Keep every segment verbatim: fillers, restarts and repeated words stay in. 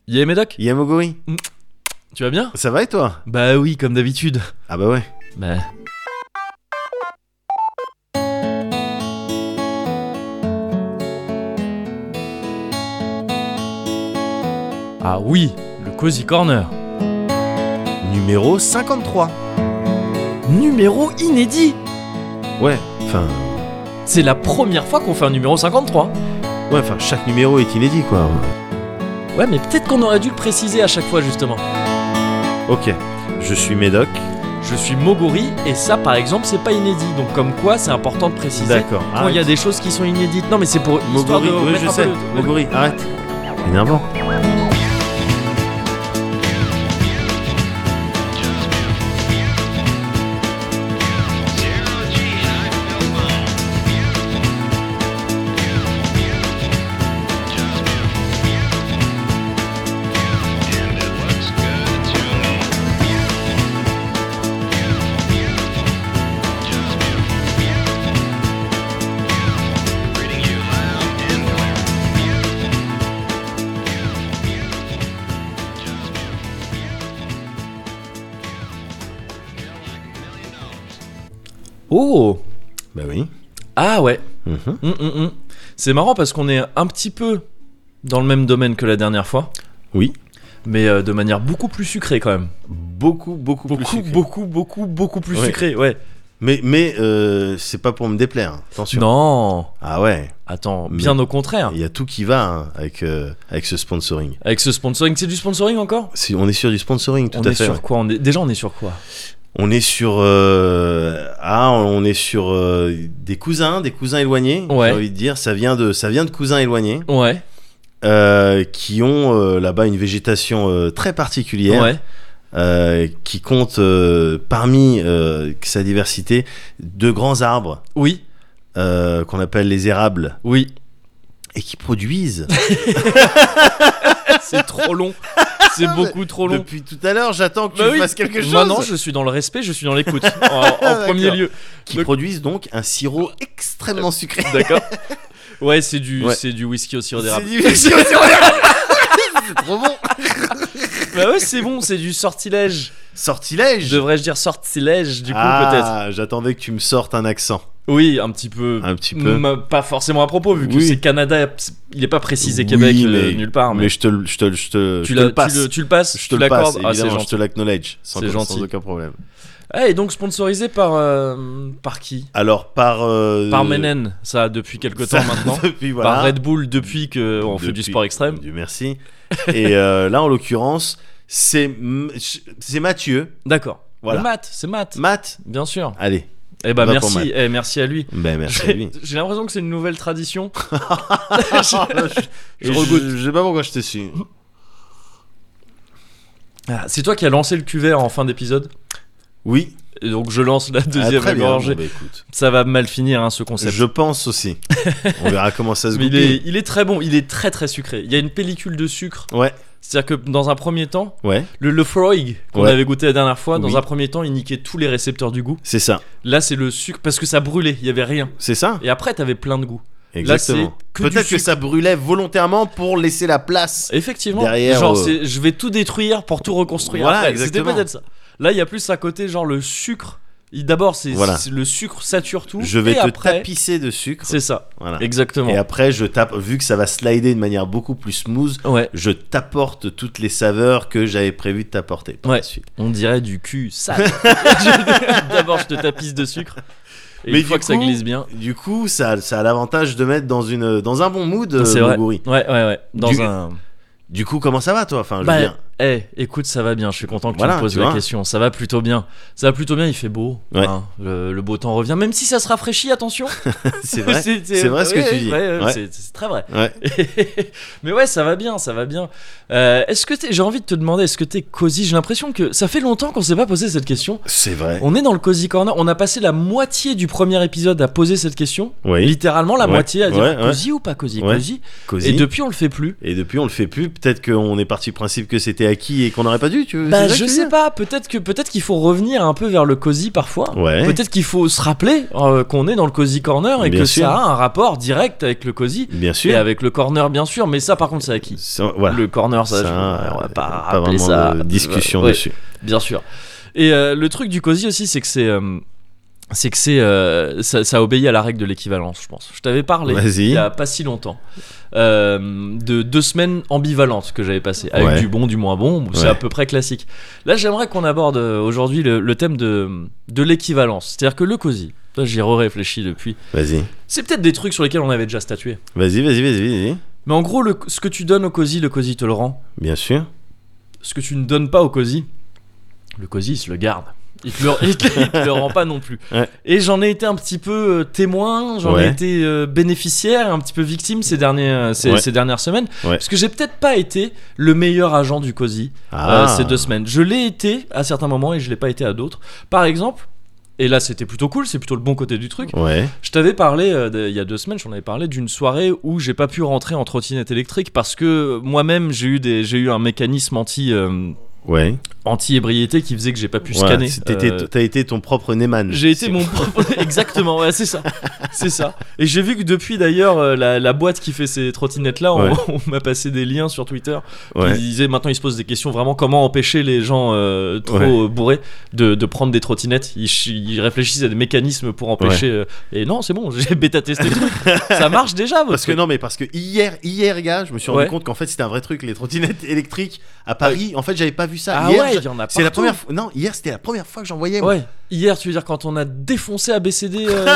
Yé Médoc. Yé Moguri. Tu vas bien? Ça va et toi? Bah oui, comme d'habitude. Ah bah ouais. Bah... Ah oui, le Cozy Corner. Numéro cinquante-trois. Numéro inédit. Ouais, enfin... C'est la première fois qu'on fait un numéro cinquante-trois. Ouais, enfin, chaque numéro est inédit, quoi. Ouais, mais peut-être qu'on aurait dû le préciser à chaque fois, justement. Ok, je suis Médoc. Je suis Moguri, et ça, par exemple, c'est pas inédit. Donc, comme quoi, c'est important de préciser. D'accord. Quand il y a des choses qui sont inédites. Non, mais c'est pour histoire Moguri, de oui, mettre je un sais. peu le- Moguri, arrête. Énervant. Oh. Bah oui. Ah ouais. Mhm. Hum, hum, hum. C'est marrant parce qu'on est un petit peu dans le même domaine que la dernière fois, Oui. mais euh, de manière beaucoup plus sucrée quand même. Beaucoup, beaucoup, plus Beaucoup, sucré. beaucoup, beaucoup, beaucoup plus Ouais. sucrée, ouais. Mais, mais euh, c'est pas pour me déplaire, hein. Attention. Non. Ah ouais. Attends, Mais- bien au contraire. Il y a tout qui va hein, avec, euh, avec ce sponsoring. Avec ce sponsoring, c'est du sponsoring encore? Si on est sur du sponsoring, tout On à est fait. sur ouais. quoi? On est... Déjà, on est sur quoi? On est sur euh, ah, on est sur euh, des cousins, des cousins éloignés. Ouais. J'ai envie de dire, ça vient de, ça vient de cousins éloignés Ouais. euh, qui ont euh, là-bas une végétation euh, très particulière, Ouais. euh, qui compte euh, parmi euh, sa diversité de grands arbres Oui. euh, qu'on appelle les érables Oui. et qui produisent. C'est trop long. C'est beaucoup trop long. Depuis tout à l'heure, j'attends que Bah tu oui. fasses quelque chose. Moi, non, je suis dans le respect, je suis dans l'écoute. En, en premier D'accord. lieu. Qui Donc- produisent donc un sirop extrêmement sucré. D'accord. Ouais, c'est du, Ouais. c'est du whisky au sirop d'érable. C'est du sirop d'érable. C'est trop bon. Bah ouais, c'est bon, c'est du sortilège. Sortilège. Devrais-je dire sortilège, du coup, ah, j'attendais que tu me sortes un accent. peut-être. Oui, un petit peu. Un petit peu. M- pas forcément à propos, vu que Oui. c'est Canada, il est pas précisé Oui, Québec euh, mais- nulle part. Mais, Mais je te, le- je te, le- je te, tu, je te l'as- le passe. tu, le, tu le passes, Je te tu le passe, l'accordes. Ah, c'est évidemment, je gentil. te l'acknowledge, sans, C'est sans gentil. aucun problème. Ah, et donc sponsorisé par, euh, par qui? Alors, par... euh, Par Menen, ça depuis quelques temps ça, maintenant. Depuis, voilà. Par Red Bull depuis qu'on fait du Depuis- sport extrême. Dieu merci. Et euh, là, en l'occurrence, c'est, c'est Mathieu. D'accord. Voilà. Le Matt, c'est Matt. Matt, Bien sûr. allez. Eh ben Va pour merci, Matt. eh, merci à lui. Ben, merci à lui. J'ai j'ai l'impression que c'est une nouvelle tradition. je, Je regoute. Je, je sais pas pourquoi je te suis. Ah, c'est toi qui as lancé le cuvert en fin d'épisode. Oui. Et donc je lance la Ah, deuxième très bien. gorgée. Bon, bah, écoute. Ça va mal finir hein, ce concept. Je pense aussi. On verra comment ça se Mais il goupille. est, il est très bon, il est très très sucré. Il y a une pellicule de sucre. Ouais, C'est-à-dire que dans un premier temps, ouais, le Lefroy qu'on Ouais. avait goûté la dernière fois, dans Oui. un premier temps, il niquait tous les récepteurs du goût. c'est ça. Là, c'est le sucre parce que ça brûlait, il y avait rien. C'est ça. Et après, t'avais plein de goût. Exactement. c'est que Peut-être du que sucre. ça brûlait volontairement pour laisser la place. Effectivement. Derrière, genre, euh, c'est, je vais tout détruire pour tout reconstruire. Voilà, après. exactement. C'était peut-être ça. Là, il y a plus à côté, genre le sucre. Il- D'abord, c'est, Voilà. c'est- le sucre sature tout. Je vais et te après, tapisser de sucre. c'est ça. Voilà. Exactement. Et après, je tape, vu que ça va slider de manière beaucoup plus smooth, Ouais. je t'apporte toutes les saveurs que j'avais prévu de t'apporter par Ouais. la suite. On dirait du cul sale. Je- D'abord, je te tapisse de sucre. Et Mais une fois du que ça coup, glisse bien. Du coup, ça, ça a l'avantage de mettre dans, une, dans un bon mood, euh, C'est vrai. Moguri. Ouais, ouais, ouais. Dans Du- un. Du coup, comment ça va, toi? Enfin, je Bah, veux dire. eh, écoute, ça va bien. Je suis content que Voilà, tu me poses tu la vois. question. Ça va plutôt bien. Ça va plutôt bien. Il fait beau. Ouais. hein. Le, le beau temps revient. Même si ça se rafraîchit, attention. C'est vrai. C'est vrai ce que ouais, tu dis. ouais, ouais, Ouais. C'est, c'est très vrai. Ouais. Mais ouais, ça va bien, ça va bien. Euh, est-ce que t'es... j'ai envie de te demander, est-ce que t'es cosy? J'ai l'impression que ça fait longtemps qu'on s'est pas posé cette question. C'est vrai. On est dans le cozy corner. On a passé la moitié du premier épisode à poser cette question. Oui. Littéralement la Ouais. moitié à dire Ouais, ouais. cosy ou pas cosy, Ouais. cosy. Cosy. Et depuis on le fait plus. Et depuis, on le fait plus. Peut-être qu'on est parti du principe que c'était acquis et qu'on n'aurait pas dû. Tu veux Bah, c'est ça que je tu veux sais dire pas, peut-être que peut-être qu'il faut revenir un peu vers le cosy parfois. Ouais. Peut-être qu'il faut se rappeler euh, qu'on est dans le cozy corner et Bien que sûr. ça a un rapport direct avec le cosy Bien et sûr. avec le corner bien sûr, mais ça par contre c'est acquis. Ça, voilà. Le corner ça, Ça, je- on va pas pas rappeler vraiment ça. de discussion Ouais, dessus. bien sûr. Et euh, le truc du cosy aussi, c'est que c'est euh, c'est que c'est euh, ça, ça obéit à la règle de l'équivalence, je pense. Je t'avais parlé Vas-y. il y a pas si longtemps euh, de deux semaines ambivalentes que j'avais passées avec Ouais. du bon, du moins bon. C'est Ouais. à peu près classique. Là, j'aimerais qu'on aborde euh, aujourd'hui le, le thème de de l'équivalence, c'est-à-dire que le cosy. Là, j'y réfléchi depuis. Vas-y. C'est peut-être des trucs sur lesquels on avait déjà statué. Vas-y, vas-y, vas-y, vas-y. Mais en gros, le, ce que tu donnes au cosy, le cosy te le rend. Bien sûr. Ce que tu ne donnes pas au cosy, le cosy il se le garde. Il te le, il te, il te le rend pas non plus. Ouais. Et j'en ai été un petit peu euh, témoin, j'en ai Ouais. été euh, bénéficiaire, un petit peu victime ces, derniers, euh, ces, Ouais. ces dernières semaines. Ouais. Parce que j'ai peut-être pas été le meilleur agent du cosy Ah. euh, ces deux semaines. Je l'ai été à certains moments et je l'ai pas été à d'autres. Par exemple, et là c'était plutôt cool, c'est plutôt le bon côté du truc. Ouais. Je t'avais parlé, euh, de- il y a deux semaines, j'en avais parlé d'une soirée où j'ai pas pu rentrer en trottinette électrique parce que moi-même j'ai eu, des, j'ai eu un mécanisme anti... euh, Ouais. anti-ébriété qui faisait que j'ai pas pu Voilà, scanner. c'était- Euh, T'as été ton propre Neyman. j'ai été mon propre. Exactement, ouais, c'est ça. C'est ça. Et j'ai vu que depuis d'ailleurs, euh, la, la boîte qui fait ces trottinettes-là, on, Ouais. on m'a passé des liens sur Twitter. Ouais. Ils disaient maintenant, ils se posent des questions vraiment comment empêcher les gens euh, trop Ouais. euh, bourrés de, de prendre des trottinettes. Ils, ch- ils réfléchissent à des mécanismes pour empêcher. euh, et non, c'est bon, j'ai bêta-testé le truc. Ça marche déjà, votre Parce que truc. non, mais parce que hier, hier, gars, je me suis rendu Ouais. compte qu'en fait c'était un vrai truc, les trottinettes électriques à Paris. En fait, j'avais pas vu ça. Ah hier, ouais, je- il y en a c'est la partout. première fois. Non, hier c'était la première fois que j'en voyais. moi. Ouais. Hier, tu veux dire quand on a défoncé A B C D euh,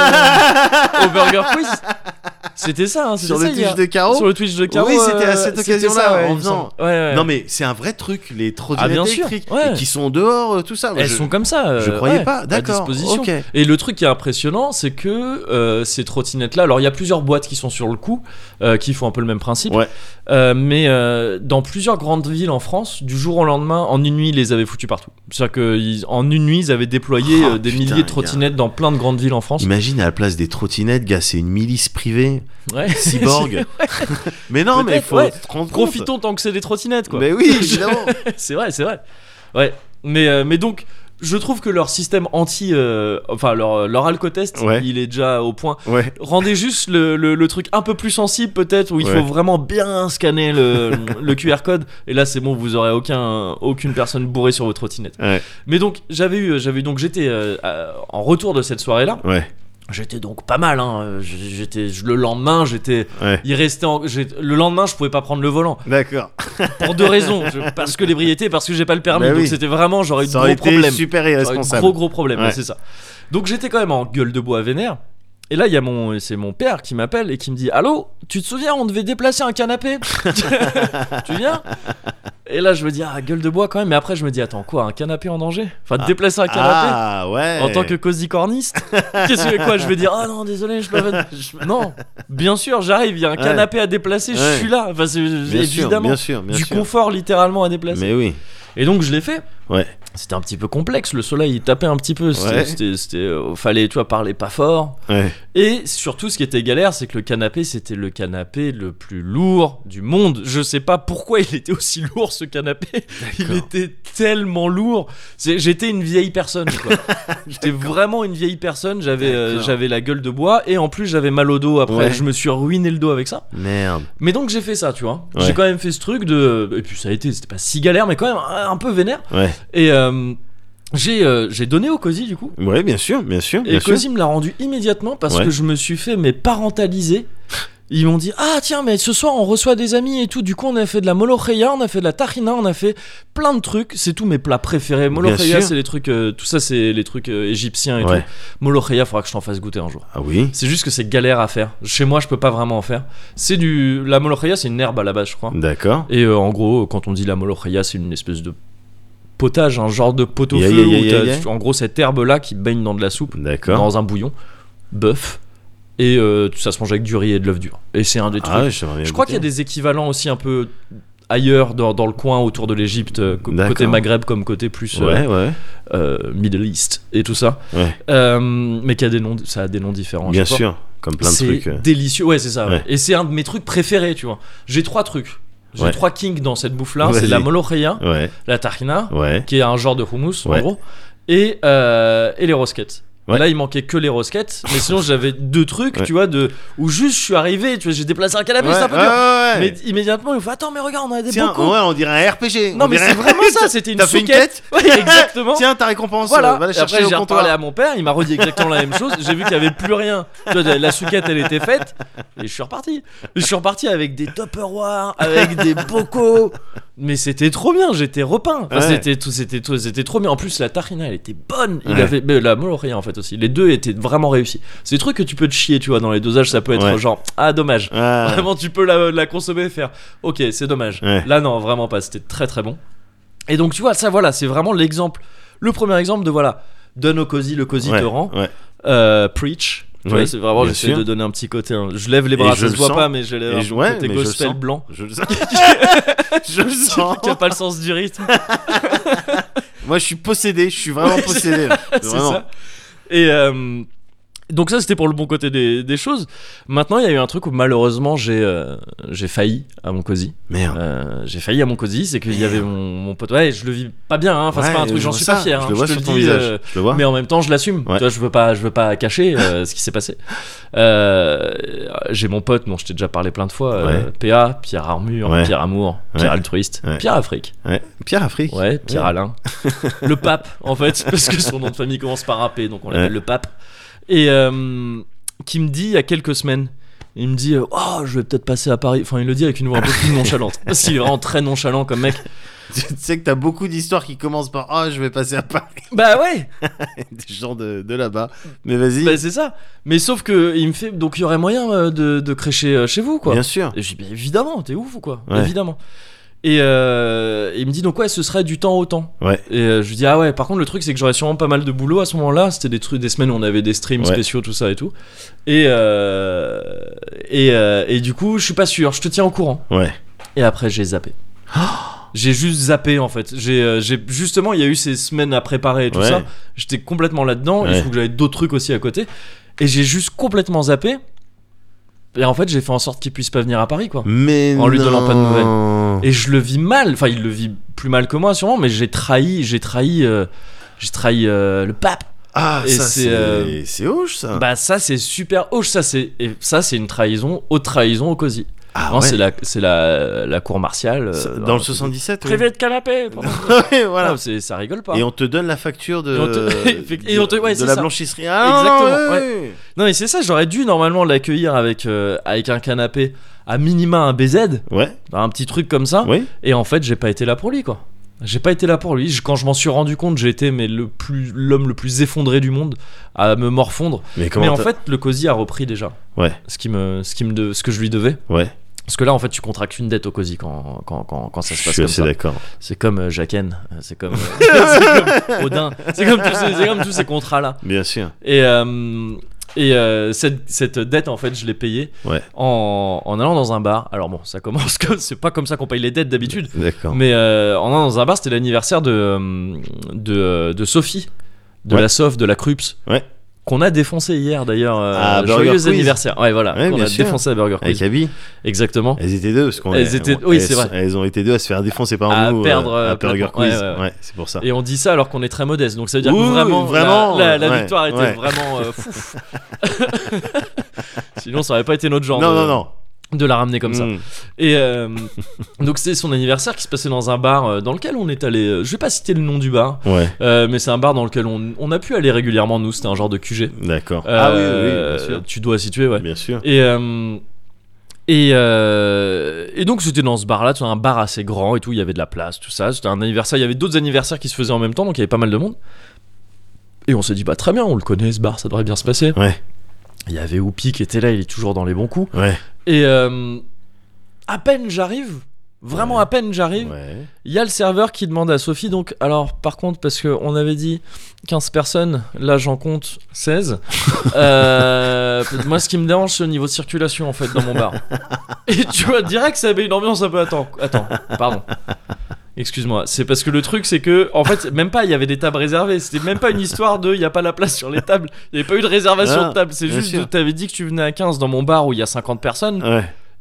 au Burger Quiz. C'était ça, hein, c'était Sur ça le Twitch hier. de Caro. Sur le Twitch de Caro. Oui, c'était à euh, cette c'était occasion-là, ça, ouais, en il me faisant- semble. Ouais, ouais. Non mais c'est un vrai truc, les trottinettes Ah, bien sûr, électriques ouais. et qui sont dehors, euh, tout ça. Moi, Elles je- sont comme ça. euh, Je croyais ouais, pas. à D'accord. disposition. Ok. Et le truc qui est impressionnant, c'est que euh, ces trottinettes-là, alors il y a plusieurs boîtes qui sont sur le coup, euh, qui font un peu le même principe, Ouais. euh, mais euh, dans plusieurs grandes villes en France, du jour au lendemain, en une nuit, ils les avaient foutus partout. C'est-à-dire qu'en une nuit, ils avaient déployé Oh, euh, des putain, milliers de gars. trottinettes dans plein de grandes villes en France. Imagine à la place des trottinettes, gars, c'est une milice privée, Ouais. cyborg. Mais non, mais Peut-être, faut ouais. te rendre compte. Profitons tant que c'est des trottinettes, quoi. Mais oui, évidemment. C'est vrai, c'est vrai. Ouais. Mais, euh, mais donc, je trouve que leur système anti. euh, enfin, leur, leur alcotest, Ouais. il est déjà au point. Ouais. Rendez juste le, le, le truc un peu plus sensible, peut-être, où il Ouais. faut vraiment bien scanner le, le Q R code. Et là, c'est bon, vous aurez aucun, aucune personne bourrée sur votre trottinette. Ouais. Mais donc, j'avais eu. J'avais, donc, j'étais euh, à- en retour de cette soirée-là. Ouais. J'étais donc pas mal, hein. J'étais, le lendemain, j'étais. Ouais. Il restait. En, j'ai- le lendemain, je pouvais pas prendre le volant. D'accord. Pour deux raisons. Je- parce que l'ébriété, parce que j'ai pas le permis. Bah donc oui. c'était vraiment, j'aurais eu de Ça gros aurait été problèmes. super J'aurais eu de irresponsable. gros gros problèmes, Ouais. c'est ça. Donc j'étais quand même en gueule de bois vénère. Et là, il y a mon, c'est mon père qui m'appelle et qui me dit allô, tu te souviens, on devait déplacer un canapé. Tu viens? Et là, je me dis ah gueule de bois quand même. Mais après, je me dis attends quoi, un canapé en danger? Enfin, Ah. déplacer un canapé. Ah ouais. En tant que cosy corniste, qu'est-ce que quoi? Je vais dire ah non désolé je peux pas. je- Non, bien sûr j'arrive. Il y a un Ouais. canapé à déplacer, je Ouais. suis là. Enfin c'est Bien sûr, évidemment bien sûr, bien du sûr. confort littéralement à déplacer. Mais oui. Et donc je l'ai fait. Ouais. C'était un petit peu complexe. Le soleil il tapait un petit peu. C'était, Ouais. c'était, c'était, euh, fallait tu vois parler pas fort. Ouais. Et surtout ce qui était galère, c'est que le canapé c'était le canapé le plus lourd du monde. Je sais pas pourquoi il était aussi lourd ce canapé. Il était tellement lourd. C'est, j'étais une vieille personne quoi. J'étais vraiment une vieille personne. J'avais, euh, D'accord. j'avais la gueule de bois et en plus j'avais mal au dos. Après Ouais. je me suis ruiné le dos avec ça. Merde. Mais donc j'ai fait ça, tu vois. Ouais. J'ai quand même fait ce truc de. Et puis ça a été, c'était pas si galère, mais quand même un, un peu vénère. Ouais. Et euh, j'ai, euh, j'ai donné au cosy du coup. Ouais, bien sûr, bien sûr, Et bien sûr. cosy me l'a rendu immédiatement parce Ouais. que je me suis fait mais parentaliser. Ils m'ont dit ah tiens mais ce soir on reçoit des amis et tout. Du coup on a fait de la molocheia, on a fait de la tahina, on a fait plein de trucs. C'est tous mes plats préférés. Molocheia sûr. c'est les trucs, euh, tout ça c'est les trucs euh, égyptiens et Ouais. tout. Molocheia faudra que je t'en fasse goûter un jour. Ah oui. C'est juste que c'est galère à faire. Chez moi je peux pas vraiment en faire. C'est du la molocheia c'est une herbe à la base je crois. D'accord. Et euh, en gros, quand on dit la molocheia, c'est une espèce de potage, un genre de pot-au-feu Yeah, yeah, yeah, où yeah, t'as, yeah. en gros cette herbe-là qui baigne dans de la soupe, D'accord. dans un bouillon, bœuf, et euh, ça se mange avec du riz et de l'œuf dur. Et c'est un des trucs. Ah ouais, j'aimerais bien Je crois qu'il y a goûter. des équivalents aussi un peu ailleurs dans, dans le coin autour de l'Égypte, euh, co- D'accord. côté Maghreb comme côté plus euh, Ouais, ouais, euh, Middle East et tout ça. ouais. Euh, mais qui a des noms, ça a des noms différents. à Bien chaque fois. sûr. Comme plein de c'est trucs. euh. délicieux, ouais c'est ça. ouais. Ouais. Et c'est un de mes trucs préférés, tu vois. J'ai trois trucs. J'ai Ouais. trois kings dans cette bouffe-là. Vas-y. C'est la molokhia, Ouais. la tahina, Ouais. qui est un genre de hummus Ouais. en gros, et, euh, et les rosquettes. Ouais. Là, il manquait que les rosquettes, mais sinon j'avais deux trucs, Ouais. tu vois, de où juste je suis arrivé, tu vois, j'ai déplacé un canapé, Ouais, c'est un peu ouais, dur. ouais, ouais. Mais immédiatement, il me fait attends, mais regarde, on a des Tiens, bocaux. ouais, on dirait un R P G. Non, on mais dirait- c'est vraiment ça, c'était une T'as fait une souquette. quête Ouais, exactement. Tiens, ta récompense. Voilà. euh, Va la Et chercher après, au j'ai comptoir. reparlé à mon père, il m'a redit exactement la même chose. J'ai vu qu'il y avait plus rien. Tu vois, la souquette, elle était faite, et je suis reparti. Je suis reparti avec des Tupperware, avec des bocaux. Mais c'était trop bien, j'étais repeint. Enfin, Ouais. c'était tout, c'était tout, c'était trop bien. En plus, la tahina, elle était bonne. Il Ouais. avait, mais la molokhia en fait aussi. Les deux étaient vraiment réussis. C'est des trucs que tu peux te chier, tu vois, dans les dosages, ça peut être Ouais. genre ah dommage. Ah. Vraiment, tu peux la, la consommer et faire ok, c'est dommage. Ouais. Là, non, vraiment pas. C'était très très bon. Et donc, tu vois, ça, voilà, c'est vraiment l'exemple, le premier exemple de voilà, donne au cosy, le cosy Ouais, te rend. ouais. Euh, preach. Tu Oui, vois, c'est vraiment, bien j'essaie sûr. de donner un petit côté. hein. Je lève les bras, Et je ça se le voit sens. pas, mais j'ai Et un je- ouais, côté mais je le gospel sens. blanc. Je le sens. Je le sens. Qui a pas le sens du rythme. Moi, je suis possédé. Je suis vraiment possédé. là. C'est Vraiment. ça. Et euh, donc ça c'était pour le bon côté des, des choses. Maintenant il y a eu un truc où malheureusement j'ai euh, j'ai failli à mon cosy. Merde. Euh, j'ai failli à mon cosy, c'est qu'il y avait mon, mon pote. Ouais, je le vis pas bien. Hein. Enfin c'est Ouais, pas un truc, je j'en vois suis ça. pas fier. Je hein. le vois te sur le ton dis, visage. euh, Je le vois. mais en même temps je l'assume. Ouais. Tu vois, je veux pas, je veux pas cacher euh, ce qui s'est passé. Euh, j'ai mon pote dont je t'ai déjà parlé plein de fois. euh, Ouais. P A, Pierre Armure, Ouais. Pierre Amour, Pierre Ouais. Altruiste, Ouais. Pierre Afrique. Ouais. Pierre Afrique. Ouais, Pierre Ouais. Alain. Le pape, en fait, parce que son nom de famille commence par un P, donc on l'appelle Ouais. le pape. Et euh, qui me dit il y a quelques semaines, il me dit euh, oh, je vais peut-être passer à Paris. Enfin, il le dit avec une voix un peu plus nonchalante. Parce qu'il est vraiment très nonchalant comme mec. Tu sais que t'as beaucoup d'histoires qui commencent par ah, je vais passer à Paris. Bah ouais, Des gens de, de là-bas. Mais vas-y. bah c'est ça. Mais sauf que il me fait donc il y aurait moyen euh, de, de crécher euh, chez vous, quoi. Bien sûr. Et je dis, bah, évidemment, t'es ouf ou quoi? Ouais. Évidemment. Et euh, il me dit, donc ouais, ce serait du temps au temps. Ouais. Et euh, je lui dis, ah ouais, par contre, le truc, c'est que j'aurais sûrement pas mal de boulot à ce moment-là. C'était des trucs, des semaines où on avait des streams Ouais. spéciaux, tout ça et tout. Et, euh, et, euh, et du coup, je suis pas sûr, je te tiens au courant. Ouais. Et après, j'ai zappé. J'ai juste zappé en fait. J'ai, euh, j'ai justement, il y a eu ces semaines à préparer et tout Ouais. ça. J'étais complètement là-dedans. Il Ouais. faut que j'avais d'autres trucs aussi à côté. Et j'ai juste complètement zappé. Et en fait, j'ai fait en sorte qu'il puisse pas venir à Paris, quoi. Mais En lui non. donnant pas de nouvelles. Et je le vis mal. Enfin, il le vit plus mal que moi, sûrement. Mais j'ai trahi, j'ai trahi, euh, j'ai trahi euh, le pape. Ah, Et ça c'est, c'est euh, c'est hoche ça. Bah ça, c'est super hoche. Ça, c'est et ça, c'est une trahison, haute trahison au cosy. Ah non, ouais. c'est la, c'est la, la cour martiale. Ça- euh, Dans non, le c'est- soixante-dix-sept. oui. Privé de canapé. pardon. Ouais, voilà. Ah, c'est, ça rigole pas. Et on te donne la facture de, Et on te- et on te- ouais, de c'est la ça. blanchisserie. Ah, Exactement, non, ouais, ouais. ouais. Non mais c'est ça, j'aurais dû normalement l'accueillir avec, euh, avec un canapé, à minima un B Z, Ouais, un petit truc comme ça. oui. Et en fait, j'ai pas été là pour lui, quoi. J'ai pas été là pour lui. Je- Quand je m'en suis rendu compte, j'ai été mais le plus, l'homme le plus effondré du monde à me morfondre. Mais comment Mais en t'as- fait, le cosy a repris déjà Ouais, ce, qui me, ce, qui me de- ce que je lui devais. ouais. Parce que là, en fait, tu contractes une dette au cosy quand, quand, quand, quand ça se Je passe suis comme assez ça. d'accord. C'est comme euh, Jaquen, euh, c'est comme, euh, c'est comme Odin, c'est comme, tous ces- c'est comme tous ces contrats-là. Bien sûr. Et, euh, et euh, cette, cette dette, en fait, je l'ai payée Ouais, en, en allant dans un bar. Alors bon, ça commence comme. C'est pas comme ça qu'on paye les dettes d'habitude. d'accord. Mais euh, en allant dans un bar, c'était l'anniversaire de, euh, de, de Sophie, de Ouais. la Sof, de la Crups. Ouais. Qu'on a défoncé hier d'ailleurs. euh, Ah, Burger joyeux Quiz. anniversaire. Ouais, voilà. Ouais, qu'on bien a sûr. défoncé à Burger Quiz. Avec Abby, Exactement. elles étaient deux parce qu'on Elles étaient- on- oui, elles- c'est vrai. Elles ont été deux à se faire défoncer par À nous perdre, euh, euh, à Burger complètement. Ouais, Quiz. ouais, ouais. Ouais, c'est pour ça. Et on dit ça alors qu'on est très modeste. Donc ça veut dire Oui, que vraiment, vraiment, la, la- la ouais, victoire était ouais. vraiment euh, fouf. Sinon, ça aurait pas été notre genre Non, de, non, non. de la ramener comme ça. Mm. Et euh, donc c'était son anniversaire qui se passait dans un bar euh, dans lequel on est allé. euh, Je vais pas citer le nom du bar, Ouais, euh, mais c'est un bar dans lequel on, on a pu aller régulièrement. Nous, c'était un genre de Q G. d'accord. Ah oui, oui, Euh, bien sûr. Tu dois situer, ouais. Bien sûr. Et euh, et, euh, et donc c'était dans ce bar là, c'était un bar assez grand et tout, il y avait de la place, tout ça, c'était un anniversaire, il y avait d'autres anniversaires qui se faisaient en même temps, donc il y avait pas mal de monde. Et on s'est dit bah très bien, on le connaît ce bar, ça devrait bien se passer. Ouais, Il y avait Whoopi qui était là, il est toujours dans les bons coups. ouais. Et euh, à peine j'arrive, vraiment Ouais. à peine j'arrive, Ouais. il y a le serveur qui demande à Sophie, donc alors par contre parce qu'on avait dit quinze personnes, là j'en compte seize. Euh, moi ce qui me dérange c'est au niveau de circulation en fait dans mon bar. Et tu vois direct ça avait une ambiance un peu attends, attends, pardon. Excuse-moi, c'est parce que le truc c'est que en fait même pas il y avait des tables réservées, c'était même pas une histoire de il y a pas la place sur les tables, il y avait pas eu de réservation Ah, de table, c'est bien juste sûr. de, t'avais dit que tu venais à quinze dans mon bar où il y a cinquante personnes. Ouais.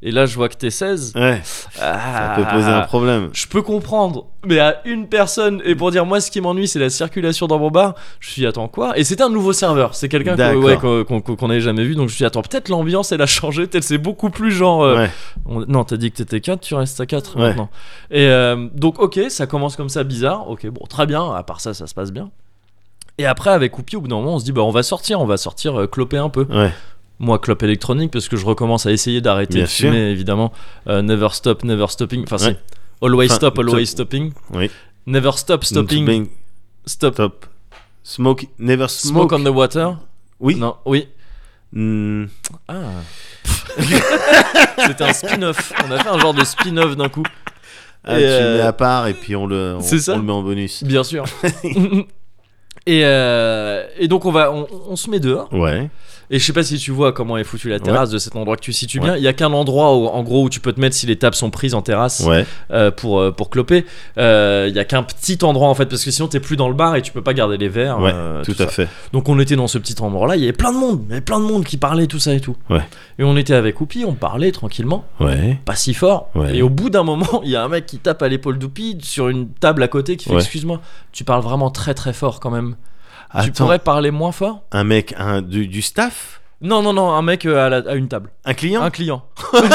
et là je vois que t'es seize. Ouais. Ah, Ça peut poser un problème. je peux comprendre, mais à une personne, et pour dire moi ce qui m'ennuie c'est la circulation dans mon bar, je me suis dit attends quoi, et c'était un nouveau serveur, c'est quelqu'un que, ouais, qu'on, qu'on, qu'on n'avait jamais vu, donc je me suis dit attends peut-être l'ambiance elle a changé, peut-être c'est beaucoup plus genre euh, Ouais. on- non t'as dit que t'étais quatre, tu restes à quatre Ouais. maintenant, et euh, donc ok ça commence comme ça bizarre, ok bon très bien, à part ça ça se passe bien, et après avec Oupi au bout d'un moment on se dit bah on va sortir, on va sortir euh, cloper un peu. Ouais. Moi, clope électronique, parce que je recommence à essayer d'arrêter Bien de sûr. fumer, évidemment. Euh, never stop, never stopping. Enfin, Ouais. si. Always Enfin, stop, always stop. stopping. Oui. Never stop, stopping. Bang, Stop. Stop. Smoke. Never Smoke smoke. on the water. Oui. Non, oui. Hmm. Ah. C'était un spin-off. On a fait un genre de spin-off d'un coup. Ah, Et, tu euh, le mets à part et puis on le, on, c'est ça. on le met en bonus. Bien sûr. et, euh, et donc, on, va, on, on se met dehors. Ouais. Et je sais pas si tu vois comment est foutue la terrasse de cet endroit que tu situes bien. Ouais. Il y a qu'un endroit où, en gros où tu peux te mettre si les tables sont prises en terrasse. Ouais. Euh, pour, euh, pour cloper. Euh, Il y a qu'un petit endroit en fait, parce que sinon t'es plus dans le bar et tu peux pas garder les verres. Ouais. euh, tout, tout à ça. fait. Donc on était dans ce petit endroit là, il y avait plein de monde, il y avait plein de monde qui parlait, tout ça et tout. Ouais. Et on était avec Oupi, on parlait tranquillement, Ouais. pas si fort. Ouais. Et au bout d'un moment, il y a un mec qui tape à l'épaule d'Oupi sur une table à côté qui fait Ouais. excuse-moi, tu parles vraiment très très fort quand même. Tu Attends, pourrais parler moins fort? un mec, un, du, du staff, Non, non, non, un mec euh, à, la- à une table. un client. Un client.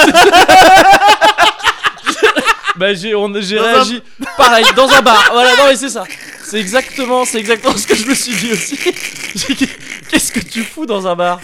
Bah j'ai, on, j'ai Dans réagi pareil dans un bar. Voilà, non mais c'est ça. C'est exactement, c'est exactement ce que je me suis dit aussi. J'ai dit, qu'est-ce que tu fous dans un bar?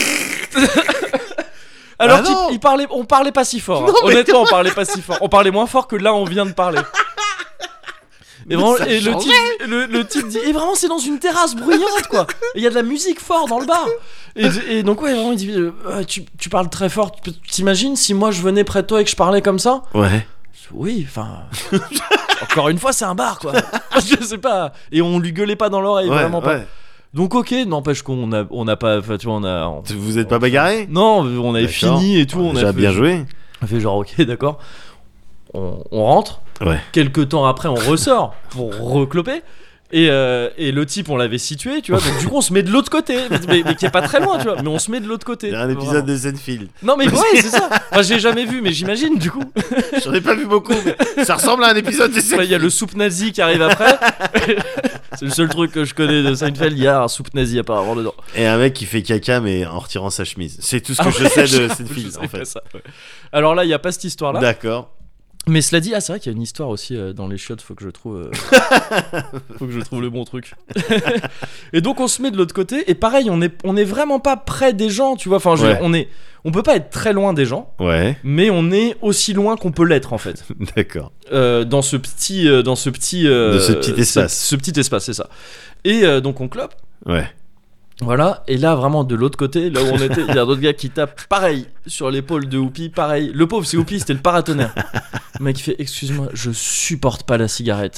Alors Ah qu'il non. il parlait, on parlait pas si fort. hein. Non, mais Honnêtement, on parlait pas si fort. On parlait moins fort que là on vient de parler. Et, Mais vraiment, ça et le, changeait. type, le, le type dit, et vraiment c'est dans une terrasse bruyante quoi. Et il y a de la musique fort dans le bar. Et, et donc ouais vraiment il dit, euh, tu, tu parles très fort. Tu- T'imagines si moi je venais près de toi et que je parlais comme ça? Ouais. Oui, enfin. Encore une fois, c'est un bar, quoi. Je sais pas. Et on lui gueulait pas dans l'oreille, Ouais, vraiment pas. ouais. Donc, ok, n'empêche qu'on a, on a pas. Enfin, tu vois, on a. on- Vous êtes pas bagarré? Non, on avait D'accord. fini et tout. On Déjà a fait, bien joué. On a fait genre, ok, d'accord. On, on rentre. Ouais. Quelques temps après, on ressort pour recloper. Et, euh, et le type, on l'avait situé, tu vois. Donc, du coup, on se met de l'autre côté. Mais, mais qui est pas très loin, tu vois. Mais on se met de l'autre côté. Il y a un épisode Vraiment. de Seinfeld. Non, mais ouais, c'est ça. Enfin, j'ai jamais vu, mais j'imagine, du coup. J'en ai pas vu beaucoup, mais ça ressemble à un épisode de Ouais, Seinfeld. il y a le soupe nazi qui arrive après. C'est le seul truc que je connais de Seinfeld. Il y a un soupe nazi apparemment dedans. Et un mec qui fait caca mais en retirant sa chemise. C'est tout ce que Ah je ouais, sais de j'avoue, je Seinfeld savais en pas fait. ça, ouais. Alors là, il y a pas cette histoire-là. D'accord. Mais cela dit, ah c'est vrai qu'il y a une histoire aussi euh, dans les chiottes. Faut que je trouve, euh, faut que je trouve le bon truc. Et donc on se met de l'autre côté. Et pareil, on est, on est vraiment pas près des gens, tu vois. Enfin, je veux Ouais. dire, on est, on peut pas être très loin des gens. Ouais. Mais on est aussi loin qu'on peut l'être en fait. D'accord. Euh, dans ce petit, euh, dans ce petit, euh, De ce petit espace. Ce, ce petit espace, c'est ça. Et euh, donc on clope. Ouais. Voilà, et là vraiment de l'autre côté, là où on était, il y a d'autres gars qui tapent pareil sur l'épaule de Oupi, pareil. Le pauvre, c'est Oupi, c'était le paratonnerre. Le mec il fait, excuse-moi, je supporte pas la cigarette.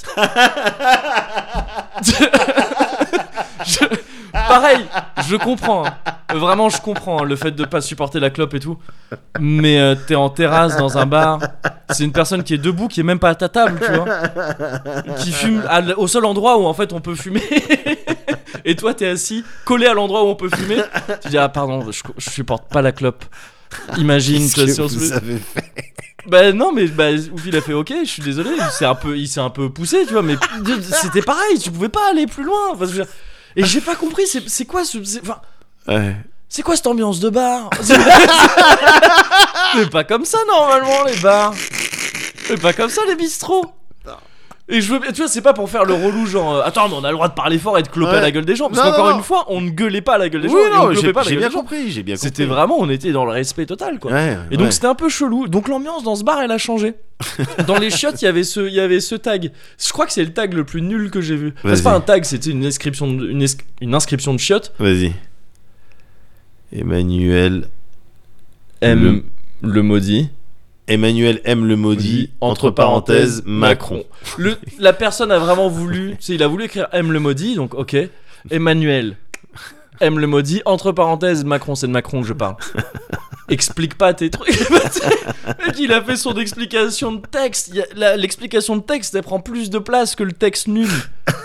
Je- Pareil, je comprends. hein. Vraiment, je comprends hein, le fait de pas supporter la clope et tout. Mais euh, t'es en terrasse dans un bar. C'est une personne qui est debout, qui est même pas à ta table, tu vois. Qui fume à l- au seul endroit où en fait on peut fumer. Et toi, t'es assis, collé à l'endroit où on peut fumer. Tu dis, ah pardon, je, je supporte pas la clope. Imagine, Qu'est-ce toi, que si on se vous met- avez fait? Bah non, mais bah, Oupi, il a fait ok, je suis désolé, c'est un peu, il s'est un peu poussé, tu vois, mais c'était pareil, tu pouvais pas aller plus loin. Enfin, je veux dire- et j'ai pas compris, c'est, c'est quoi ce. c'est- Enfin, Ouais. c'est quoi cette ambiance de bar? C'est c'est pas comme ça normalement les bars. C'est pas comme ça les bistrots. Et je veux, tu vois, c'est pas pour faire le relou genre euh, attends, mais on a le droit de parler fort et de cloper Ouais. à la gueule des gens. Parce Non, qu'encore non, non. une fois, on ne gueulait pas à la gueule des Oui, gens. et on non, clopait j'ai pas à la j'ai gueule bien des gens. compris, j'ai bien compris. C'était vraiment, on était dans le respect total quoi. Ouais, Et donc ouais. c'était un peu chelou. Donc l'ambiance dans ce bar elle a changé. Dans les chiottes il y avait ce, il y avait ce tag. Je crois que c'est le tag le plus nul que j'ai vu. Enfin, c'est Vas-y. pas un tag, c'était une inscription, de, une, es- une inscription de chiottes. Vas-y. Emmanuel. M le maudit. Emmanuel aime le maudit, entre parenthèses, Macron. Le, la personne a vraiment voulu, tu sais, il a voulu écrire M le maudit, donc ok. Emmanuel aime le maudit, entre parenthèses, Macron, c'est de Macron que je parle. Explique pas tes trucs. Mec, il a fait son explication de texte. Il y a- la- L'explication de texte, elle prend plus de place que le texte nul.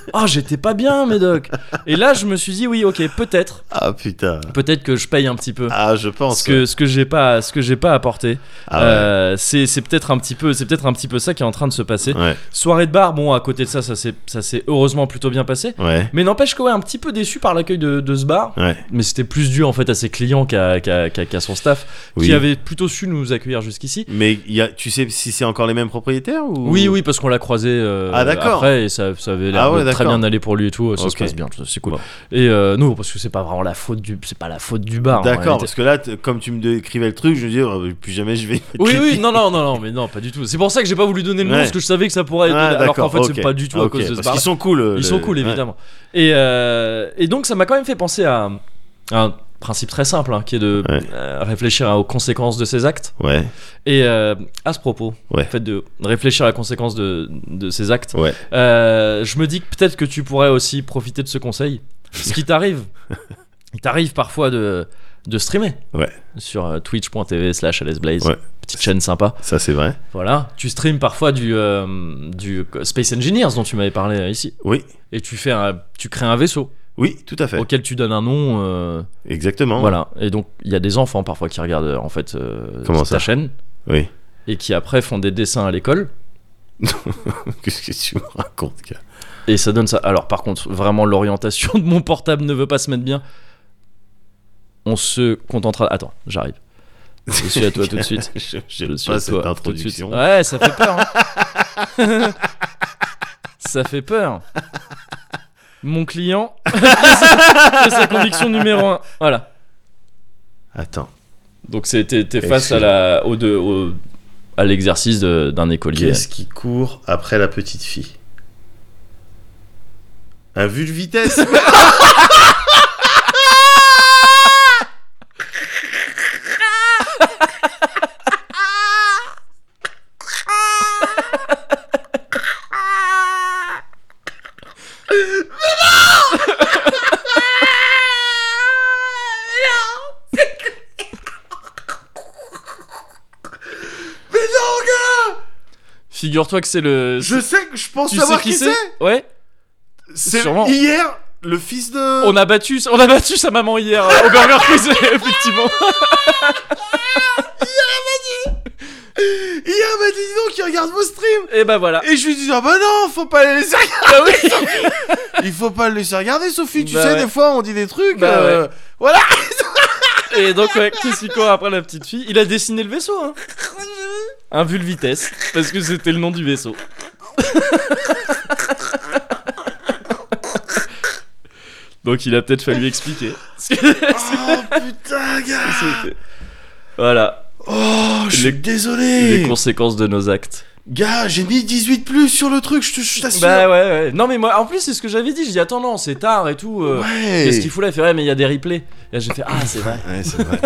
Ah, oh, j'étais pas bien, Médoc. Et là, je me suis dit, oui, ok, peut-être. Ah putain. Peut-être que je paye un petit peu. Ah, je pense. Ce que, ce que j'ai pas, ce que j'ai pas apporté. Ah ouais. euh, c'est, c'est peut-être un petit peu, c'est peut-être un petit peu ça qui est en train de se passer. Ouais. Soirée de bar, bon, à côté de ça, ça s'est, ça s'est heureusement plutôt bien passé. Ouais. Mais n'empêche que ouais, un petit peu déçu par l'accueil de, de ce bar. Ouais. Mais c'était plus dû en fait à ses clients qu'à, qu'à, qu'à, qu'à son staff, Oui. qui avait plutôt su nous accueillir jusqu'ici. Mais il y a, tu sais si c'est encore les mêmes propriétaires ou... Oui, oui, parce qu'on l'a croisé euh, Ah, d'accord. après et ça, ça avait l'air Ah ouais, de très d'accord. bien aller pour lui et tout. Ça Ok. se passe bien, c'est cool. Bon. Et euh, non, parce que c'est pas vraiment la faute du, c'est pas la faute du bar. en D'accord, réalité. parce que là, t- comme tu me décrivais le truc, je me dis, oh, plus jamais je vais. Oui, oui, non, non, non, non, mais non, pas du tout. C'est pour ça que j'ai pas voulu donner le nom, Ouais. parce que je savais que ça pourrait être. Ah, alors qu'en d'accord, fait, ok. c'est pas du tout à Ok, cause de ce parce bar. qu'ils sont cool. euh, Ils le- sont cool, ouais. évidemment. Et, euh, et donc, ça m'a quand même fait penser à, à un principe très simple, hein, qui est de Ouais. euh, réfléchir aux conséquences de ses actes. Ouais, Et euh, à ce propos, Ouais. le fait de réfléchir à la conséquence de, de ses actes, ouais. euh, je me dis que peut-être que tu pourrais aussi profiter de ce conseil. Ce qui t'arrive, il t'arrive parfois de, de streamer Ouais. sur euh, twitch.tv slash alesblaze, Ouais. petite chaîne sympa. Ça, c'est vrai. Voilà, tu streams parfois du, euh, du Space Engineers dont tu m'avais parlé euh, ici, Oui, et tu fais un, tu crées un vaisseau oui, tout à fait. auquel tu donnes un nom. euh, Exactement. Voilà, et donc il y a des enfants parfois qui regardent euh, en fait euh, Comment ta ça chaîne Oui. et qui après font des dessins à l'école. Qu'est-ce que tu me racontes, gars? Et ça donne ça. Alors par contre, vraiment l'orientation de mon portable ne veut pas se mettre bien. On se contentera. Attends, j'arrive. Je suis à toi tout de suite. Je Je J'aime suis pas à cette toi tout de suite. introduction. Ouais, ça fait peur. Hein. Ça fait peur. Mon client, c'est sa conviction numéro un. Voilà. Attends. Donc c'est t'es, t'es face à la au, de, au à l'exercice de, d'un écolier. Qu'est-ce qui court après la petite fille? Un vu de vitesse. Mais non, gars! Figure-toi que c'est le. Je sais que je pense tu savoir sais qui, qui c'est, c'est. Ouais. C'est Sûrement. hier le fils de. On a battu, on a battu sa maman hier euh, au Burger Quiz, effectivement. Hier, bah dis donc, il regarde vos streams. Et bah voilà. Et je lui dis, ah bah non, faut pas les laisser regarder. Bah oui. Il faut pas le laisser regarder, Sophie. Tu Bah sais, ouais. des fois, on dit des trucs. Bah euh, ouais. Voilà. Et donc ouais, qu'est-ce qu'il court après la petite fille? Il a dessiné le vaisseau, hein. Un vu le vitesse, parce que c'était le nom du vaisseau. Donc il a peut-être fallu expliquer. Oh putain, gars. C'était- Voilà, Oh, je suis Les- désolé. les conséquences de nos actes. Gars, j'ai mis dix-huit plus sur le truc, je te- je t'assure. Bah ouais, ouais. Non mais moi, en plus c'est ce que j'avais dit. Je dis attends non, c'est tard et tout. euh, Ouais. Qu'est-ce qu'il fout là? Il fait ouais mais il y a des replays. Et là j'ai fait ah c'est vrai. Ouais, c'est vrai.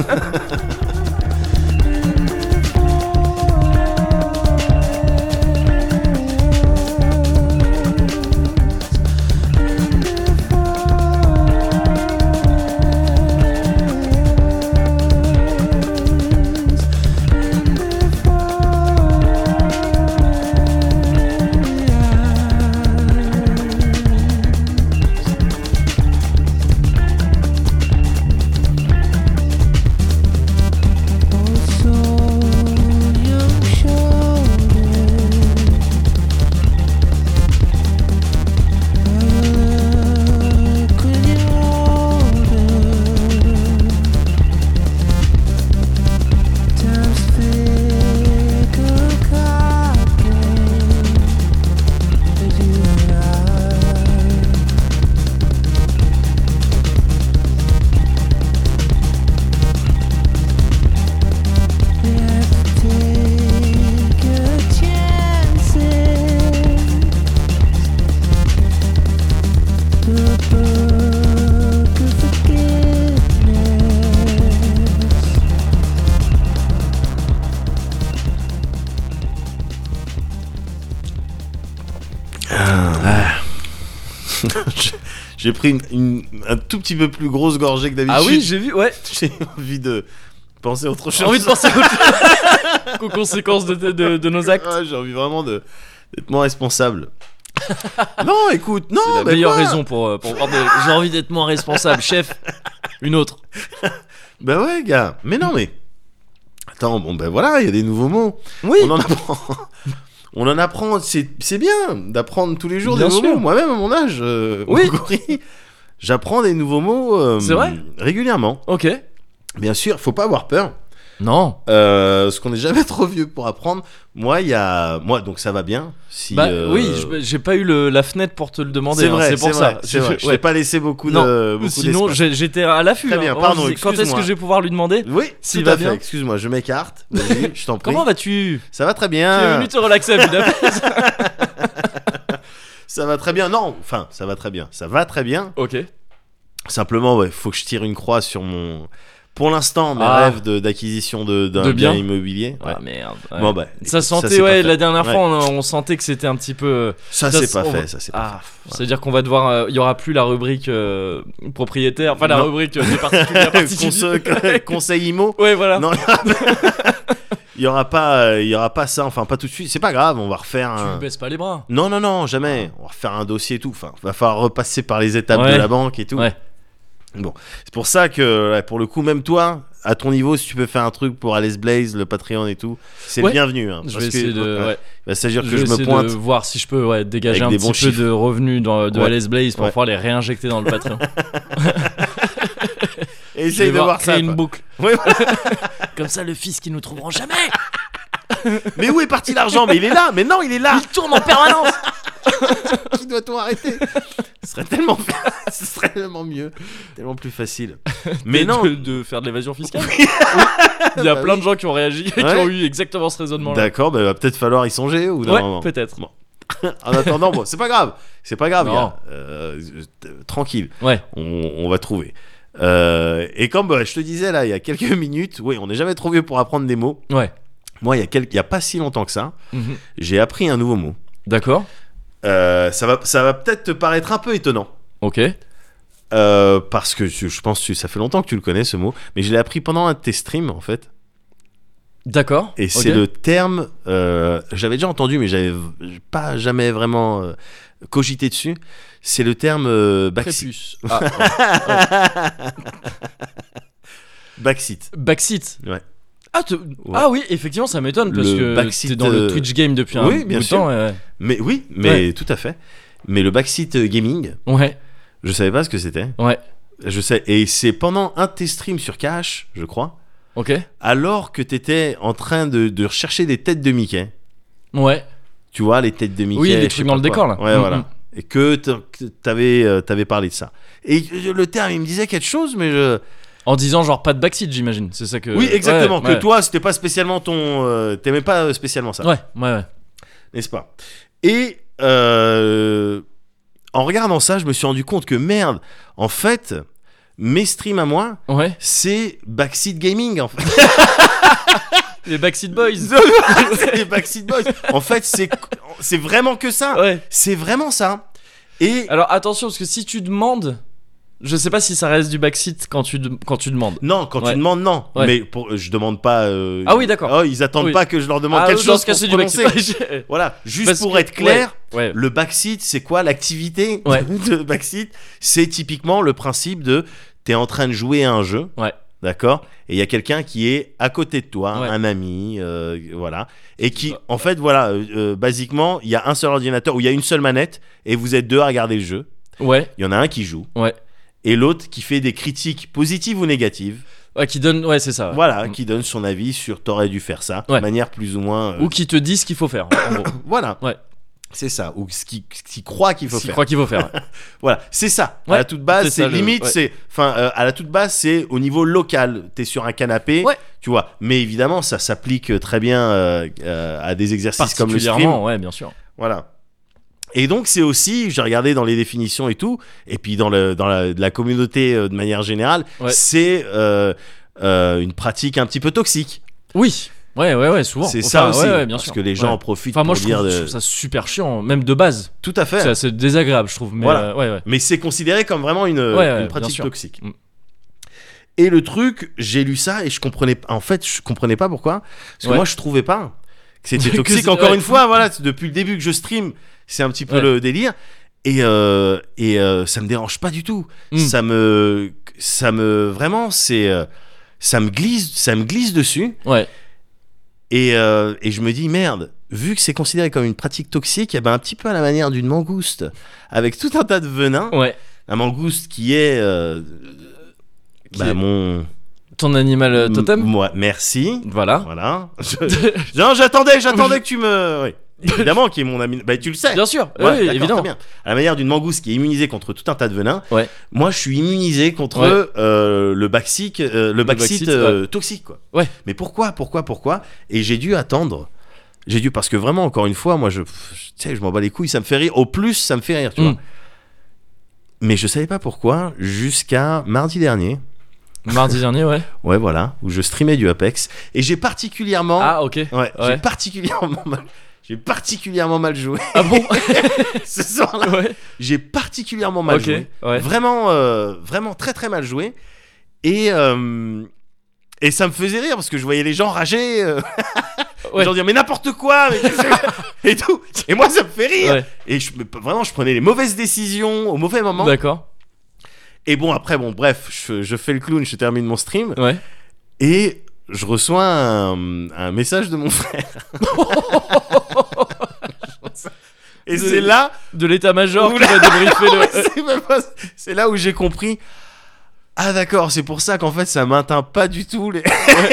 J'ai pris une, une- un tout petit peu plus grosse gorgée que d'habitude. Ah oui j'ai vu ouais. J'ai envie de penser à autre chose. J'ai envie de penser aux, aux conséquences de, de, de, de nos actes. Ouais, j'ai envie vraiment de d'être moins responsable. Non, écoute, non, C'est la mais meilleure quoi raison pour, euh, pour avoir des- J'ai envie d'être moins responsable, chef. Une autre. Bah ouais, gars. Mais non, mais. Attends, bon, ben voilà, il y a des nouveaux mots. Oui. On en apprend. On en apprend. C'est, c'est bien d'apprendre tous les jours Bien des nouveaux sûr. mots. Moi-même, à mon âge, euh, Oui. Moguri, j'apprends des nouveaux mots euh, C'est vrai régulièrement. Ok. Bien sûr, faut pas avoir peur. Non. Euh, parce qu'on n'est jamais trop vieux pour apprendre. Moi, il y a. Moi, donc ça va bien. Si, Bah euh, oui, je- j'ai pas eu le, la fenêtre pour te le demander. C'est hein, vrai, c'est pour c'est ça. vrai, c'est vrai. Je Ouais. t'ai pas laissé beaucoup Non. de. Beaucoup Sinon, d'espace. j'ai- j'étais à l'affût. Très bien, hein. pardon, On se disait, Quand est-ce excuse-moi. que je vais pouvoir lui demander Oui, S'il tout va à fait. bien. Excuse-moi, je m'écarte. Vas-y, je t'en prie. Comment vas-tu Ça va très Tu es bien. venu te relaxer à Budapest. Ça va très bien. Non, enfin, ça va très bien. Ça va très bien. Ok. Simplement, ouais, faut que je tire une croix sur mon. Pour l'instant, mes Ah. rêves de, d'acquisition de, d'un De bien biens. immobilier. Ouais. Ah merde. ouais. Bon, bah, Ça écoute, sentait, c'est pas ouais, fait. la dernière Ouais. fois, on, on sentait que c'était un petit peu. Ça, Ça, c'est pas on fait. va- Ça, c'est pas Ah, fait. c'est-à-dire qu'on va devoir. euh, Il y aura plus la rubrique euh, propriétaire, enfin la Non. rubrique euh, des particuliers à particuliers. Conse- Conseil IMO. Ouais, voilà. Non, il y aura pas, euh, il y aura pas ça. Enfin, pas tout de suite. C'est pas grave. On va refaire Tu un. ne baisses pas les bras. Non, non, non, jamais. On va refaire un dossier et tout. Enfin, va falloir repasser par les étapes Ouais. de la banque et tout. Ouais. Bon, c'est pour ça que là, pour le coup, même toi, à ton niveau, si tu peux faire un truc pour Alice Blaze, le Patreon et tout, c'est Ouais. le bienvenu. Hein, Je parce vais que, essayer de. ouais, Ouais. il va s'agir Je que vais je me essayer pointe. de voir si je peux ouais, dégager Avec un des petit bons peu chiffres. de revenus dans, de Ouais. Alice Blaze pour Ouais. pouvoir les réinjecter dans le Patreon. Et Je essaye vais de voir voir créer ça. une quoi. boucle. Ouais, Comme ça, le fils qui nous trouveront jamais. mais où est parti l'argent? Mais il est là. Mais non, il est là. Il tourne en permanence. Qui doit-on arrêter? Ce serait tellement, ce serait tellement mieux, tellement plus facile. Mais non. de, de faire de l'évasion fiscale. Oui. Il y a Bah plein oui. de gens qui ont réagi et qui Ouais. ont eu exactement ce raisonnement-là. D'accord, bah, va peut-être falloir y songer ou d'un Ouais, moment. peut-être. Bon. En attendant, bon, c'est pas grave, c'est pas grave, Non. gars. Euh, euh, tranquille, Ouais. on, on va trouver. Euh, et comme bah, je te disais là, il y a quelques minutes, oui, on n'est jamais trop vieux pour apprendre des mots. Ouais. Moi, il y a quelques, il y a pas si longtemps que ça, Mhm. j'ai appris un nouveau mot. D'accord. Euh, ça va, ça va peut-être te paraître un peu étonnant. Ok. Euh, parce que je, je pense que ça fait longtemps que tu le connais ce mot, mais je l'ai appris pendant un de tes streams en fait. D'accord. Et c'est Ok. le terme, euh, j'avais déjà entendu, mais j'avais pas jamais vraiment euh, cogité dessus. C'est le terme euh, backseat. Prépuce. Ah, Backseat. backseat. Ouais. Ah, te- ah oui, effectivement, ça m'étonne parce Le que backseat, t'es dans le euh, Twitch game depuis un oui, bout bien de sûr. temps. Ouais. Mais oui, mais tout à fait. Mais le backseat euh, gaming, Ouais. je savais pas ce que c'était. Ouais. Je sais. Et c'est pendant un de tes streams sur Cash, je crois, Ok. alors que t'étais en train de, de rechercher des têtes de Mickey. Ouais. Tu vois, les têtes de Mickey. Oui, les je sais trucs pas dans le quoi. décor, là. Ouais, Mm, voilà. mm. Et que t- que t'avais, euh, t'avais parlé de ça. Et euh, le terme, il me disait quelque chose, mais je. En disant genre pas de backseat, j'imagine. C'est ça que. Oui, exactement. Ouais, que ouais. toi, c'était pas spécialement ton. euh, T'aimais pas spécialement ça. Ouais, ouais, ouais. N'est-ce pas? Et euh, en regardant ça, je me suis rendu compte que merde, en fait, mes streams à moi, Ouais. c'est Backseat Gaming en fait. Les Backseat Boys. C'est les Backseat Boys. En fait, c'est c'est vraiment que ça. Ouais. C'est vraiment ça. Et Alors attention, parce que si tu demandes. Je sais pas si ça reste du backseat quand tu, de- quand tu demandes. non, quand Ouais. tu demandes, non. Ouais. Mais pour, je demande pas. euh, Ah oui, d'accord. Oh, ils attendent Oui. pas que je leur demande Ah, quelque dans chose ce cas, pour c'est se du prononcer. backseat. Voilà, juste Parce pour que- être clair. Ouais. Le backseat, c'est quoi l'activité Ouais. de backseat? C'est typiquement le principe de t'es en train de jouer à un jeu, Ouais. d'accord? Et il y a quelqu'un qui est à côté de toi, Ouais. un ami, euh, voilà, et qui, ça. en fait, voilà, euh, euh, basiquement, il y a un seul ordinateur où il y a une seule manette et vous êtes deux à regarder le jeu. Ouais. Il y en a un qui joue Ouais. et l'autre qui fait des critiques positives ou négatives. Ouais, qui donne. Ouais, c'est ça. Voilà, Mm. qui donne son avis sur t'aurais dû faire ça, Ouais. de manière plus ou moins. euh, Ou qui te dit ce qu'il faut faire. En gros. Voilà. Ouais. C'est ça, ou ce qu'il ce qu'il croit qu'il faut Ce qu'il faire. croit qu'il faut faire. Voilà, c'est ça. Ouais, à la toute base, c'est c'est ça, le- limite, ouais. c'est, enfin, euh, à la toute base, c'est au niveau local. T'es sur un canapé, Ouais. tu vois. Mais évidemment, ça s'applique très bien euh, euh, à des exercices comme le stream. Particulièrement, ouais, bien sûr. Voilà. Et donc, c'est aussi, j'ai regardé dans les définitions et tout, et puis dans le dans la, de la communauté euh, de manière générale, Ouais. c'est euh, euh, une pratique un petit peu toxique. Oui. Ouais, ouais, ouais, souvent. C'est Enfin, ça aussi, ouais, ouais, bien parce sûr. que les gens Ouais. en profitent Enfin, moi, pour je dire. trouve, de- je trouve ça super chiant, même de base. Tout à fait. C'est assez désagréable, je trouve. Mais Voilà. euh, ouais, ouais. Mais c'est considéré comme vraiment une, Ouais, ouais, une bien pratique sûr. toxique. Mm. Et le truc, j'ai lu ça et je comprenais en fait, je comprenais pas pourquoi parce que Ouais. moi je trouvais pas que c'était Que toxique. c'est- Encore ouais. une fois, voilà, c'est depuis le début que je stream, C'est un petit peu Ouais. le délire. Et, euh, et euh, ça me dérange pas du tout. Mm. Ça me. Ça me. Vraiment, c'est. euh, ça me glisse, ça me glisse dessus. Ouais. Et, euh, et je me dis, merde, vu que c'est considéré comme une pratique toxique, eh ben, un petit peu à la manière d'une mangouste, avec tout un tas de venin. Ouais. Un mangouste qui est. euh, Qui bah, est mon. ton animal euh, totem. M- Moi, merci. Voilà. Voilà. Je- Non, j'attendais, j'attendais que tu me. Oui. Évidemment, qui est mon ami. Bah, tu le sais. Bien sûr. Ouais, oui, d'accord, évidemment. très bien. À la manière d'une mangouste qui est immunisée contre tout un tas de venins, Ouais. moi je suis immunisé contre Ouais. euh, le Bacsic, euh, le Bacite Bacite, euh, toxique quoi. Ouais. Mais pourquoi, pourquoi, pourquoi Et j'ai dû attendre. J'ai dû parce que vraiment encore une fois, moi je, pff, tu sais, je m'en bats les couilles, ça me fait rire. Au plus, ça me fait rire, tu Mm. vois. Mais je savais pas pourquoi jusqu'à mardi dernier. Mardi dernier, ouais. Ouais, voilà, où je streamais du Apex et j'ai particulièrement, Ah, ok. ouais, j'ai ouais. particulièrement mal, j'ai particulièrement mal joué Ah bon. ce soir-là. Ouais. J'ai particulièrement mal Ok. joué. Ouais. Vraiment, euh, vraiment très très mal joué. Et, euh, et ça me faisait rire parce que je voyais les gens rager. Euh, Ouais. les gens dire mais n'importe quoi. Mais qu'est-ce que- et tout. Et moi ça me fait rire. Ouais. Et je, vraiment, je prenais les mauvaises décisions au mauvais moment. D'accord. Et bon, après, bon, bref, je, je fais le clown, je termine mon stream. Ouais. Et je reçois un, un message de mon frère. Et De- c'est là. De l'état-major Ouh qui là. va débriefer le. Ouais, c'est même pas- c'est là où j'ai compris. Ah d'accord, c'est pour ça qu'en fait ça m'atteint pas du tout les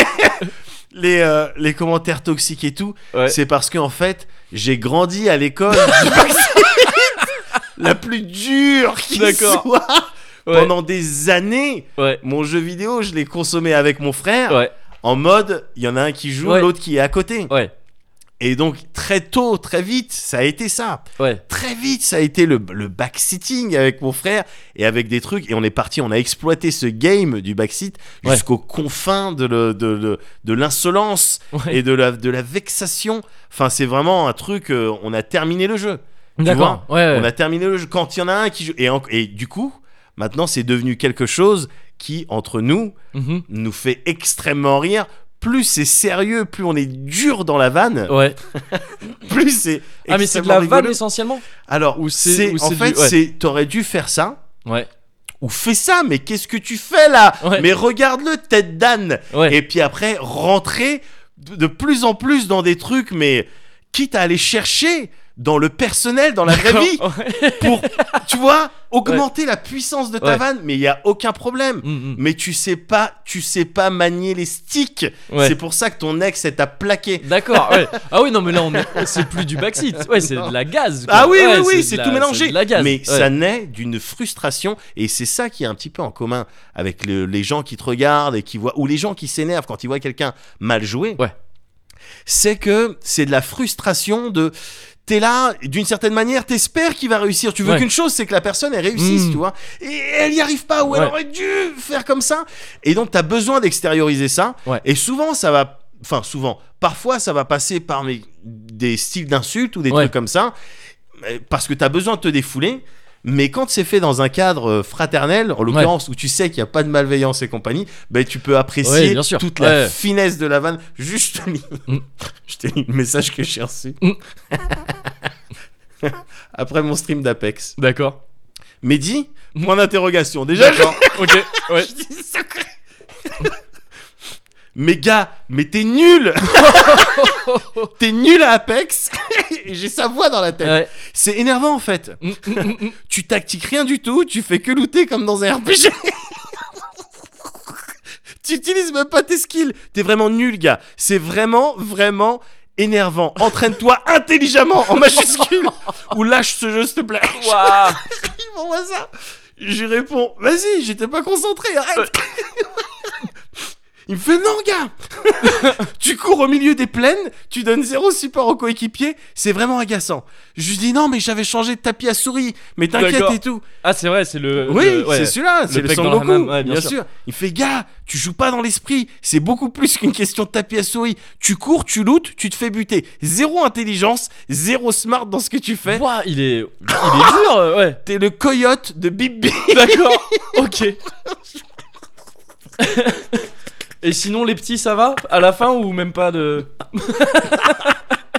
les, euh, les commentaires toxiques et tout. Ouais. C'est parce qu'en fait j'ai grandi à l'école du Brexit, la plus dure qui D'accord. soit. Ouais. Pendant des années, Ouais. mon jeu vidéo, je l'ai consommé avec mon frère Ouais. en mode il y en a un qui joue, Ouais. l'autre qui est à côté. Ouais. Et donc très tôt, très vite, ça a été ça. Ouais. Très vite, ça a été le, le backseating avec mon frère et avec des trucs. Et on est parti, on a exploité ce game du backseat Ouais. jusqu'aux confins de, le- de, de, de l'insolence Ouais. et de la, de la vexation. Enfin, c'est vraiment un truc, euh, on a terminé le jeu. Tu D'accord. vois, Ouais. On a terminé le jeu. Quand il y en a un qui joue. Et, en- et du coup, maintenant, c'est devenu quelque chose qui, entre nous, Mhm. nous fait extrêmement rire. Plus c'est sérieux, plus on est dur dans la vanne, Ouais. plus c'est. Ah, mais c'est de extrêmement la rigolo. vanne essentiellement. Alors, Ou c'est- c'est, ou en c'est fait, du- ouais. c'est, t'aurais dû faire ça, Ouais. ou fais ça, mais qu'est-ce que tu fais là? Ouais. Mais regarde-le, tête d'âne. Ouais. Et puis après, rentrer de, de plus en plus dans des trucs, mais quitte à aller chercher dans le personnel, dans la vraie D'accord. vie, Ouais. pour, tu vois, augmenter la puissance de ta Ouais. vanne, mais il y a aucun problème. Mhm. Mais tu sais pas, tu sais pas manier les sticks. Ouais. C'est pour ça que ton ex, elle t'a plaqué. D'accord. Ouais. Ah oui, non, mais là, on est... c'est plus du backseat. Ouais, c'est de la gaz. quoi. Ah oui, Ouais, oui, oui, de c'est la- tout mélangé. c'est de la gaz. Mais Ouais. ça naît d'une frustration et c'est ça qui est un petit peu en commun avec le- les gens qui te regardent et qui voient, ou les gens qui s'énervent quand ils voient quelqu'un mal jouer. Ouais. C'est que c'est de la frustration de. T'es là, d'une certaine manière, t'espères qu'il va réussir. Tu veux Ouais. qu'une chose, c'est que la personne elle réussisse, Mm. tu vois. Et elle y arrive pas, ou elle Ouais. aurait dû faire comme ça. Et donc t'as besoin d'extérioriser ça. Ouais. Et souvent ça va, enfin souvent, parfois ça va passer par mes- des styles d'insultes ou des Ouais. trucs comme ça, euh, parce que t'as besoin de te défouler. Mais quand c'est fait dans un cadre euh, fraternel, en l'occurrence où tu sais qu'il n'y a pas de malveillance et compagnie, ben tu peux apprécier Ouais, bien sûr. toute la Ouais. finesse de la vanne. Juste, je te lis, Mm. je te lis le message que j'ai reçu Mm. après mon stream d'Apex. D'accord. Mehdi, point d'interrogation. Déjà, je... D'accord. Ok. Ouais. je dis secret. Mais gars, mais t'es nul. T'es nul à Apex. Et j'ai sa voix dans la tête. Ouais. C'est énervant en fait. Mm, mm, mm, mm. Tu tactiques rien du tout, tu fais que looter comme dans un R P G. Tu utilises même pas tes skills. T'es vraiment nul, gars. C'est vraiment, vraiment énervant. Entraîne-toi intelligemment en majuscule ou lâche ce jeu, s'il te plaît. Waouh. Il m'envoie ça. Je lui réponds, vas-y, j'étais pas concentré, arrête. Il me fait non, gars. Tu cours au milieu des plaines, tu donnes zéro support aux coéquipiers, c'est vraiment agaçant. Je lui dis non, mais j'avais changé de tapis à souris, mais t'inquiète D'accord. et tout. Ah, c'est vrai, c'est le. Oui, le- ouais. c'est celui-là, c'est le pec Son dans le Goku, hammam, ouais, bien bien, sûr. sûr. Il fait gars, tu joues pas dans l'esprit, c'est beaucoup plus qu'une question de tapis à souris. Tu cours, tu lootes, tu te fais buter. Zéro intelligence, zéro smart dans ce que tu fais. Ouah, il est. Il est dur, euh, ouais. T'es le coyote de Bip Bip. D'accord. Ok. Et sinon, les petits, ça va à la fin ou même pas de.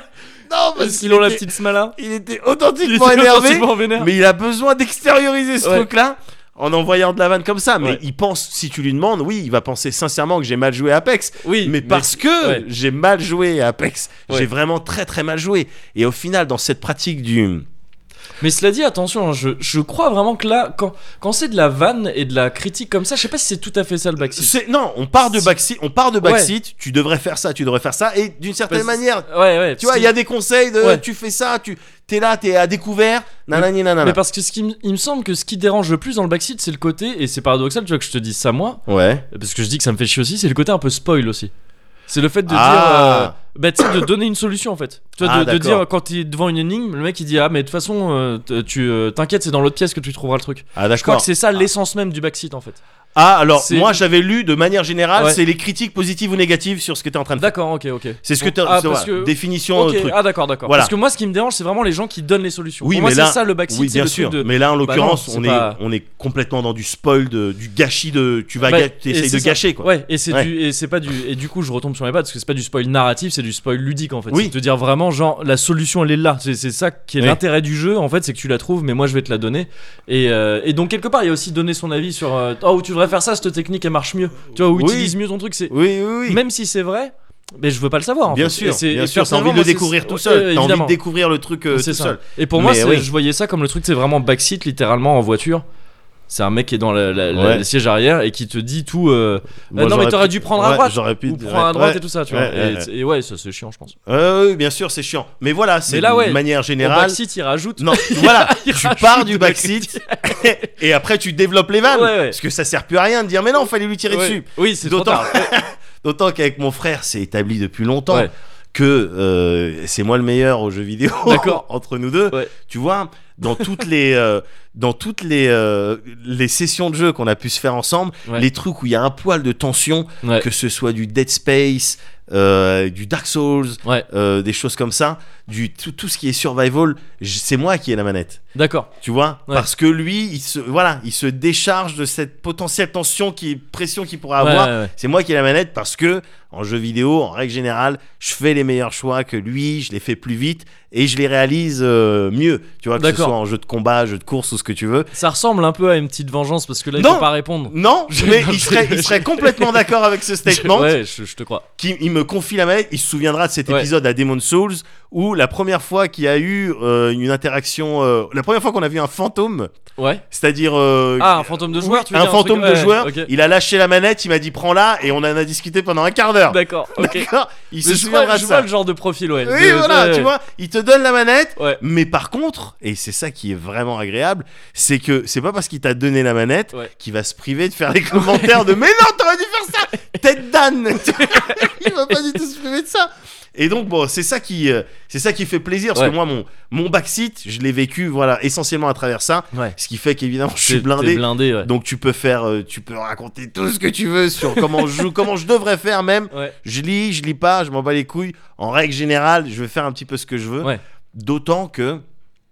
Non, parce Parce qu'ils qu'il ont la était- petite smala. Il était Il était authentiquement énervé, authentiquement vénère. mais il a besoin d'extérioriser ce Ouais. truc-là en envoyant de la vanne comme ça. Mais Ouais. il pense, si tu lui demandes, oui, il va penser sincèrement que j'ai mal joué à Apex. Oui, Mais parce que ouais. j'ai mal joué à Apex, Ouais. j'ai vraiment très très mal joué. Et au final, dans cette pratique du... Mais cela dit, attention, hein, je, je crois vraiment que là, quand, quand c'est de la vanne et de la critique comme ça, je sais pas si c'est tout à fait ça le backseat. C'est- Non, on part de Si- backseat, on part de backseat. Tu devrais faire ça, tu devrais faire ça. Et d'une certaine Parce- manière, Ouais, ouais. tu vois, il y a des conseils de Ouais. tu fais ça, tu t'es là, t'es à découvert, nanani nanana. Mais parce que ce qui m- il me semble que ce qui dérange le plus dans le backseat, c'est le côté, et c'est paradoxal, tu vois, que je te dise ça moi, Ouais. parce que je dis que ça me fait chier aussi, c'est le côté un peu spoil aussi. C'est le fait de Ah. dire, euh, bah tu sais, de donner une solution en fait. Tu vois, Ah, de, de d'accord. dire quand t'es devant une énigme, le mec il dit ah mais de toute façon, euh, t- tu euh, t'inquiète, c'est dans l'autre pièce que tu trouveras le truc. Ah Je crois d'accord. que c'est ça l'essence même du backseat en fait. Ah alors c'est- moi j'avais lu de manière générale, Ouais. c'est les critiques positives ou négatives sur ce que t'es en train de faire. D'accord, ok, ok. C'est ce que Bon, t'as. ah, c'est- parce voilà, que- définition Ok, truc. ah d'accord, d'accord. Voilà. Parce que moi, ce qui me dérange, c'est vraiment les gens qui donnent les solutions. Oui, Pour moi, mais c'est là- ça le backseat. Oui, c'est bien le sûr. truc de- Mais là, en Bah l'occurrence, non, c'est on pas- est on est complètement dans du spoil, de, du gâchis de. Tu vas, Bah, ga- et t'essayes c'est de ça. gâcher quoi. Ouais, et c'est Ouais. du et c'est pas du et du coup je retombe sur mes pattes parce que c'est pas du spoil narratif, c'est du spoil ludique en fait. Oui. C'est de te dire vraiment genre la solution elle est là. C'est c'est ça qui est Oui. l'intérêt du jeu en fait, c'est que tu la trouves mais moi je vais te la donner. Et euh, et donc quelque part il y a aussi donner son avis sur euh, oh tu devrais faire ça, cette technique elle marche mieux. Tu vois, ou Oui. utilise mieux ton truc, c'est Oui, oui, oui. même si c'est vrai, mais je veux pas le savoir en Bien fait. sûr, Et c'est- bien et sûr, t'as envie de personnellement, le moi, c'est- découvrir tout ouais, seul. T'as envie évidemment. de découvrir le truc euh, C'est tout ça. seul. Et pour moi, Mais c'est- oui. je voyais ça comme le truc, c'est vraiment backseat littéralement en voiture. C'est un mec qui est dans la- la- la- Ouais. le siège arrière et qui te dit tout. euh, Moi, non, mais j'aurais t'aurais pu- dû prendre à ouais, droite. J'aurais pu. Ou prendre à droite ouais. et tout ça, tu Ouais, vois. ouais, Et, ouais. et ouais, ça c'est chiant, je pense. Euh, oui, bien sûr, c'est chiant. Mais voilà, c'est Mais là, ouais, de manière Au générale. backseat, il rajoute. Non, voilà, Il tu rajoute pars du de la backseat et après tu développes les vannes. Ouais, ouais. Parce que ça sert plus à rien de dire mais non, fallait lui tirer Ouais. dessus. Oui, c'est trop D'autant tard. D'autant qu'avec mon frère, c'est établi depuis longtemps Ouais. que euh, c'est moi le meilleur aux jeux vidéo D'accord. entre nous deux. Ouais. Tu vois, dans toutes les euh, dans toutes les euh, les sessions de jeu qu'on a pu se faire ensemble, Ouais. les trucs où il y a un poil de tension, Ouais. que ce soit du Dead Space, euh, du Dark Souls, Ouais. euh, des choses comme ça, du tout, tout ce qui est survival, j- c'est moi qui ai la manette. D'accord. Tu vois, Ouais. parce que lui, il se voilà, il se décharge de cette potentielle tension qui pression qu'il pourrait Ouais, avoir. ouais, ouais. C'est moi qui ai la manette parce que en jeu vidéo, en règle générale, je fais les meilleurs choix que lui, je les fais plus vite et je les réalise euh, mieux. Tu vois, que ce D'accord. soit en jeu de combat, jeu de course ou ce que tu veux. Ça ressemble un peu à une petite vengeance parce que là, il Non. faut pas répondre. Non, Je- mais non, il je- serait, il serait complètement d'accord avec ce statement. Ouais, je, je te crois. Qui, il me confie la manette. Il se souviendra de cet Ouais. épisode à Demon's Souls où la première fois qu'il y a eu euh, une interaction, euh, la première fois qu'on a vu un fantôme, Ouais. c'est-à-dire euh, Ah, un fantôme de joueur, tu veux un dire, fantôme truc- de ouais, joueur, ok. il a lâché la manette, il m'a dit prends-la et on en a discuté pendant un quart d'heure. D'accord, ok. D'accord. Il Mais se je souviendra vois, de je ça. vois le genre de profil, ouais. Oui, De- voilà, ouais, tu ouais. vois, il te donne la manette, Ouais. mais par contre, et c'est ça qui est vraiment agréable, c'est que c'est pas parce qu'il t'a donné la manette Ouais. qu'il va se priver de faire les commentaires de mais non, t'aurais dû faire ça, tête d'âne. Il va pas du tout se priver de ça. Et donc bon, c'est ça qui, euh, c'est ça qui fait plaisir parce Ouais. que moi mon mon backseat, je l'ai vécu voilà essentiellement à travers ça, Ouais. ce qui fait qu'évidemment je suis T'es- blindé. t'es blindé, ouais. Donc tu peux faire, euh, tu peux raconter tout ce que tu veux sur comment je joue, comment je devrais faire même. Ouais. Je lis, je lis pas, je m'en bats les couilles. En règle générale, je vais faire un petit peu ce que je veux. Ouais. D'autant que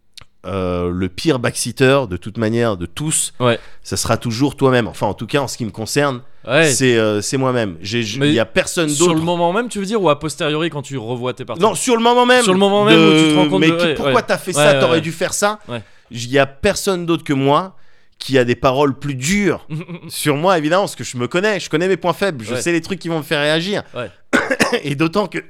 euh, le pire backseater, de toute manière, de tous, Ouais. ça sera toujours toi-même. Enfin, en tout cas, en ce qui me concerne, Ouais. c'est euh, c'est moi-même. J'ai- j- Mais Il y a personne Sur le d'autre. moment même, tu veux dire, ou a posteriori quand tu revois tes parties? Non, sur le moment même. Sur le moment même où tu te rends compte mais de- qui- ouais, pourquoi ouais. t'as fait Ouais, ça ouais, T'aurais ouais. dû faire ça. Ouais. Il y a personne d'autre que moi qui a des paroles plus dures sur moi, évidemment, parce que je me connais, je connais mes points faibles, je Ouais. sais les trucs qui vont me faire réagir. Ouais. Et d'autant que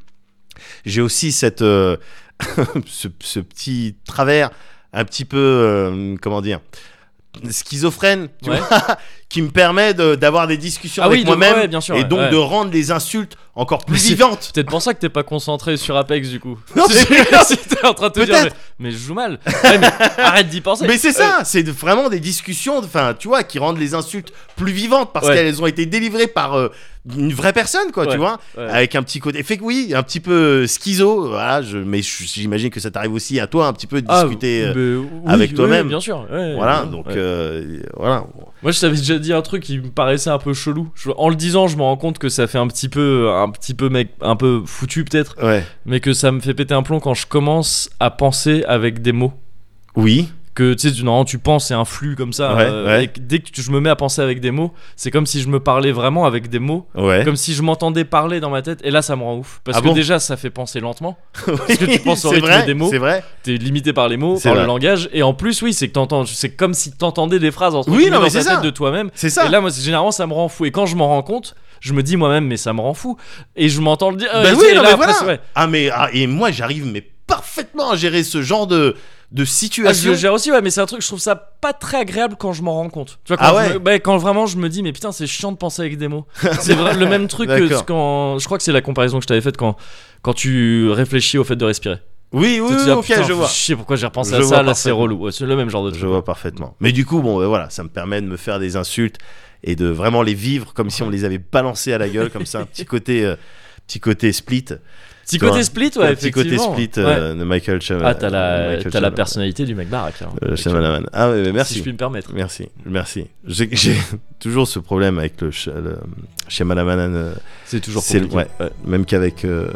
j'ai aussi cette, euh, ce, ce petit travers un petit peu, euh, comment dire, schizophrène, tu Ouais. vois, qui me permet de- d'avoir des discussions Ah avec oui, de- moi-même ouais, bien sûr, et ouais, donc ouais. de rendre les insultes encore plus Mais c'est- vivantes. C'est peut-être pour ça que t'es pas concentré sur Apex du coup. Non, C'est- c'est- T'es en train de te dire, mais, Peut-être. mais je joue mal. Ouais, mais arrête d'y penser. Mais c'est ça, c'est de- vraiment des discussions, enfin, tu vois, qui rendent les insultes plus vivantes parce Ouais. qu'elles ont été délivrées par euh, une vraie personne, quoi, Ouais, tu vois, ouais. avec un petit côté. Fait que oui, un petit peu schizo, voilà, je, mais je- j'imagine que ça t'arrive aussi à toi un petit peu de Ah, discuter. euh, mais oui, avec oui, toi-même. bien sûr. ouais, voilà, ouais, donc ouais. euh, voilà. Moi, je t'avais déjà dit un truc qui me paraissait un peu chelou. Je- en le disant, je me rends compte que ça fait un petit peu, un petit peu mec, un peu foutu peut-être, Ouais. mais que ça me fait péter un plomb quand je commence à penser avec des mots. Oui. que tu sais, tu, normalement tu penses, c'est un flux comme ça. Ouais, euh, ouais. Et que dès que tu- je me mets à penser avec des mots, c'est comme si je me parlais vraiment avec des mots. Ouais. Comme si je m'entendais parler dans ma tête. Et là, ça me rend ouf. Parce Ah que bon déjà, ça fait penser lentement. Parce que tu penses au rythme des mots. C'est vrai. T'es limité par les mots, C'est par vrai. le langage. Et en plus, oui, c'est que t'entends. C'est comme si t'entendais des phrases entre Oui, guillemets non, mais dans ta c'est tête ça. de toi-même. C'est ça. Et là, moi, c'est- généralement, ça me rend fou. Et quand je m'en rends compte, je me dis moi-même, mais ça me rend fou. Et je m'entends le dire. Bah et oui, et non, là, mais après, voilà. c'est vrai. Ah mais ah, et moi j'arrive mais parfaitement à gérer ce genre de de Ah, je situation. le gère aussi, ouais, mais c'est un truc, je trouve ça pas très agréable quand je m'en rends compte. Tu vois, quand, Ah je ouais me- bah, quand vraiment je me dis, mais putain, c'est chiant de penser avec des mots. C'est vrai, le même truc que D'accord. quand. Je crois que c'est la comparaison que je t'avais faite quand, quand tu réfléchis au fait de respirer. Oui, oui, Tu te dis, oui, ah, ok, putain, je faut vois. chier, pourquoi j'ai repensé Je à vois ça, là c'est parfaitement. relou. Ouais, c'est le même genre de truc. Je vois parfaitement. Mais du coup, bon, ben voilà, ça me permet de me faire des insultes et de vraiment les vivre comme si on les avait balancées à la gueule, comme ça, un petit côté, euh, petit côté split. Petit Tu vois, côté split, ouais, un petit côté effectivement. split Ouais. euh, de Michael Shyamalan. Ah, t'as la, Michael t'as la Shyamalan. personnalité du mec baraque. Hein. Euh, Ok. Shyamalan. Ah ouais, mais merci. Si je puis me permettre. Merci, merci. J'ai, j'ai toujours ce problème avec le, ch- le Shyamalan. euh, C'est toujours c'est compliqué. ouais, Ouais. même qu'avec euh,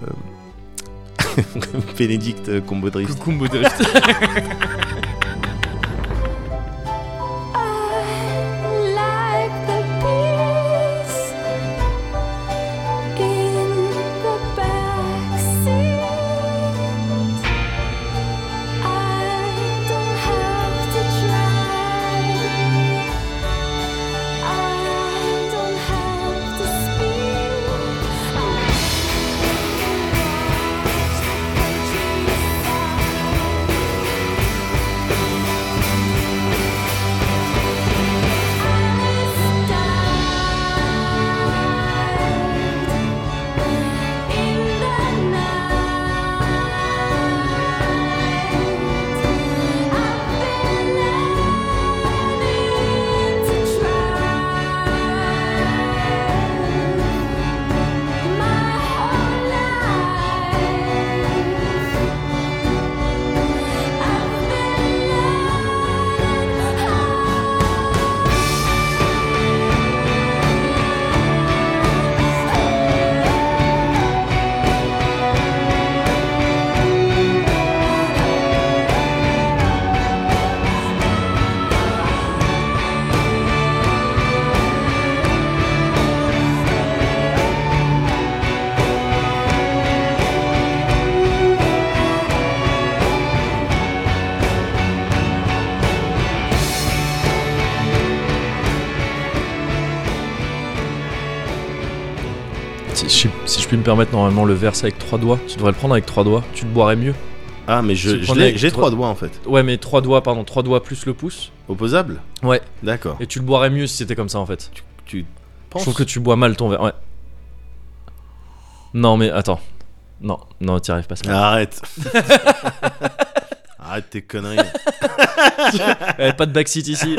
Bénédicte Combodrift. Combo drift. Like the peace in the backseat, I don't have to drive. I don't have to Si, je- si je puis me permettre, normalement, le verre, c'est avec trois doigts. Tu devrais le prendre avec trois doigts. Tu le boirais mieux. Ah, mais je, Tu je prenais l'ai- avec j'ai trois- trois doigts en fait. Ouais, mais trois doigts, pardon, trois doigts plus le pouce. Opposable. Ouais. D'accord. Et tu le boirais mieux si c'était comme ça en fait. Tu Je penses trouve que tu bois mal ton verre. Ouais. Non, mais attends. Non, non, t'y arrives pas. ça. Arrête. Arrête tes conneries. Eh, pas de backseat ici.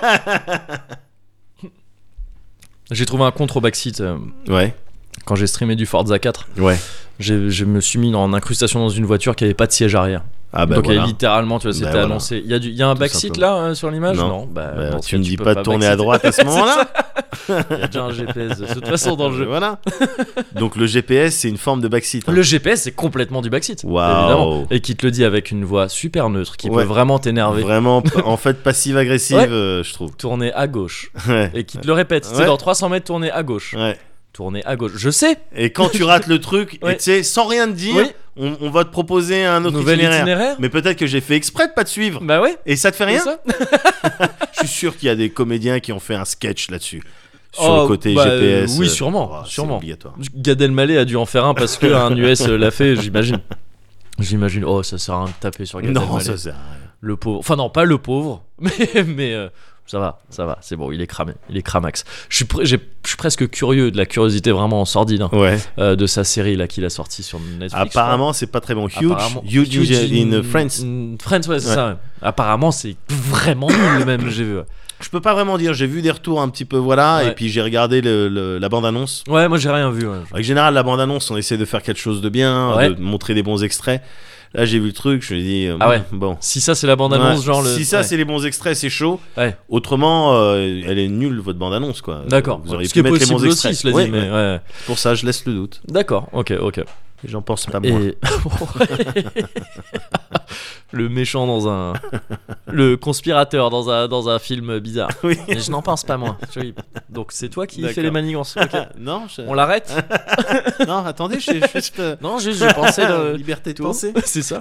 J'ai trouvé un contre au backseat euh, Ouais. quand j'ai streamé du Forza quatre. Ouais. J'ai- Je me suis mis en incrustation dans une voiture qui avait pas de siège arrière. Ah bah Donc voilà. elle, littéralement, tu vois, c'était Bah voilà. annoncé. Il y a du, il y a un Tout backseat simplement. là euh, sur l'image Non. Bah, Bah, dans ce tu cas, me dis pas de tourner à backseater. droite à ce C'est moment-là. ça. Il y a déjà un G P S de toute façon dans le jeu. Voilà. Donc le G P S c'est une forme de backseat. hein. Le G P S c'est complètement du backseat, Waouh. évidemment, et qui te le dit avec une voix super neutre, qui Ouais. peut vraiment t'énerver. Vraiment, p- en fait, passive-agressive, Ouais. euh, je trouve. Tourner à gauche, Ouais. et qui te le répète. Tu sais, Ouais. dans trois cents mètres, tourner à gauche, Ouais. tourner à gauche. Je sais. Et quand tu rates le truc, Ouais. et tu sais, sans rien te dire, Oui. on, on va te proposer un autre Nouvel itinéraire. itinéraire. Mais peut-être que j'ai fait exprès de pas te suivre. Bah ouais. Et ça te fait rien c'est ça. Je suis sûr qu'il y a des comédiens qui ont fait un sketch là-dessus. Sur Oh, le côté bah, G P S. euh, oui, euh, sûrement, oh, c'est sûrement. obligatoire. Gad Elmaleh a dû en faire un parce que un U S l'a fait, j'imagine. J'imagine. Oh, ça sert à rien de taper sur Gad Non, Elmaleh. ça sert à rien. Le pauvre. Enfin non, pas le pauvre, mais mais euh, ça va, ça va. C'est bon, il est cramé, il est cramax. Je suis, pr- j'ai- je suis presque curieux, de la curiosité vraiment sordide hein, Ouais. euh, de sa série là qu'il a sorti sur Netflix. Apparemment, c'est pas très bon. je crois. Huge. Apparemment- Huge, huge in Friends. in Friends, ouais, c'est Ouais. ça. ouais. Apparemment, c'est vraiment nul même. J'ai vu. ouais. Je peux pas vraiment dire. J'ai vu des retours un petit peu, voilà. Ouais. Et puis j'ai regardé le- le- la bande-annonce. Ouais, moi j'ai rien vu. ouais. En général, la bande-annonce, on essaie de faire quelque chose de bien, Ouais. de montrer des bons extraits. Là, j'ai vu le truc, je me dis, dit, euh, Ah ouais. bon. Si ça c'est la bande annonce, Ouais. genre le. Si ça, ouais. c'est les bons extraits, c'est chaud. Ouais. Autrement, euh, elle est nulle, votre bande-annonce, quoi. D'accord. Vous auriez Ce qui pu est mettre les bons possible extraits. aussi, cela Ouais, dit, mais ouais. ouais. Pour ça, je laisse le doute. D'accord. Ok, ok. Et j'en pense pas moins. Et le méchant dans un le conspirateur dans un, dans un film bizarre. Oui. Mais je n'en pense pas moi. Tu vois, Donc c'est toi qui fais D'accord. les manigances. Ok. non, je... On l'arrête? non, attendez, je je- juste euh, Non, juste je pensais le... liberté de tout. penser. C'est ça.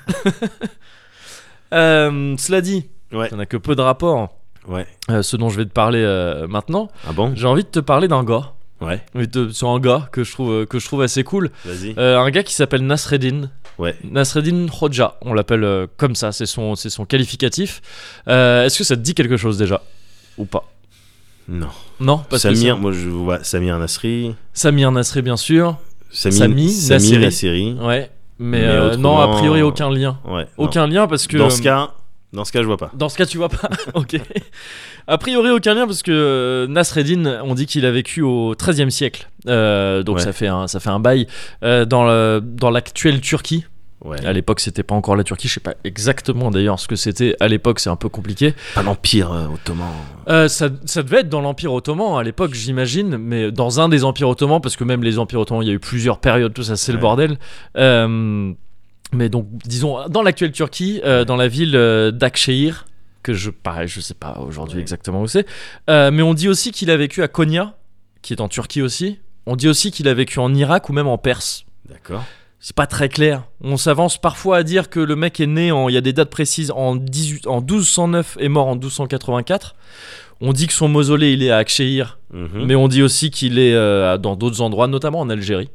Euh, cela dit, Ouais. ça n'a que peu de rapport. Ouais. Euh, ce dont je vais te parler euh, maintenant, Ah bon? j'ai envie de te parler d'un gars. Ouais. Mais de- sur un gars que je trouve, que je trouve assez cool. Vas-y. Euh, un gars qui s'appelle Nasreddin. Ouais. Nasreddin Hoxha, on l'appelle euh, comme ça, c'est son, c'est son qualificatif. Euh, Est-ce que ça te dit quelque chose déjà? Ou pas? Non. Non, parce que Samir, c'est- moi je vois Samir Nasri. Samir Nasri, bien sûr. Sami, Sami Sami Nasseri. Nasseri. Ouais. Mais, Mais euh, autrement, non, a priori, aucun lien. Ouais. non. Aucun lien parce que. Dans ce cas, dans ce cas, je vois pas. Dans ce cas, tu vois pas. Ok. A priori, aucun lien parce que euh, Nasreddin, on dit qu'il a vécu au treizième siècle. Euh, donc Ouais. ça, fait un, ça fait un bail. Euh, dans le- dans l'actuelle Turquie. Ouais. À l'époque, c'était pas encore la Turquie. Je sais pas exactement d'ailleurs ce que c'était. À l'époque, c'est un peu compliqué. Pas l'Empire euh, ottoman. Euh, ça, ça devait être dans l'Empire ottoman à l'époque, j'imagine, mais dans un des empires ottomans, parce que même les empires ottomans, il y a eu plusieurs périodes, tout ça, c'est le Ouais. bordel. Euh, mais donc, disons, dans l'actuelle Turquie, euh, dans la ville euh, d'Akşehir, que je, pareil, je sais pas aujourd'hui Ouais. exactement où c'est, euh, mais on dit aussi qu'il a vécu à Konya, qui est en Turquie aussi. On dit aussi qu'il a vécu en Irak ou même en Perse. D'accord. C'est pas très clair. On s'avance parfois à dire que le mec est né en. Il y a des dates précises en, dix-huit en douze cent neuf et mort en douze cent quatre-vingt-quatre. On dit que son mausolée il est à Akşehir, Mhm. mais on dit aussi qu'il est euh, dans d'autres endroits, notamment en Algérie.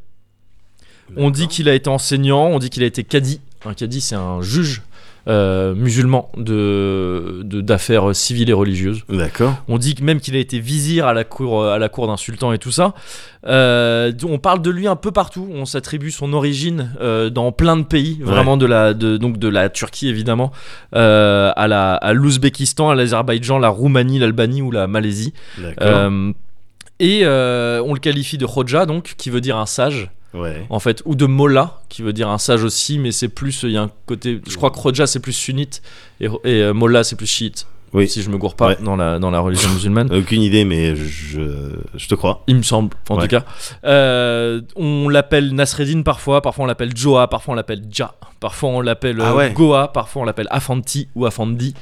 On dit qu'il a été enseignant, on dit qu'il a été cadi. Un cadi, c'est un juge euh, musulman de, de- d'affaires civiles et religieuses. D'accord. On dit que même qu'il a été vizir à la cour, à la cour d'un sultan et tout ça. Euh, on parle de lui un peu partout. On s'attribue son origine euh, dans plein de pays, Ouais. vraiment de la, de, donc de la Turquie évidemment, euh, à, la, à l'Ouzbékistan, à l'Azerbaïdjan, la Roumanie, l'Albanie ou la Malaisie. D'accord. Euh, et euh, on le qualifie de Hoxha, donc, qui veut dire un sage. Ouais. En fait, ou de Mollah, qui veut dire un sage aussi, mais c'est plus, il y a un côté, je crois que Hoxha c'est plus sunnite et, et euh, Mollah c'est plus chiite, Oui. si je me gourre pas Ouais. dans la dans la religion musulmane. Aucune idée, mais je, je te crois. Il me semble, en Ouais. tout cas. Euh, on l'appelle Nasreddin parfois, parfois on l'appelle Joa, parfois on l'appelle Ja, parfois on l'appelle Ah euh, ouais. Goa, parfois on l'appelle Afanti ou Afandi,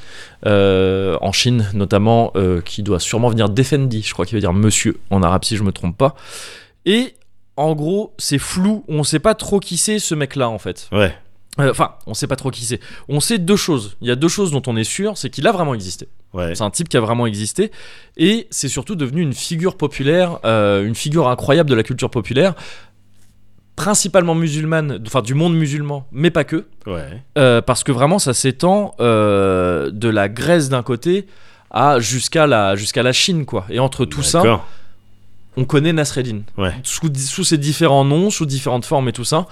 euh, en Chine notamment, euh, qui doit sûrement venir d'Effendi, je crois qu'il veut dire monsieur en arabe si je me trompe pas. Et en gros, c'est flou, on sait pas trop qui c'est ce mec-là en fait. Ouais. Euh, Enfin, on sait pas trop qui c'est. On sait deux choses. Il y a deux choses dont on est sûr, c'est qu'il a vraiment existé. Ouais. C'est un type qui a vraiment existé et c'est surtout devenu une figure populaire, euh, une figure incroyable de la culture populaire, principalement musulmane, enfin du monde musulman, mais pas que, Ouais. euh, parce que vraiment ça s'étend euh, de la Grèce d'un côté à jusqu'à la jusqu'à la Chine quoi. Et entre tout ça, D'accord. on connaît Nasreddin. Ouais. Sous, sous ses différents noms, sous différentes formes et tout ça.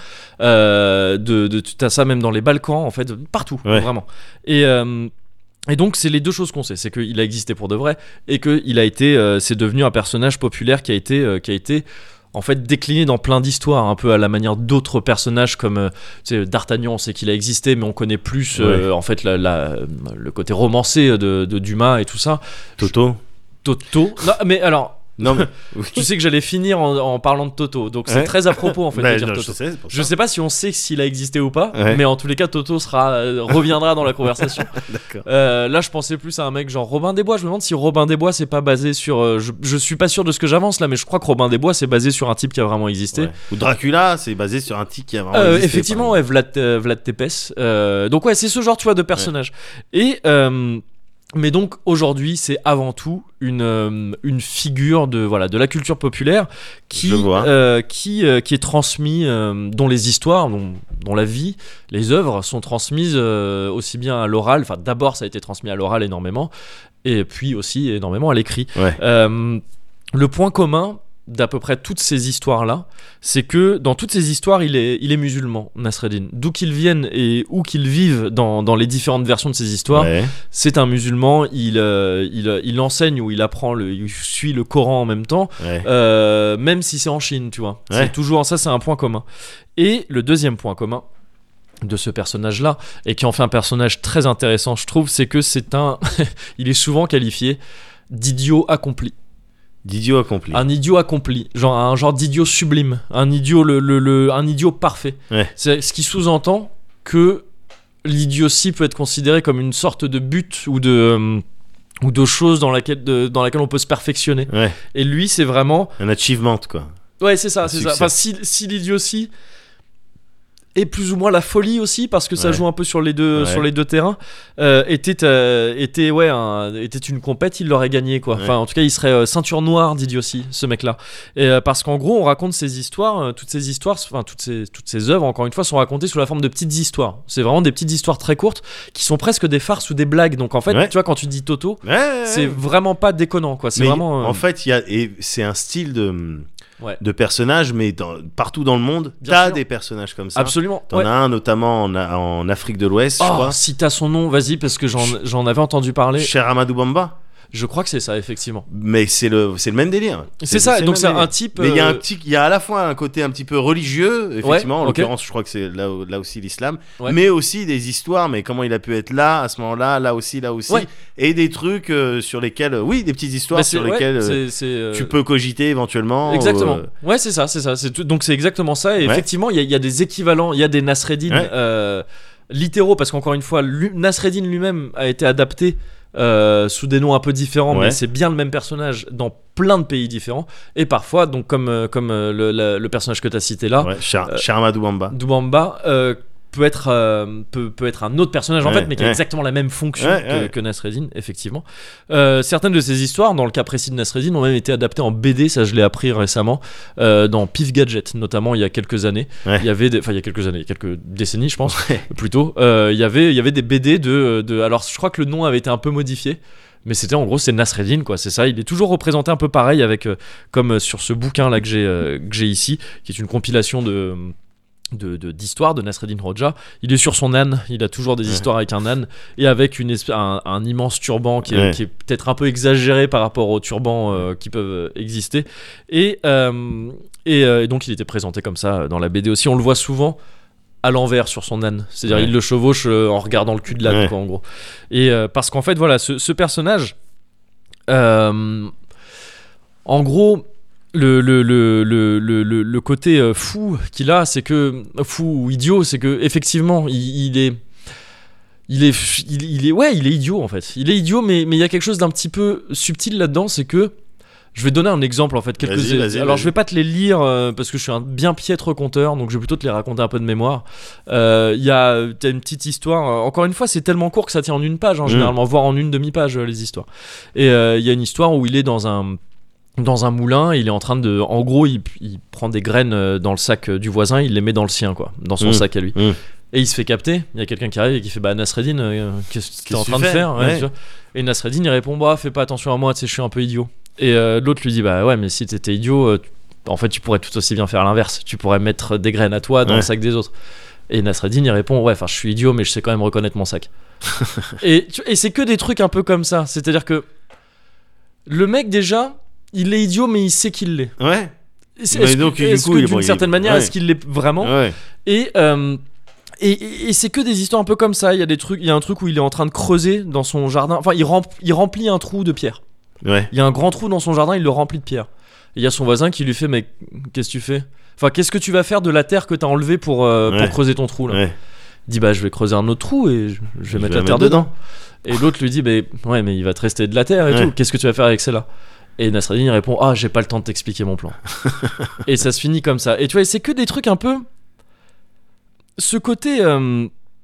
Euh, de, de, tu as ça même dans les Balkans, en fait, partout, Ouais. vraiment. Et, euh, et donc, c'est les deux choses qu'on sait. C'est qu'il a existé pour de vrai et qu'il a été, euh, c'est devenu un personnage populaire qui a été, euh, qui a été en fait décliné dans plein d'histoires, un peu à la manière d'autres personnages comme euh, tu sais, D'Artagnan, on sait qu'il a existé, mais on connaît plus euh, en fait la, la- le côté romancé de, de Dumas et tout ça. Toto. Toto. Non, mais alors. Non, mais. Oui. Tu sais que j'allais finir en, en parlant de Toto, donc c'est Ouais. très à propos en fait Bah, de dire non, Toto. je sais, c'est pour Je ça. sais pas si on sait s'il a existé ou pas, Ouais. mais en tous les cas Toto sera euh, reviendra dans la conversation. D'accord. Euh, là, je pensais plus à un mec genre Robin des Bois. Je me demande si Robin des Bois c'est pas basé sur. euh, je, je suis pas sûr de ce que j'avance là, mais je crois que Robin des Bois c'est basé sur un type qui a vraiment existé. Ouais. Ou Dracula, c'est basé sur un type qui a vraiment Euh, existé, effectivement, par ouais, Vlad, euh, Vlad Tepes. Euh, donc ouais, c'est ce genre, tu vois, de personnage. Et euh, mais donc aujourd'hui, c'est avant tout une euh, une figure de voilà de la culture populaire qui Je vois. euh, qui euh, qui est transmise, euh, dont les histoires, dont, dont la vie, les œuvres sont transmises euh, aussi bien à l'oral. Enfin, d'abord, ça a été transmis à l'oral énormément, et puis aussi énormément à l'écrit. Ouais. Euh, le point commun d'à peu près toutes ces histoires-là, c'est que dans toutes ces histoires, il est, il est musulman, Nasreddin. D'où qu'il vienne et où qu'il vive dans, dans les différentes versions de ces histoires, Ouais. c'est un musulman, il, euh, il, il enseigne ou il apprend, le, il suit le Coran en même temps, Ouais. euh, même si c'est en Chine, tu vois. Ouais. C'est toujours, ça c'est un point commun. Et le deuxième point commun de ce personnage-là, et qui en fait un personnage très intéressant, je trouve, c'est que c'est un... il est souvent qualifié d'idiot accompli. D'idiot accompli. Un idiot accompli, genre un genre d'idiot sublime, un idiot le, le, le- un idiot parfait. Ouais. C'est ce qui sous-entend que l'idiotie peut être considérée comme une sorte de but ou de euh, ou de chose dans laquelle de, dans laquelle on peut se perfectionner. Ouais. Et lui, c'est vraiment Un achievement, quoi. ouais, c'est ça, Un c'est succès. ça. Enfin, si, si l'idiotie et plus ou moins la folie aussi, parce que ça Ouais. joue un peu sur les deux, Ouais. sur les deux terrains, euh, était, euh, était, ouais, un- était une compète, il l'aurait gagné, quoi. Ouais. Enfin, en tout cas, il serait euh, ceinture noire d'idiotie, ce mec-là. Et euh, parce qu'en gros, on raconte ces histoires, euh, toutes ces histoires, enfin, toutes ces, toutes ces œuvres, encore une fois, sont racontées sous la forme de petites histoires. C'est vraiment des petites histoires très courtes qui sont presque des farces ou des blagues. Donc, en fait, Ouais. tu vois, quand tu dis Toto, Ouais, ouais, c'est ouais. vraiment pas déconnant, quoi. C'est Mais vraiment. euh, en fait, il y a et c'est un style de Ouais. de personnages, mais dans- partout dans le monde, Bien t'as sûr. des personnages comme ça. absolument. T'en ouais. as un notamment en, en Afrique de l'Ouest, je Oh, crois. si t'as son nom, vas-y, parce que j'en, j'en avais entendu parler. Cher Amadou Bamba. Je crois que c'est ça, effectivement. Mais c'est le c'est le même délire. C'est ça, le donc même c'est délire. un type. Mais il y a un euh, petit, il y a à la fois un côté un petit peu religieux, effectivement. en ok. l'occurrence, je crois que c'est là, là aussi l'islam, Ouais. mais aussi des histoires. Mais comment il a pu être là à ce moment-là, là aussi, là aussi, Ouais. et des trucs euh, sur lesquels, euh, oui, des petites histoires bah, c'est- sur ouais, lesquelles euh, c'est- c'est, euh, tu peux cogiter éventuellement. Exactement. euh, Ouais, c'est ça, c'est ça. C'est tout- donc c'est exactement ça. Et Ouais. effectivement, il y, a- il y a des équivalents, il y a des Nasreddin Ouais. euh, littéraux, parce qu'encore une fois, lui- Nasreddin lui-même a été adapté. euh, sous des noms un peu différents, Ouais. mais c'est bien le même personnage dans plein de pays différents. Et parfois, donc comme, euh, comme euh, le, la- le personnage que tu as cité là, ouais, Cher, Euh, Cher Amadou Bamba. Dubamba euh, peut être euh, peut, peut être un autre personnage en Ouais, fait, mais qui a ouais. exactement la même fonction Ouais, que, ouais. que Nasreddin, effectivement. Euh, certaines de ces histoires, dans le cas précis de Nasreddin, ont même été adaptées en B D. Ça, je l'ai appris récemment euh, dans Pif Gadget, notamment il y a quelques années. Ouais. Il y avait, des- enfin il y a quelques années, il y a quelques décennies, je pense, Ouais. plutôt. Euh, il y avait, il y avait des B D de, de. Alors, je crois que le nom avait été un peu modifié. Mais c'était en gros c'est Nasreddin quoi, c'est ça. Il est toujours représenté un peu pareil avec euh, comme euh, sur ce bouquin là que j'ai euh, que j'ai ici, qui est une compilation de de, de- d'histoires de Nasreddin Hoxha. Il est sur son âne, il a toujours des Ouais. histoires avec un âne et avec une espèce, un, un immense turban qui est, Ouais. qui est peut-être un peu exagéré par rapport aux turbans euh, qui peuvent euh, exister. Et, euh, et, euh, et donc il était présenté comme ça dans la B D aussi. On le voit souvent à l'envers sur son âne, c'est-à-dire Ouais. il le chevauche euh, en regardant le cul de l'âne Ouais. quoi, en gros. Et euh, parce qu'en fait voilà ce, ce personnage, euh, en gros. Le, le, le, le, le, le- le côté euh, fou qu'il a, c'est que fou ou idiot, c'est que effectivement il, il est il est il, il est ouais il est idiot en fait, il est idiot, mais mais il y a quelque chose d'un petit peu subtil là-dedans, c'est que je vais te donner un exemple en fait, quelques Vas-y, vas-y, alors vas-y. je vais pas te les lire euh, parce que je suis un bien piètre conteur, donc je vais plutôt te les raconter un peu de mémoire. Euh, il y a t'as une petite histoire, euh, encore une fois c'est tellement court que ça tient en une page hein, Mm. généralement, voire en une demi-page euh, les histoires. Et euh, il y a une histoire où il est dans un dans un moulin, il est en train de, en gros, il, il prend des graines euh, dans le sac euh, du voisin, il les met dans le sien, quoi, dans son Mm. sac à lui. Mm. Et il se fait capter. Il y a quelqu'un qui arrive et qui fait, bah Nasreddin, euh, qu'est-ce que t'es en tu train de fais faire Ouais, Ouais. tu vois. Et Nasreddin, il répond, bah fais pas attention à moi, tu sais, je suis un peu idiot. Et euh, l'autre lui dit, bah ouais, mais si t'étais idiot, euh, tu- en fait, tu pourrais tout aussi bien faire l'inverse. Tu pourrais mettre des graines à toi dans Ouais. le sac des autres. Et Nasreddin, il répond, ouais, enfin, je suis idiot, mais je sais quand même reconnaître mon sac. et tu- et c'est que des trucs un peu comme ça. C'est-à-dire que le mec, déjà, il est idiot, mais il sait qu'il l'est. Ouais. Est-ce Mais est-ce donc, que, du est-ce coup, que il est- d'une bon, il est- certaine manière, ouais. est-ce qu'il l'est vraiment Ouais. Et, euh, et, et- et c'est que des histoires un peu comme ça. Il y a des trucs, il y a un truc où il est en train de creuser dans son jardin. Enfin, il, rempl- il remplit un trou de pierre. Ouais. Il y a un grand trou dans son jardin, il le remplit de pierre. Et il y a son voisin qui lui fait, mais qu'est-ce que tu fais Enfin, qu'est-ce que tu vas faire de la terre que t'as enlevée pour, euh, Ouais. pour creuser ton trou là Ouais. Il dit, bah je vais creuser un autre trou et je, je vais mettre la la terre mettre dedans. Et l'autre lui dit, mais ouais, mais il va te rester de la terre et Ouais. tout. Qu'est-ce que tu vas faire avec celle-là Et Nasreddin il répond, ah, j'ai pas le temps de t'expliquer mon plan. Et ça se finit comme ça. Et tu vois, c'est que des trucs un peu. Ce côté. euh,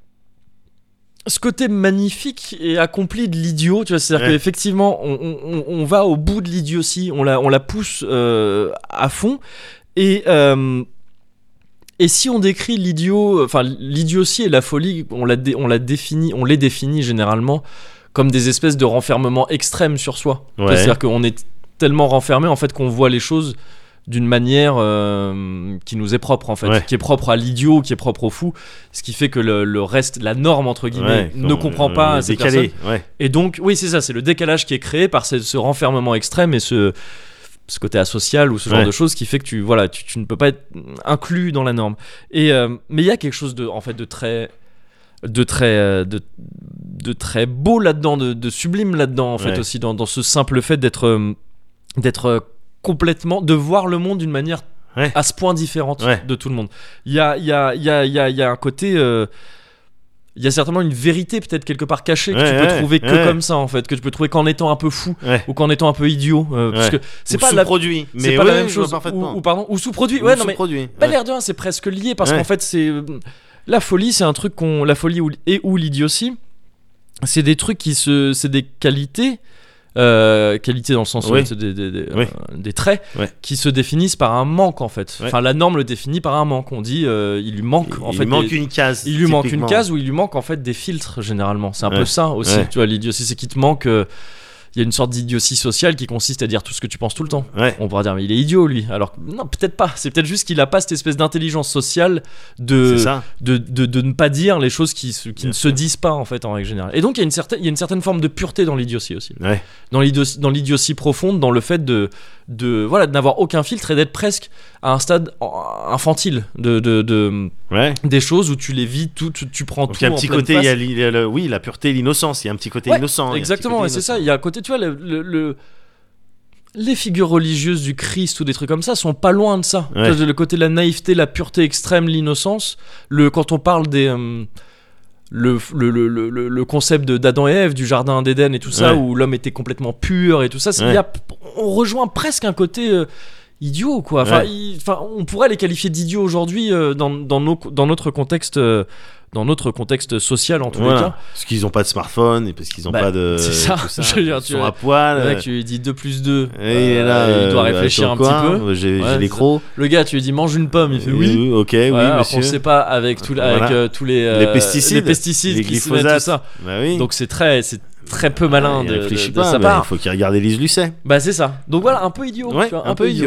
Ce côté magnifique et accompli de l'idiot, tu vois, c'est-à-dire Ouais. qu'effectivement, on, on- on va au bout de l'idiotie, on la, on la pousse euh, à fond, et, euh, et si on décrit l'idiot, enfin l'idiotie et la folie, on la, dé- on la définit, on les définit généralement comme des espèces de renfermement extrême sur soi. Ouais. C'est-à-dire qu'on est tellement renfermé en fait qu'on voit les choses d'une manière euh, qui nous est propre en fait, Ouais. qui est propre à l'idiot, qui est propre au fou, ce qui fait que le, le reste, la norme entre guillemets, Ouais, ne qu'on- comprend on pas est cette décalé. personne. Ouais. Et donc, oui, c'est ça, c'est le décalage qui est créé par ce, ce renfermement extrême et ce, ce côté asocial ou ce genre Ouais. de choses qui fait que tu, voilà, tu, tu ne peux pas être inclus dans la norme. Et, euh, mais il y a quelque chose de, en fait, de très, de très, euh, de, de très beau là-dedans, de, de sublime là-dedans, en fait, Ouais. aussi, dans, dans ce simple fait d'être, euh, d'être euh, complètement, de voir le monde d'une manière Ouais. à ce point différente Ouais. de tout le monde. Il y a, il y a, il y a, il y a, il y a un côté. euh, il y a certainement une vérité peut-être quelque part cachée que Ouais, tu peux ouais, trouver que ouais. comme ça en fait, que tu peux trouver qu'en étant un peu fou Ouais. ou qu'en étant un peu idiot, euh, parce Ouais. que c'est Ou pas la sous-produit. c'est Mais pas ouais, la même je vois chose parfaitement. ou, ou pardon ou sous-produit. Ou Ouais non mais sous-produit. bah, Ouais. l'air de rien c'est presque lié parce Ouais. qu'en fait c'est euh, la folie c'est un truc qu'on la folie ou, et ou l'idiotie c'est des trucs qui se c'est des qualités euh, qualités dans le sens où Oui. c'est des, des, des, Oui. euh, des traits Ouais. qui se définissent par un manque en fait. Ouais. Enfin la norme le définit par un manque. On dit euh, il lui manque Il, en il fait lui manque des- une case. il lui manque une typiquement. case ou il lui manque en fait des filtres généralement. C'est un Ouais. peu ça aussi. Ouais. Tu vois l'idiotie c'est qu'il te manque. euh, Il y a une sorte d'idiotie sociale qui consiste à dire tout ce que tu penses tout le temps. Ouais. On pourra dire mais il est idiot lui. Alors que- non peut-être pas. C'est peut-être juste qu'il a pas cette espèce d'intelligence sociale de C'est ça. de, de, de ne pas dire les choses qui, se- qui Bien ne se disent pas en fait en règle générale. Et donc il y a une certaine il y a une certaine forme de pureté dans l'idiotie aussi. Ouais. Dans l'idiotie, dans l'idiotie profonde, dans le fait de de voilà de n'avoir aucun filtre et d'être presque à un stade en- infantile de de, de Ouais. des choses où tu les vis tout tu, tu prends Donc tout il y a un en petit pleine côté, face. il y a, li- il y a le- oui, la pureté et l'innocence. Il y a un petit côté Ouais, innocent. il y a un petit Exactement, côté et c'est ça. innocent. Il y a un côté, tu vois, le, le- le- les figures religieuses du Christ ou des trucs comme ça sont pas loin de ça. Ouais. Tu vois, le côté de la naïveté, la pureté extrême, l'innocence. Le quand on parle des euh, le, le, le, le, le concept de- d'Adam et Ève, du jardin d'Éden et tout ça, Ouais. où l'homme était complètement pur et tout ça, c'est- Ouais. il y a- on rejoint presque un côté euh, idiot, quoi. Enfin, Ouais. il- enfin, on pourrait les qualifier d'idiots aujourd'hui euh, dans, dans, nos, dans notre contexte. euh, dans notre contexte social en tous Voilà. les cas. Parce qu'ils n'ont pas de smartphone et parce qu'ils n'ont Bah, pas de. c'est ça. tout ça. Je veux dire, Ils tu sont vois, à poil. Le mec, euh, tu lui dis deux plus deux. et il est là, il doit euh, réfléchir bah, un quoi, petit peu. hein, J'ai Ouais, j'ai les c'est crocs. Le gars, tu lui dis mange une pomme, il fait oui. Ok, Ouais, oui, alors monsieur. qu'on sait pas avec, tout, Voilà. avec euh, tous les, euh, Les pesticides, les pesticides les qui se mettent, tout glyphosates. ça. Bah oui. Donc c'est très, c'est très peu malin il de, de, réfléchit de pas, sa mais part. il faut qu'il regarde Élise Lucet. Bah c'est ça. Donc voilà, un peu idiot. Ouais, tu vois, un peu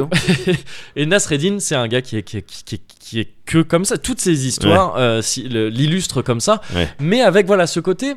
Et Nasreddin, c'est un gars qui est, qui est, qui est, qui est que comme ça. Toutes ces histoires euh, si- le- l'illustrent comme ça. Ouais. Mais avec voilà ce côté.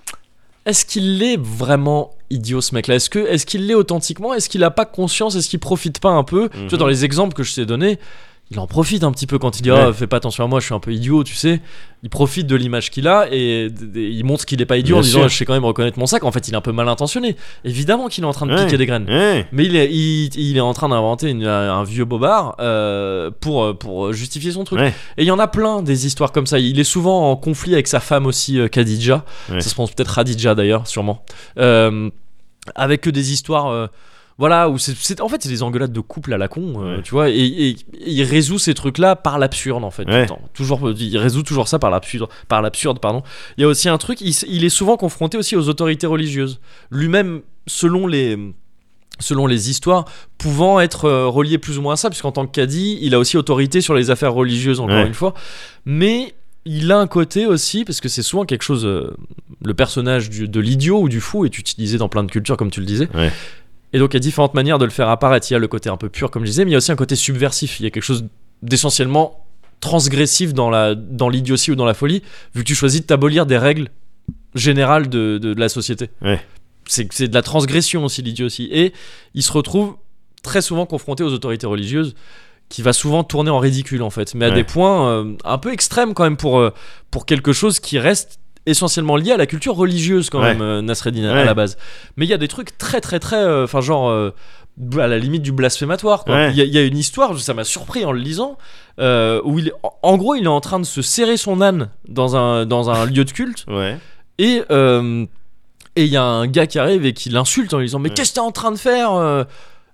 Est-ce qu'il est vraiment idiot ce mec-là? Est-ce que, est-ce qu'il l'est authentiquement? Est-ce qu'il a pas conscience? Est-ce qu'il profite pas un peu? Tu vois, Mhm. dans les exemples que je t'ai donnés, il en profite un petit peu quand il dit Ouais. ah, fais pas attention à moi, je suis un peu idiot, tu sais. Il profite de l'image qu'il a et d- d- il montre qu'il est pas idiot Bien en disant sûr. je sais quand même reconnaître mon sac. En fait, il est un peu mal intentionné. Évidemment qu'il est en train de Ouais. piquer des graines. Ouais. Mais il est, il, il est en train d'inventer une- un vieux bobard euh, pour, pour justifier son truc. Ouais. Et il y en a plein des histoires comme ça. Il est souvent en conflit avec sa femme aussi, euh, Khadija. Ouais. Ça se prononce peut-être Khadija d'ailleurs, sûrement. Euh, avec que des histoires. euh, voilà, où c'est, c'est- en fait, c'est des engueulades de couple à la con, euh, Ouais. tu vois. Et, et- et il résout ces trucs-là par l'absurde, en fait. Tout le Ouais. temps. Toujours, il résout toujours ça par l'absurde, par l'absurde, pardon. Il y a aussi un truc, il, s- il est souvent confronté aussi aux autorités religieuses. Lui-même, selon les. Selon les histoires, pouvant être euh, relié plus ou moins à ça, puisqu'en tant que cadi, il a aussi autorité sur les affaires religieuses, encore Ouais. une fois. Mais il a un côté aussi, parce que c'est souvent quelque chose, euh, le personnage du- de l'idiot ou du fou est utilisé dans plein de cultures, comme tu le disais. Ouais. Et donc il y a différentes manières de le faire apparaître. Il y a le côté un peu pur, comme je disais, mais il y a aussi un côté subversif. Il y a quelque chose d'essentiellement transgressif dans, la, dans l'idiotie ou dans la folie, vu que tu choisis de t'abolir des règles générales de, de, de la société. Ouais. C'est, c'est de la transgression aussi, l'idiotie. Et il se retrouve très souvent confronté aux autorités religieuses, qui va souvent tourner en ridicule en fait, mais à Ouais. des points euh, un peu extrêmes quand même pour, euh, pour quelque chose qui reste essentiellement lié à la culture religieuse quand Ouais. même, euh, Nasreddin à Ouais. la base. Mais il y a des trucs très très très, enfin genre euh, à la limite du blasphématoire quoi. Ouais. Il y, a- il y a une histoire, ça m'a surpris en le lisant, euh, où il, est- en- en gros il est en train de se serrer son âne dans un, dans un lieu de culte, Ouais. et euh, et il y a un gars qui arrive et qui l'insulte en lui disant mais Ouais. qu'est-ce que t'es en train de faire euh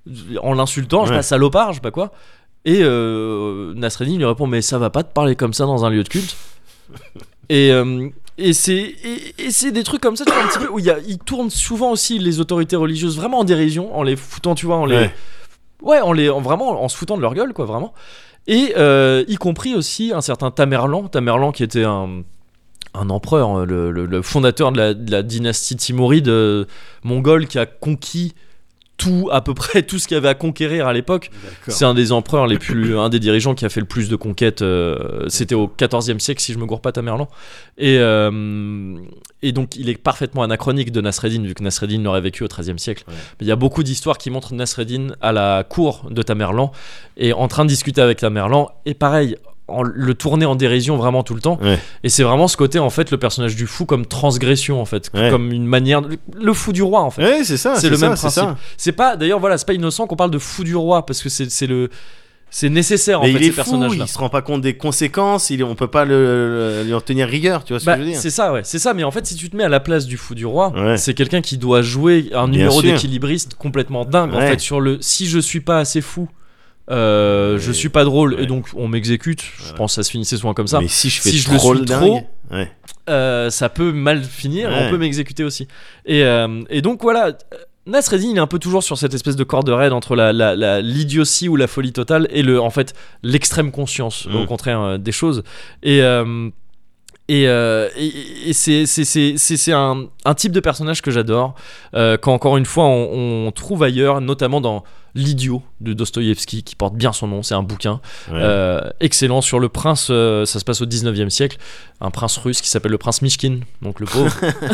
en l'insultant, je sais Ouais. pas, salopard, je sais pas quoi. Et euh, Nasreddin lui répond mais ça va pas te parler comme ça dans un lieu de culte. et euh, et c'est et, et c'est des trucs comme ça, tu vois, un petit peu où il y a il tourne souvent aussi les autorités religieuses vraiment en dérision, en les foutant, tu vois, en les Ouais. ouais, en les en vraiment en se foutant de leur gueule quoi, vraiment. Et euh, y compris aussi un certain Tamerlan, Tamerlan qui était un un empereur, le, le- le fondateur de la, de la dynastie timoride euh, mongole, qui a conquis tout, à peu près tout ce qu'il y avait à conquérir à l'époque. C'est un des empereurs les plus, un des dirigeants qui a fait le plus de conquêtes. euh, c'était au quatorzième siècle, si je me gourre pas, Tamerlan. Et, euh, et donc, il est parfaitement anachronique de Nasreddin, vu que Nasreddin n'aurait vécu au treizième siècle. Ouais. Mais il y a beaucoup d'histoires qui montrent Nasreddin à la cour de Tamerlan et en train de discuter avec Tamerlan. Et pareil, en, le tourner en dérision vraiment tout le temps. Ouais. Et c'est vraiment ce côté, en fait, le personnage du fou comme transgression, en fait, Ouais. comme une manière, le, le fou du roi, en fait. Ouais, c'est ça. C'est le ça, même c'est principe. ça. C'est pas, d'ailleurs, voilà, c'est pas innocent qu'on parle de fou du roi, parce que c'est, c'est le, c'est nécessaire en Mais fait il ces est fou, personnages-là. il se rend pas compte des conséquences, il, on peut pas le, le- lui en tenir rigueur, tu vois ce Bah, que je veux dire. c'est ça, ouais, c'est ça. Mais en fait, si tu te mets à la place du fou du roi, Ouais. c'est quelqu'un qui doit jouer un Bien numéro sûr. d'équilibriste complètement dingue. En Ouais. fait, sur le si je suis pas assez fou, euh, je Ouais. suis pas drôle Ouais. et donc on m'exécute. Je Ouais. pense que ça se finissait souvent comme ça. Mais si je fais si je le trop suis le trop, dingue, ouais. Euh, ça peut mal finir. Ouais. On peut m'exécuter aussi. Et, euh, et donc voilà. Nasreddin, il est un peu toujours sur cette espèce de corde raide entre la, la, la- l'idiotie ou la folie totale et le, en fait, l'extrême conscience, Mm. au contraire euh, des choses. Et, euh, et, euh, et, et c'est, c'est, c'est, c'est, c'est un, un type de personnage que j'adore, euh, quand encore une fois on, on trouve ailleurs, notamment dans L'idiot de Dostoïevski, qui porte bien son nom, c'est un bouquin Ouais. euh, excellent sur le prince, euh, ça se passe au dix-neuvième siècle, un prince russe qui s'appelle le prince Mishkin, donc le pauvre,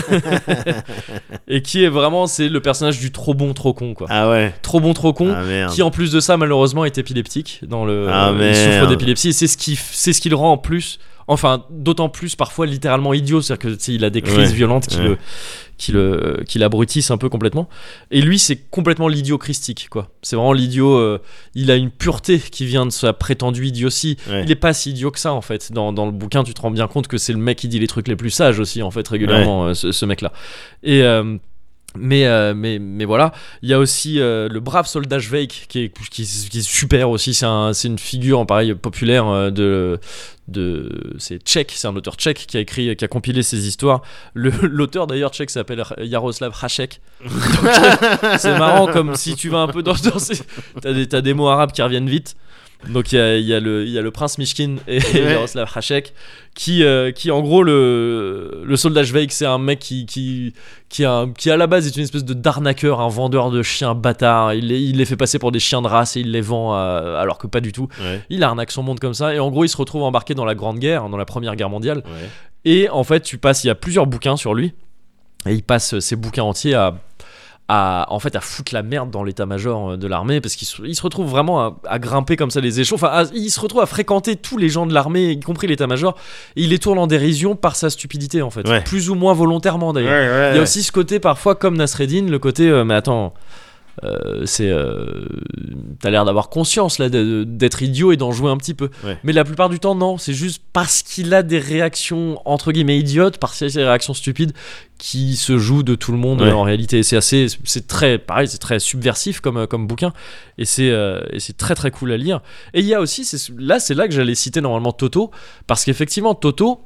et qui est vraiment, c'est le personnage du trop bon, trop con, quoi. Ah ouais. Trop bon, trop con, Ah merde. qui en plus de ça, malheureusement, est épileptique. Dans le, Ah, il merde. souffre d'épilepsie, et c'est ce qui, c'est ce qui le rend en plus, enfin, d'autant plus parfois littéralement idiot, c'est-à-dire que tu sais, il a des crises Ouais. violentes qui Ouais. le qui le qui l'abrutissent un peu complètement, et lui c'est complètement l'idiot christique, quoi. C'est vraiment l'idiot, euh, il a une pureté qui vient de sa prétendue idiotie. Ouais. Il est pas si idiot que ça en fait. Dans, dans le bouquin tu te rends bien compte que c'est le mec qui dit les trucs les plus sages aussi en fait régulièrement, euh, ce, ce mec là. Et euh, mais, euh, mais, mais voilà, il y a aussi euh, le brave soldat Schweik qui est, qui, qui est super aussi. C'est, un, c'est une figure pareil populaire euh, de, de c'est tchèque, c'est un auteur tchèque qui a écrit, qui a compilé ces histoires. Le, l'auteur d'ailleurs tchèque s'appelle Jaroslav Hašek. Donc, euh, c'est marrant, comme si tu vas un peu dans, dans ces, t'as des, t'as des mots arabes qui reviennent vite. Donc il y a, il y, a le, il y a le prince Mishkin et Ouais. Jaroslav Hašek qui, euh, qui en gros le, le soldat Schweik, c'est un mec qui, qui, qui, a, qui à la base est une espèce de d'arnaqueur, un vendeur de chiens bâtards. Il les, il les fait passer pour des chiens de race et il les vend à- alors que pas du tout. Ouais. Il arnaque son monde comme ça, et en gros il se retrouve embarqué dans la Grande Guerre, dans la Première Guerre mondiale. Ouais. Et en fait tu passes, il y a plusieurs bouquins sur lui, et il passe ces bouquins entiers à... À, en fait à foutre la merde dans l'état-major de l'armée, parce qu'il se, il se retrouve vraiment à, à grimper comme ça les échelons, enfin à- il se retrouve à fréquenter tous les gens de l'armée, y compris l'état-major, et il les tourne en dérision par sa stupidité en fait, Ouais. plus ou moins volontairement d'ailleurs. Ouais, ouais, Il y a ouais. aussi ce côté parfois comme Nasreddin, le côté euh, mais attends, euh, c'est euh, t'as l'air d'avoir conscience là de- d'être idiot et d'en jouer un petit peu, Ouais. mais la plupart du temps non, c'est juste parce qu'il a des réactions entre guillemets idiotes, parce qu'il a des réactions stupides qui se jouent de tout le monde. Ouais. euh, en réalité c'est assez, c'est très pareil, c'est très subversif comme, euh, comme bouquin, et c'est, euh, et c'est très très cool à lire. Et il y a aussi, c'est, là c'est là que j'allais citer normalement Toto, parce qu'effectivement Toto,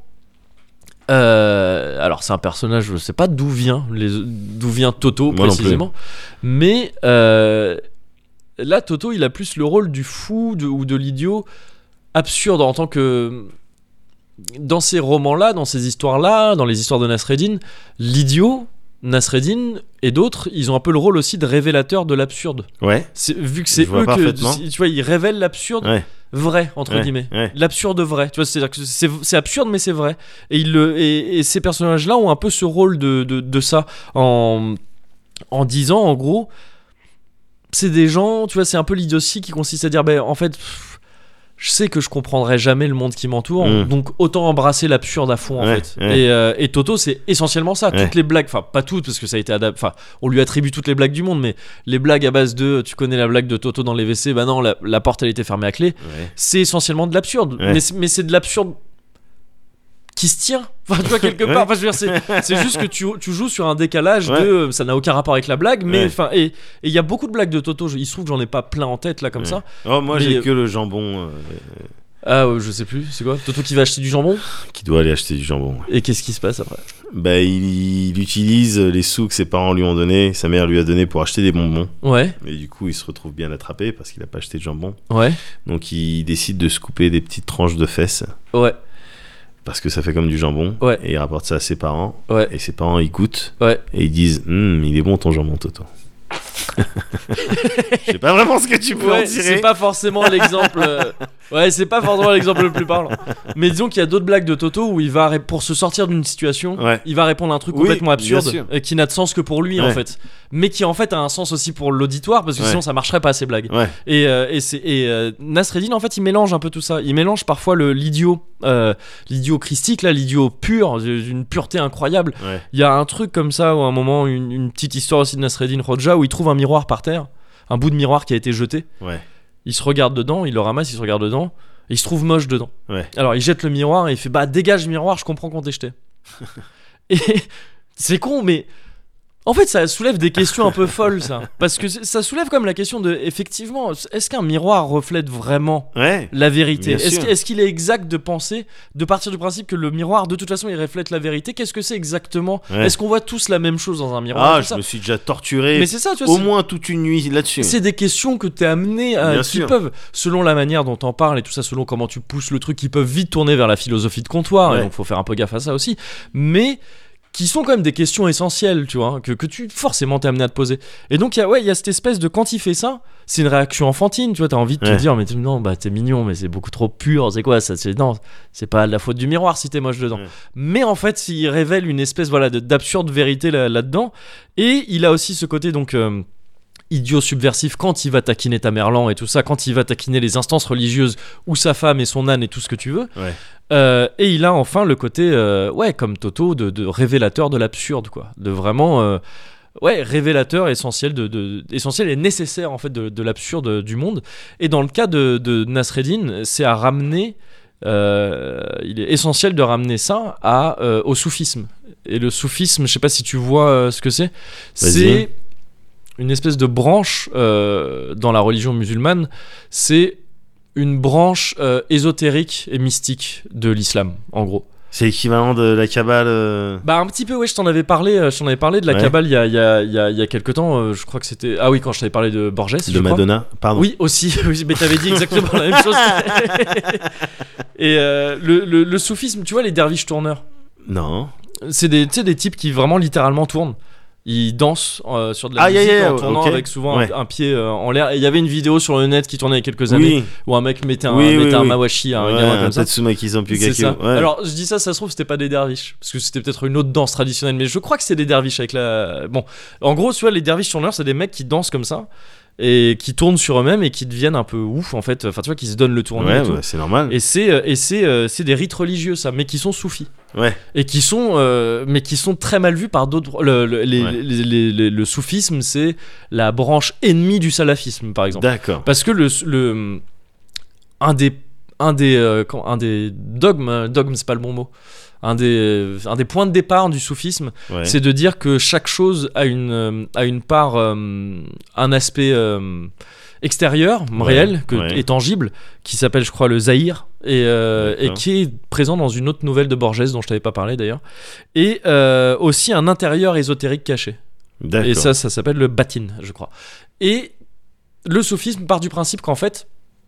euh, alors c'est un personnage, je sais pas d'où vient les, d'où vient Toto Moi non précisément, mais euh, là Toto il a plus le rôle du fou de- ou de l'idiot absurde, en tant que dans ces romans-là, dans ces histoires-là, dans les histoires de Nasreddin, l'idiot, Nasreddin et d'autres, ils ont un peu le rôle aussi de révélateur de l'absurde. Ouais. C'est, vu que c'est Je vois eux parfaitement. que, tu vois, ils révèlent l'absurde Ouais. vrai, entre Ouais, guillemets. ouais. L'absurde vrai. Tu vois, c'est-à-dire que c'est, c'est absurde, mais c'est vrai. Et, ils le, et, et ces personnages-là ont un peu ce rôle de, de, de ça, en, en disant, en gros, c'est des gens, tu vois, c'est un peu l'idiotie qui consiste à dire, ben, en fait, pff, je sais que je comprendrai jamais le monde qui m'entoure, Mm. donc autant embrasser l'absurde à fond, en Ouais, fait. ouais. Et, euh, et Toto, c'est essentiellement ça. Ouais. Toutes les blagues, enfin, pas toutes, parce que ça a été adapté, enfin, on lui attribue toutes les blagues du monde, mais les blagues à base de, tu connais la blague de Toto dans les W C, bah non, la, la porte elle était fermée à clé, Ouais. c'est essentiellement de l'absurde. Ouais. Mais, c'est- mais c'est de l'absurde qui se tient. Enfin, tu vois, quelque Ouais. part. Enfin, je veux dire, c'est, c'est juste que tu, tu joues sur un décalage Ouais. de. euh, Ça n'a aucun rapport avec la blague, mais Ouais. enfin. Et il y a beaucoup de blagues de Toto. Je- Il se trouve que j'en ai pas plein en tête, là, comme Ouais. ça. Oh, moi Mais, j'ai euh, que le jambon euh, Ah, ouais, je sais plus. C'est quoi Toto qui va acheter du jambon. qui doit aller acheter du jambon. Et qu'est-ce qui se passe après Bah, il, il utilise les sous que ses parents lui ont donnés, sa mère lui a donné pour acheter des bonbons. Ouais, Et du coup, il se retrouve bien attrapé parce qu'il a pas acheté de jambon. ouais, Donc, il décide de se couper des petites tranches de fesses ouais, parce que ça fait comme du jambon. Ouais. Et il rapporte ça à ses parents. ouais, Et ses parents, ils goûtent ouais. et ils disent Hum, il est bon ton jambon, Toto. Je sais pas vraiment ce que tu peux en Ouais, tirer. c'est pas forcément l'exemple. euh, Ouais, c'est pas forcément l'exemple le plus parlant. Mais disons qu'il y a d'autres blagues de Toto où il va, ré- pour se sortir d'une situation, Ouais. il va répondre à un truc Oui, complètement bien absurde sûr. et qui n'a de sens que pour lui en Ouais. fait. Mais qui en fait a un sens aussi pour l'auditoire, parce que Ouais. sinon ça marcherait pas ces blagues. Ouais. Et, euh, et, c'est, et euh, Nasreddin en fait il mélange un peu tout ça. Il mélange parfois le, l'idiot, euh, l'idiot christique, là, l'idiot pur, d'une pureté incroyable. Ouais. Il y a un truc comme ça, où à un moment, une, une petite histoire aussi de Nasreddin Hoxha, où il trouve un miroir par terre, un bout de miroir qui a été jeté. Ouais. il se regarde dedans, il le ramasse, il se regarde dedans, et il se trouve moche dedans. Ouais. Alors il jette le miroir et il fait bah dégage miroir, je comprends qu'on t'ait jeté. Et c'est con, mais en fait ça soulève des questions un peu folles, ça, parce que ça soulève comme la question de effectivement, est-ce qu'un miroir reflète vraiment Ouais. la vérité? Bien Est-ce, sûr. qu'- est-ce qu'il est exact de penser, de partir du principe que le miroir de toute façon il reflète la vérité? Qu'est-ce que c'est exactement? Ouais. Est-ce qu'on voit tous la même chose dans un miroir? Ah, Tout ça. je me suis déjà torturé Mais c'est ça, tu vois. au c'est- moins toute une nuit là-dessus. C'est des questions que t'es amené à, Bien qui sûr. peuvent, selon la manière dont t'en parles et tout ça, selon comment tu pousses le truc, qui peuvent vite tourner vers la philosophie de comptoir. Ouais. Et donc faut faire un peu gaffe à ça aussi. Mais qui sont quand même des questions essentielles, tu vois, que, que tu forcément t'es amené à te poser. Et donc il y a ouais, il y a cette espèce de quand il fait ça, c'est une réaction enfantine, tu vois, t'as envie de te Ouais. dire mais t- non bah t'es mignon mais c'est beaucoup trop pur, c'est quoi ça, c'est non, c'est pas la faute du miroir si t'es moche dedans. Ouais. Mais en fait, il révèle une espèce voilà de- d'absurde vérité là, là-dedans. Et il a aussi ce côté donc euh, idiot subversif quand il va taquiner Tamerlan et tout ça, quand il va taquiner les instances religieuses ou sa femme et son âne et tout ce que tu veux. Ouais. Euh, et il a enfin le côté, euh, ouais, comme Toto, de, de révélateur de l'absurde, quoi. De vraiment, euh, ouais, révélateur essentiel, de, de, essentiel et nécessaire, en fait, de, de l'absurde du monde. Et dans le cas de, de Nasreddin, c'est à ramener, euh, il est essentiel de ramener ça à, euh, au soufisme. Et le soufisme, je sais pas si tu vois euh, ce que c'est, Vas-y. c'est une espèce de branche euh, dans la religion musulmane, c'est une branche euh, ésotérique et mystique de l'islam, en gros. C'est l'équivalent de la Kabbale. euh, Bah un petit peu, ouais, je t'en avais parlé, euh, je t'en avais parlé de la Ouais. Kabbale il y a, il y, a, il y, a, il y a quelques temps, euh, je crois que c'était... Ah oui, quand je t'avais parlé de Borges, je de crois. Madonna. Pardon. Oui, aussi, oui, mais t'avais dit exactement la même chose. Et euh, le, le, le soufisme, tu vois, les derviches tourneurs, Non. c'est des, tu sais, des types qui vraiment littéralement tournent. Ils dansent euh, sur de la Ah, yeah, musique yeah, en tournant ok. avec souvent Ouais. un, un pied euh, en l'air. Et il y avait une vidéo sur le net qui tournait il y a quelques années Oui. où un mec mettait un, Oui, oui, mettait un oui. mawashi à un Ouais, gamin comme ça. Tatsumaki C'est Zanpukaki. ça. Ouais. Alors je dis ça, ça se trouve c'était pas des derviches parce que c'était peut-être une autre danse traditionnelle, mais je crois que c'est des derviches avec la. Bon, en gros, tu vois, les derviches tourneurs, c'est des mecs qui dansent comme ça et qui tournent sur eux-mêmes et qui deviennent un peu ouf en fait. Enfin, tu vois, qui se donnent le tournis Ouais, et tout. ouais, c'est normal. Et c'est euh, et c'est euh, c'est des rites religieux ça, mais qui sont soufis. Ouais. Et qui sont euh, mais qui sont très mal vus par d'autres. Le, le, les- Ouais. les- les- les- le soufisme, c'est la branche ennemie du salafisme, par exemple. D'accord. Parce que le, le un des un des euh, quand- un des dogmes, euh, dogme c'est pas le bon mot. Un des un des points de départ du soufisme, Ouais. c'est de dire que chaque chose a une euh, a une part euh, un aspect euh, extérieur, Ouais, réel, que, ouais. et tangible, qui s'appelle, je crois, le Zahir, et, euh, et D'accord. qui est présent dans une autre nouvelle de Borges dont je t'avais pas parlé d'ailleurs, et euh, aussi un intérieur ésotérique caché. D'accord. Et ça, ça s'appelle le batin, je crois. Et le soufisme part du principe qu'en fait,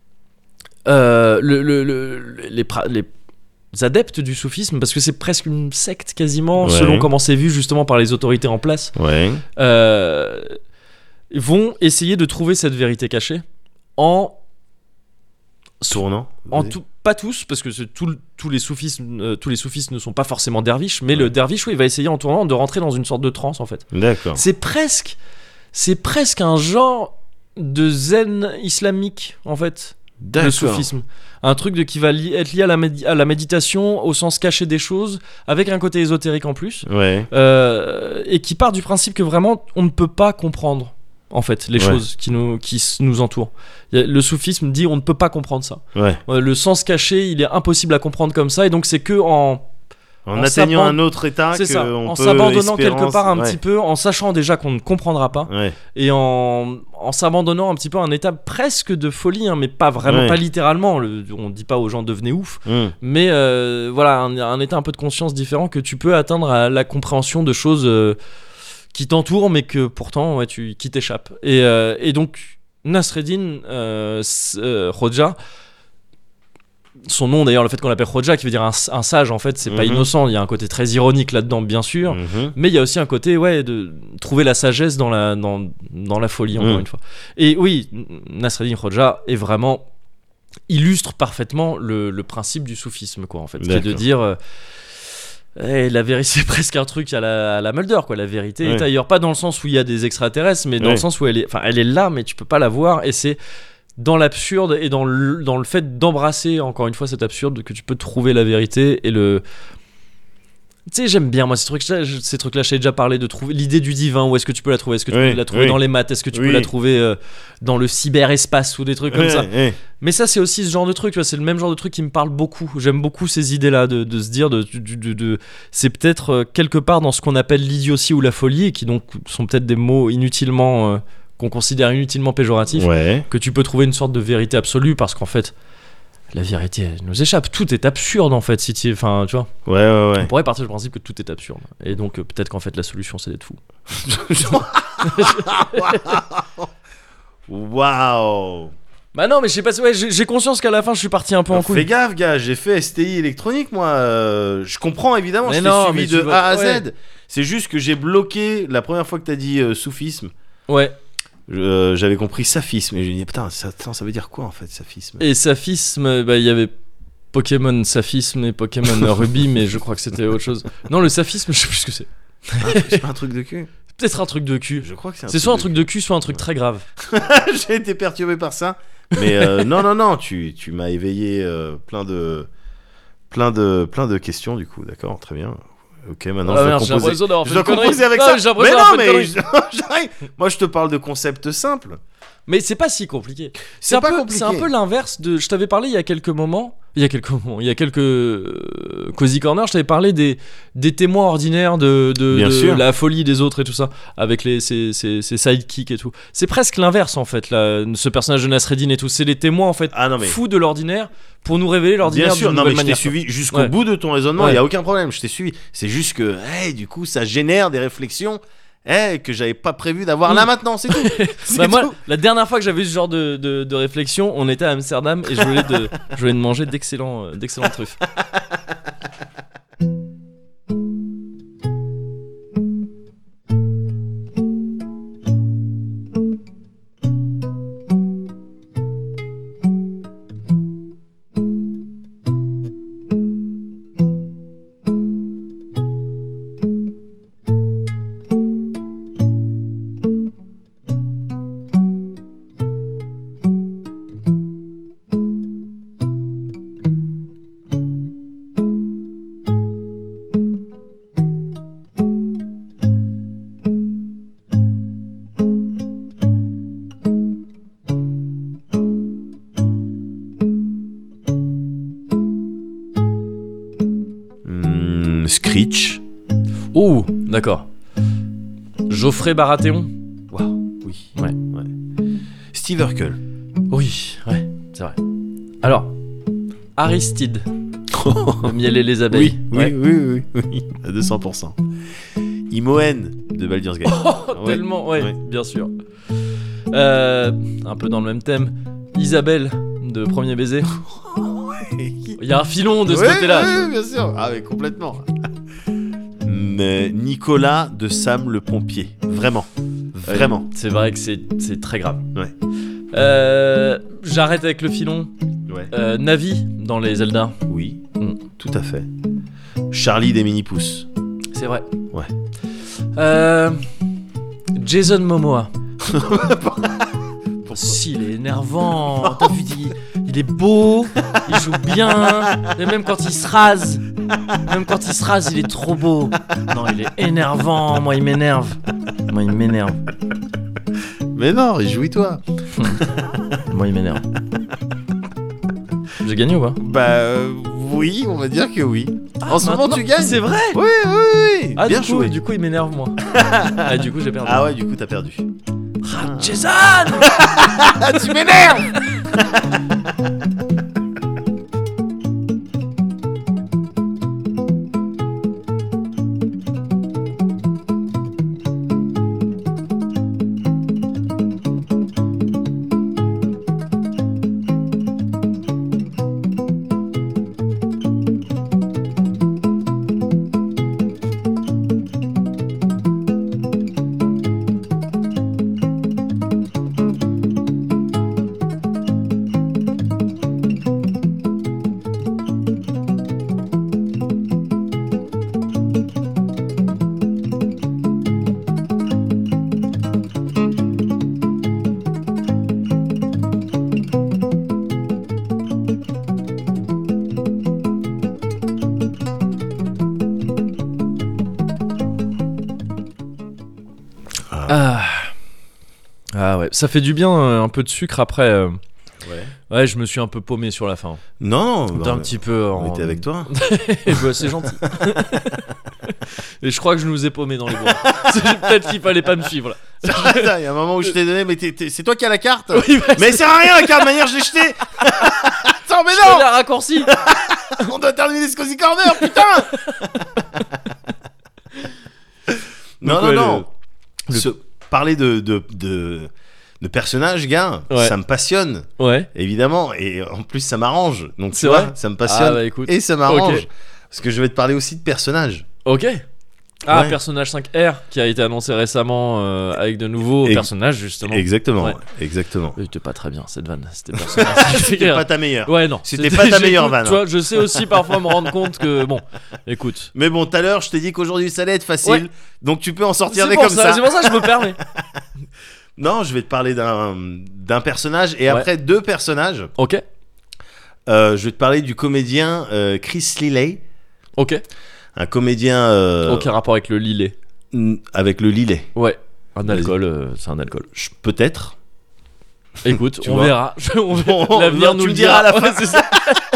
euh, le, le- le- les, pra- les adeptes du soufisme, parce que c'est presque une secte quasiment, Ouais. selon comment c'est vu justement par les autorités en place, Ouais. euh, vont essayer de trouver cette vérité cachée en Tournant. en Vas-y. tout, pas tous, parce que c'est tout le- tous les soufistes, euh, tous les soufistes ne sont pas forcément derviches, mais Ouais. le derviche, oui, il va essayer en tournant de rentrer dans une sorte de transe en fait. D'accord. C'est presque, c'est presque un genre de zen islamique en fait, D'accord. le soufisme. Un truc de qui va li- être lié à la, médi- à la méditation, au sens caché des choses, avec un côté ésotérique en plus, Ouais. euh, et qui part du principe que vraiment on ne peut pas comprendre en fait les Ouais. choses qui nous qui s- nous entourent. Il y a- Le soufisme dit on ne peut pas comprendre ça. Ouais. Euh, Le sens caché, il est impossible à comprendre comme ça, et donc c'est que en En, En atteignant s'aban- un autre état c'est que ça, on en peut s'abandonnant quelque espérance- part un ouais. petit peu, en sachant déjà qu'on ne comprendra pas, Ouais. et en, en s'abandonnant un petit peu à un état presque de folie, hein, mais pas vraiment, Ouais. pas littéralement. Le- on dit pas aux gens devenez ouf, Hum. mais euh, voilà, un, un état un peu de conscience différent que tu peux atteindre à la compréhension de choses euh, qui t'entourent, mais que pourtant ouais, tu, qui t'échappent. Et, euh, et donc Nasreddin euh, s- euh, Hoxha, son nom d'ailleurs, le fait qu'on l'appelle Hoxha, qui veut dire un, un sage, en fait, c'est pas Mhm. innocent. Il y a un côté très ironique là-dedans, bien sûr. Mhm. Mais il y a aussi un côté, ouais, de trouver la sagesse dans la, dans, dans la folie, encore Mm. une fois. Et oui, Nasreddin Hoxha est vraiment illustre parfaitement le, le principe du soufisme, quoi, en fait, qui est de D'accord. dire. euh, eh, la vérité, c'est presque un truc à la, à la Mulder, quoi. La vérité Ouais. est ailleurs, pas dans le sens où il y a des extraterrestres, mais dans Ouais. le sens où elle est, enfin, elle est là, mais tu peux pas la voir, et c'est dans l'absurde et dans le, dans le fait d'embrasser encore une fois cet absurde que tu peux trouver la vérité et le Tu sais, j'aime bien moi ces trucs, ces trucs-là. J'ai déjà parlé de trouver l'idée du divin. Où est-ce que tu peux la trouver? Est-ce que tu Oui, peux la trouver oui. dans les maths? Est-ce que tu Oui. peux la trouver euh, dans le cyberespace ou des trucs comme Ouais, ça? ouais. Mais ça, c'est aussi ce genre de truc. Tu vois, c'est le même genre de truc qui me parle beaucoup. J'aime beaucoup ces idées-là de, de se dire, de, de, de, de- c'est peut-être euh, quelque part dans ce qu'on appelle l'idiotie ou la folie, et qui donc sont peut-être des mots inutilement euh, qu'on considère inutilement péjoratifs, Ouais. que tu peux trouver une sorte de vérité absolue, parce qu'en fait, la vérité elle nous échappe. Tout est absurde en fait. Si tu, enfin, tu vois. Ouais, ouais, On ouais. pourrait partir du principe que tout est absurde. Et donc, euh, peut-être qu'en fait, la solution, c'est d'être fou. Waouh. Bah non, mais je sais pas, ouais, j'ai j'ai conscience qu'à la fin, je suis parti un peu en Fais couille. gaffe, gars, j'ai fait S T I électronique, moi. euh, je comprends évidemment, Mais je non, t'ai mais suivi tu de vas- A à ouais. Z. C'est juste que j'ai bloqué la première fois que t'as dit euh, soufisme. Ouais. euh, J'avais compris saphisme. Et j'ai dit, putain, ça, attends, ça veut dire quoi en fait, saphisme? Et saphisme, bah il y avait Pokémon saphisme et Pokémon Ruby, mais je crois que c'était autre chose. Non, le saphisme, je sais plus ce que c'est. C'est pas un truc de cul? Peut-être un truc de cul. Je crois que c'est un C'est soit un de truc de cul, soit un truc très grave. J'ai été perturbé par ça. Mais euh, non, non, non, tu, tu m'as éveillé euh, plein de, plein de, plein de questions du coup. D'accord, très bien. Ok, maintenant Ah je dois merde, j'ai composer. l'impression d'avoir Je fait dois une connerie. composer avec Non, ça. j'ai l'impression Mais d'avoir non, fait une mais connerie. je- j'arrive. Moi, je te parle de concepts simples. Mais c'est pas si compliqué. C'est C'est un, pas peu- compliqué. c'est un peu l'inverse de. Je t'avais parlé il y a quelques moments. Il y a quelques moments. Il y a quelques euh, Cozy Corner. Je t'avais parlé des, des témoins ordinaires de, de, Bien de sûr. la folie des autres et tout ça. Avec les, ces, ces, ces sidekicks et tout. C'est presque l'inverse en fait. Là, ce personnage de Nasreddin et tout. C'est les témoins en fait. Ah non mais. Fous de l'ordinaire pour nous révéler l'ordinaire Bien sûr, d'une non mais nouvelle je t'ai manière. suivi jusqu'au Ouais. bout de ton raisonnement, il Ouais. y a aucun problème, je t'ai suivi. C'est juste que, hey, du coup, ça génère des réflexions, hey, que j'avais pas prévu d'avoir Mm. là maintenant, c'est tout. C'est Bah moi, tout. la dernière fois que j'avais eu ce genre de, de, de réflexion, on était à Amsterdam et je voulais de, je voulais de manger d'excellents, euh, d'excellentes truffes. Hmm, Screech. Oh, d'accord. Geoffrey Baratheon. Waouh, oui. Ouais. Steve Urkel. Oui, ouais, c'est vrai. Alors, Aristide. Le miel et les abeilles. Oui, Ouais. oui, oui, oui, oui, à deux cents pour cent. Imoen de Baldur's Gate. Oh, Ouais. tellement, ouais, Ouais. bien sûr. Euh, un peu dans le même thème. Isabelle de Premier Baiser. Il y a un filon de ce Ouais, côté-là. ouais, bien sûr. Ah, mais complètement. Mais Nicolas de Sam le pompier. Vraiment. Ouais, Vraiment. c'est vrai que c'est c'est très grave. Ouais. Euh, J'arrête avec le filon. Ouais. Euh, Navi dans les Zelda. Oui, Mm. tout à fait. Charlie des mini-pousses. C'est vrai. Ouais. Euh, Jason Momoa. Pourquoi Si, il est énervant. T'as vu, il, il est beau, il joue bien. Et même quand il se rase, même quand il se rase, il est trop beau. Non, il est énervant. Moi, il m'énerve. Moi, il m'énerve. Mais non, réjouis-toi. Moi, il m'énerve. J'ai gagné ou pas? Bah euh, oui, on va dire que oui. en ce moment, Maintenant- tu gagnes. C'est vrai. Oui, oui, oui. Ah, Bien du coup, joué. du coup, il m'énerve, moi. Ah, du coup, j'ai perdu. Ah ouais, du coup, t'as perdu. Ah, Jason. Ah, tu m'énerves. Ah. Ah ouais, ça fait du bien euh, un peu de sucre après. euh. Ouais. Ouais, je me suis un peu paumé sur la fin. Non, D'un bah, petit peu. on En... était avec toi. Et bah, c'est gentil. Et je crois que je nous ai paumés dans les bois. C'est peut-être qu'il fallait pas me suivre là. Attends, il y a un moment où je t'ai donné, mais t'es- t'es- c'est toi qui as la carte. Oui, bah, Mais ça sert à rien la carte, de manière je l'ai jetée. Attends, mais je non, l'ai raccourci. on doit terminer ce Cozy Corner, putain. non, Donc, non, ouais, non. le- Se- Parler de, de, de, de personnages, gars, Ouais. ça me passionne, Ouais. évidemment. Et en plus, ça m'arrange. Donc, C'est tu vois, vrai ça me passionne. Ah bah écoute. Et ça m'arrange. Ok. Parce que je vais te parler aussi de personnages. Ok. Ah, Ouais. Personnage cinq R qui a été annoncé récemment euh, avec de nouveaux Ex- personnages justement. Exactement, Ouais. exactement. C'était pas très bien cette vanne. C'était personnage cinq R. C'était pas ta meilleure. Ouais, non. C'était pas ta j'écoute, meilleure vanne. Tu vois, je sais aussi parfois me rendre compte que bon, écoute. Mais bon, tout à l'heure, je t'ai dit qu'aujourd'hui, ça allait être facile. Ouais. Donc, tu peux en sortir C'est des pour comme ça, ça. c'est pour ça que je me permets. Non, je vais te parler d'un d'un personnage et Ouais. après deux personnages. Ok. Euh, je vais te parler du comédien euh, Chris Lilley, Ok. un comédien euh, Aucun rapport avec le lilet. n- avec le Lillet. Ouais. Un Vas-y. alcool, euh, c'est un alcool. Je- Peut-être. Écoute, Tu on vois. verra. On verra. Bon, L'avenir tu nous me le diras à la Ouais, fin. c'est ça.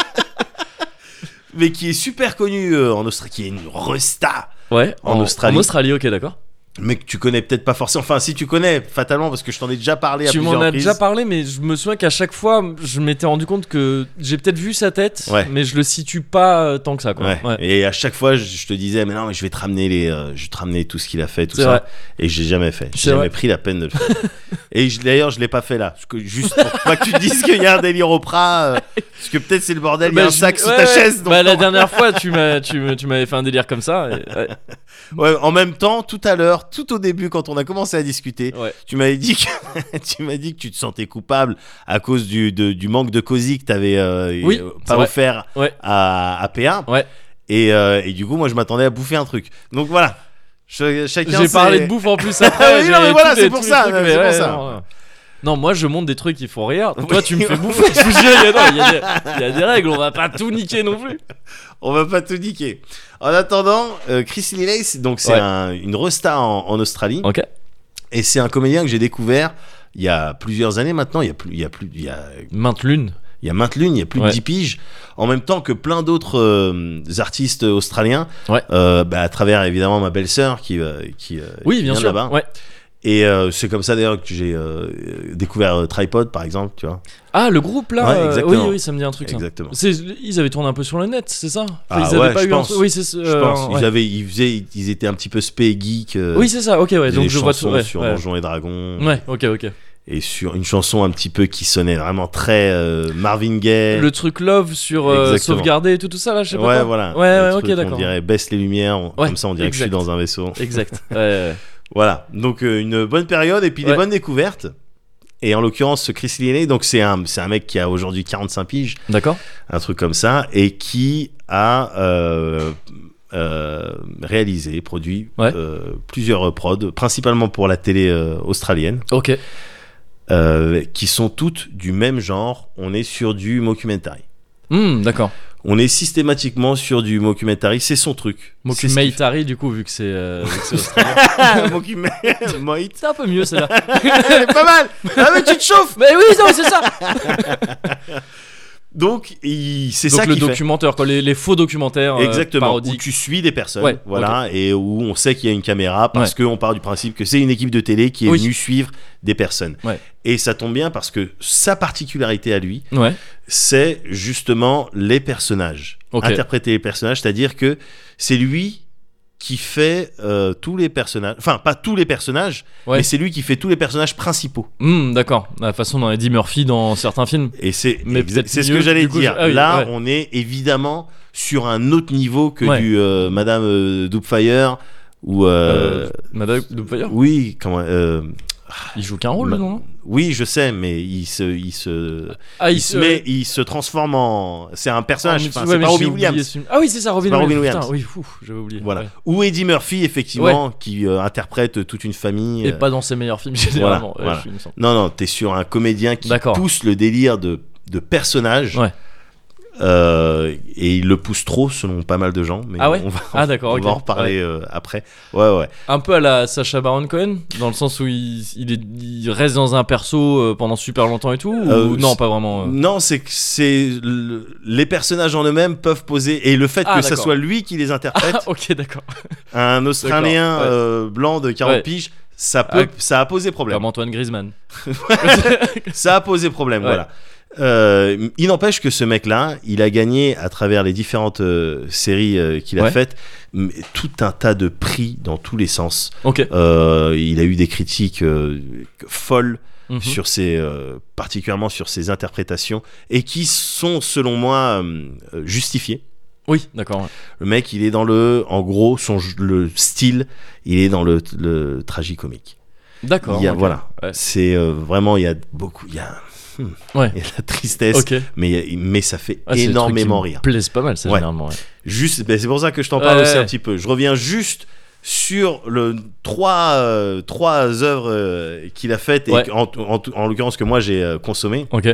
Mais qui est super connu euh, en Australie, qui est une resta, Ouais. En Australie. En Australie, ok, d'accord. mais que tu connais peut-être pas forcément. Enfin, si tu connais, fatalement, parce que je t'en ai déjà parlé à Tu plusieurs m'en as reprises. déjà parlé, mais je me souviens qu'à chaque fois, je m'étais rendu compte que j'ai peut-être vu sa tête, Ouais. mais je le situe pas euh, tant que ça, quoi. Ouais. Ouais. Et à chaque fois, je, je te disais, mais non, mais je vais te ramener les, euh, je vais te ramener tout ce qu'il a fait, tout C'est ça. vrai. Et j'ai jamais fait. C'est J'ai jamais vrai. pris la peine de le faire. Et je- d'ailleurs, je l'ai pas fait là. Parce que juste pour pas que tu te dises qu'il y a un délire Oprah, euh, parce que peut-être c'est le bordel. Il y a Bah, un je- sac sous ouais, ta ouais. chaise. Donc Bah, la non. dernière fois, tu m'as, tu, me- tu m'avais fait un délire comme ça. et- ouais. Ouais, en même temps, tout à l'heure, tout au début, quand on a commencé à discuter, Ouais. tu m'avais dit que tu m'as dit que tu te sentais coupable à cause du, de- du manque de cosy que t'avais euh, Oui, euh, c'est pas vrai. offert Ouais. à, à P un. Ouais. Et, euh, et du coup, moi, je m'attendais à bouffer un truc. Donc voilà. Ch- chacun J'ai ses- parlé de bouffe en plus après. Oui, j'ai non, mais voilà, tous les- c'est pour tous les ça, trucs, c'est mais pour ouais, ça. Non, non. Non, moi je monte des trucs qui font rire. Toi, Oui. tu me fais bouffer. Je vous jure, il y a- non, il y, a des- il y a des règles. On va pas tout niquer non plus. On va pas tout niquer. En attendant, euh, Chris Lilley, c'est- donc c'est Ouais. un- une resta en, en Australie, Ok. et c'est un comédien que j'ai découvert il y a plusieurs années maintenant. Il y a plus, il y a plus, il y a, Maintes lunes. il y a maintes lunes, il y a plus Ouais. de dix piges. En même temps que plein d'autres euh, artistes australiens, Ouais. euh, bah, à travers évidemment ma belle-sœur qui, euh, qui, euh, Oui, qui bien vient sûr. là-bas. Ouais. Et euh, c'est comme ça d'ailleurs que j'ai euh, découvert euh, Tripod par exemple, tu vois. Ah, le groupe là. Ouais, euh, exactement. oui, oui, ça me dit un truc. Ça. Exactement. C'est, ils avaient tourné un peu sur le net, c'est ça? Ah ils avaient ouais, pas je eu un pense. truc- Oui, c'est. ce- Je euh, pense. ouais. Ils avaient, ils faisaient, ils étaient un petit peu spé geek. euh, Oui, c'est ça. Ok, ouais. Ils Donc faisaient je des vois tout. chansons Ouais. sur ouais. Donjons et Dragons. Ouais, ok, ok. Et sur une chanson un petit peu qui sonnait vraiment très euh, Marvin Gaye. Le truc Love sur euh, Exactement. sauvegarder et tout, tout ça là, je sais pas. Ouais, quoi. voilà. Ouais, Le ouais, truc ok, où d'accord. On dirait baisse les lumières, on- Ouais, comme ça on dirait que je suis exact. dans un vaisseau. Exact. Ouais, ouais. Voilà, donc euh, une bonne période et puis des Ouais. bonnes découvertes. Et en l'occurrence, ce Chris Lilley, donc c'est un, c'est un mec qui a aujourd'hui quarante-cinq piges, D'accord. un truc comme ça, et qui a euh, euh, réalisé, produit Ouais. euh, plusieurs prods, principalement pour la télé euh, australienne, Ok. euh, qui sont toutes du même genre. On est sur du mockumentary. Hmm, d'accord. On est systématiquement sur du mockumentary, c'est son truc. C'est ce qu'il Mockumentary, du coup, vu que c'est. euh, vu que c'est australien. fait. Mockumentary, Moit. C'est un peu mieux, celle-là. Pas mal. Ah mais tu te chauffes. Mais oui, non, c'est ça. Donc il- c'est Donc ça le qu'il fait. documentaire, quoi, les, les faux documentaires. euh, Exactement, où parodiques. tu suis des personnes, Ouais, voilà, et où on sait qu'il y a une caméra parce qu'on part du principe que c'est une équipe de télé qui est Oui. venue suivre des personnes. Ouais. Et ça tombe bien parce que sa particularité à lui, Ouais. c'est justement les personnages, Ok. interpréter les personnages, c'est-à-dire que c'est lui qui fait euh, tous les personnages, enfin pas tous les personnages, Ouais. mais c'est lui qui fait tous les personnages principaux. Hmm, d'accord. La façon dont Eddie Murphy dans certains films. Et c'est Mais exa- peut-être c'est ce mieux, que j'allais du coup, dire. je- ah oui, Là, ouais. on est évidemment sur un autre niveau que Ouais. du euh, Madame euh, Doubtfire ou euh, Euh, Madame Doubtfire. oui, comment euh, Il joue qu'un rôle, Ma- non? oui, je sais, mais il se il se Ah, il se met, il se transforme en c'est un personnage, Oh, mais enfin, tu- c'est ouais, mais pas j'ai Robin oublié Williams. ce film. Ah oui, c'est ça, Robin C'est pas Robin Williams. Williams. Putain, oui, ouf, j'avais oublié. Voilà. Ouais. Ou Eddie Murphy effectivement qui euh, interprète toute une famille. Et euh, pas dans ses meilleurs films, généralement. Voilà, Ouais, voilà. je- il me semble. Non non, t'es sur un comédien qui D'accord. pousse le délire de de personnage. Ouais. Euh, et il le pousse trop selon pas mal de gens, mais Ah ouais on va, Ah, d'accord, on ok. va en reparler euh, après. Ouais, ouais. Un peu à la Sacha Baron Cohen, dans le sens où il, il, est, il reste dans un perso euh, pendant super longtemps et tout, ou Euh, non, c'est- pas vraiment. euh. Non, c'est que c'est le- les personnages en eux-mêmes peuvent poser, et le fait Ah, que ça d'accord. soit lui qui les interprète, Ah, ok, d'accord. un Australien D'accord, ouais. euh, blanc de quarante Ouais. piges, ça peut, Ah, ça a posé problème. Comme Antoine Griezmann. Ça a posé problème, Ouais. voilà. Euh, il n'empêche que ce mec-là, il a gagné à travers les différentes euh, séries euh, qu'il a Ouais. faites m- tout un tas de prix dans tous les sens. Ok. Euh, il a eu des critiques euh, folles Mhm. sur ses, euh, particulièrement sur ses interprétations et qui sont, selon moi, euh, justifiées. Oui, d'accord. Ouais. Le mec, il est dans le, en gros, son le style, il est dans le, le tragicomique. D'accord. Il y a, ok. voilà, Ouais. c'est euh, vraiment, il y a beaucoup, il y a, hmm, Ouais. il y a de la tristesse, Ok. mais, il y a- mais ça fait Ah, c'est des énormément trucs qui rire. me plaisent pas mal, ça, Ouais. généralement. Ouais. Juste, ben, c'est pour ça que je t'en parle Ouais, aussi ouais. un petit peu. Je reviens juste sur le trois euh, trois œuvres euh, qu'il a faites et Ouais. que- en, en, en l'occurrence que moi j'ai euh, consommé Ok.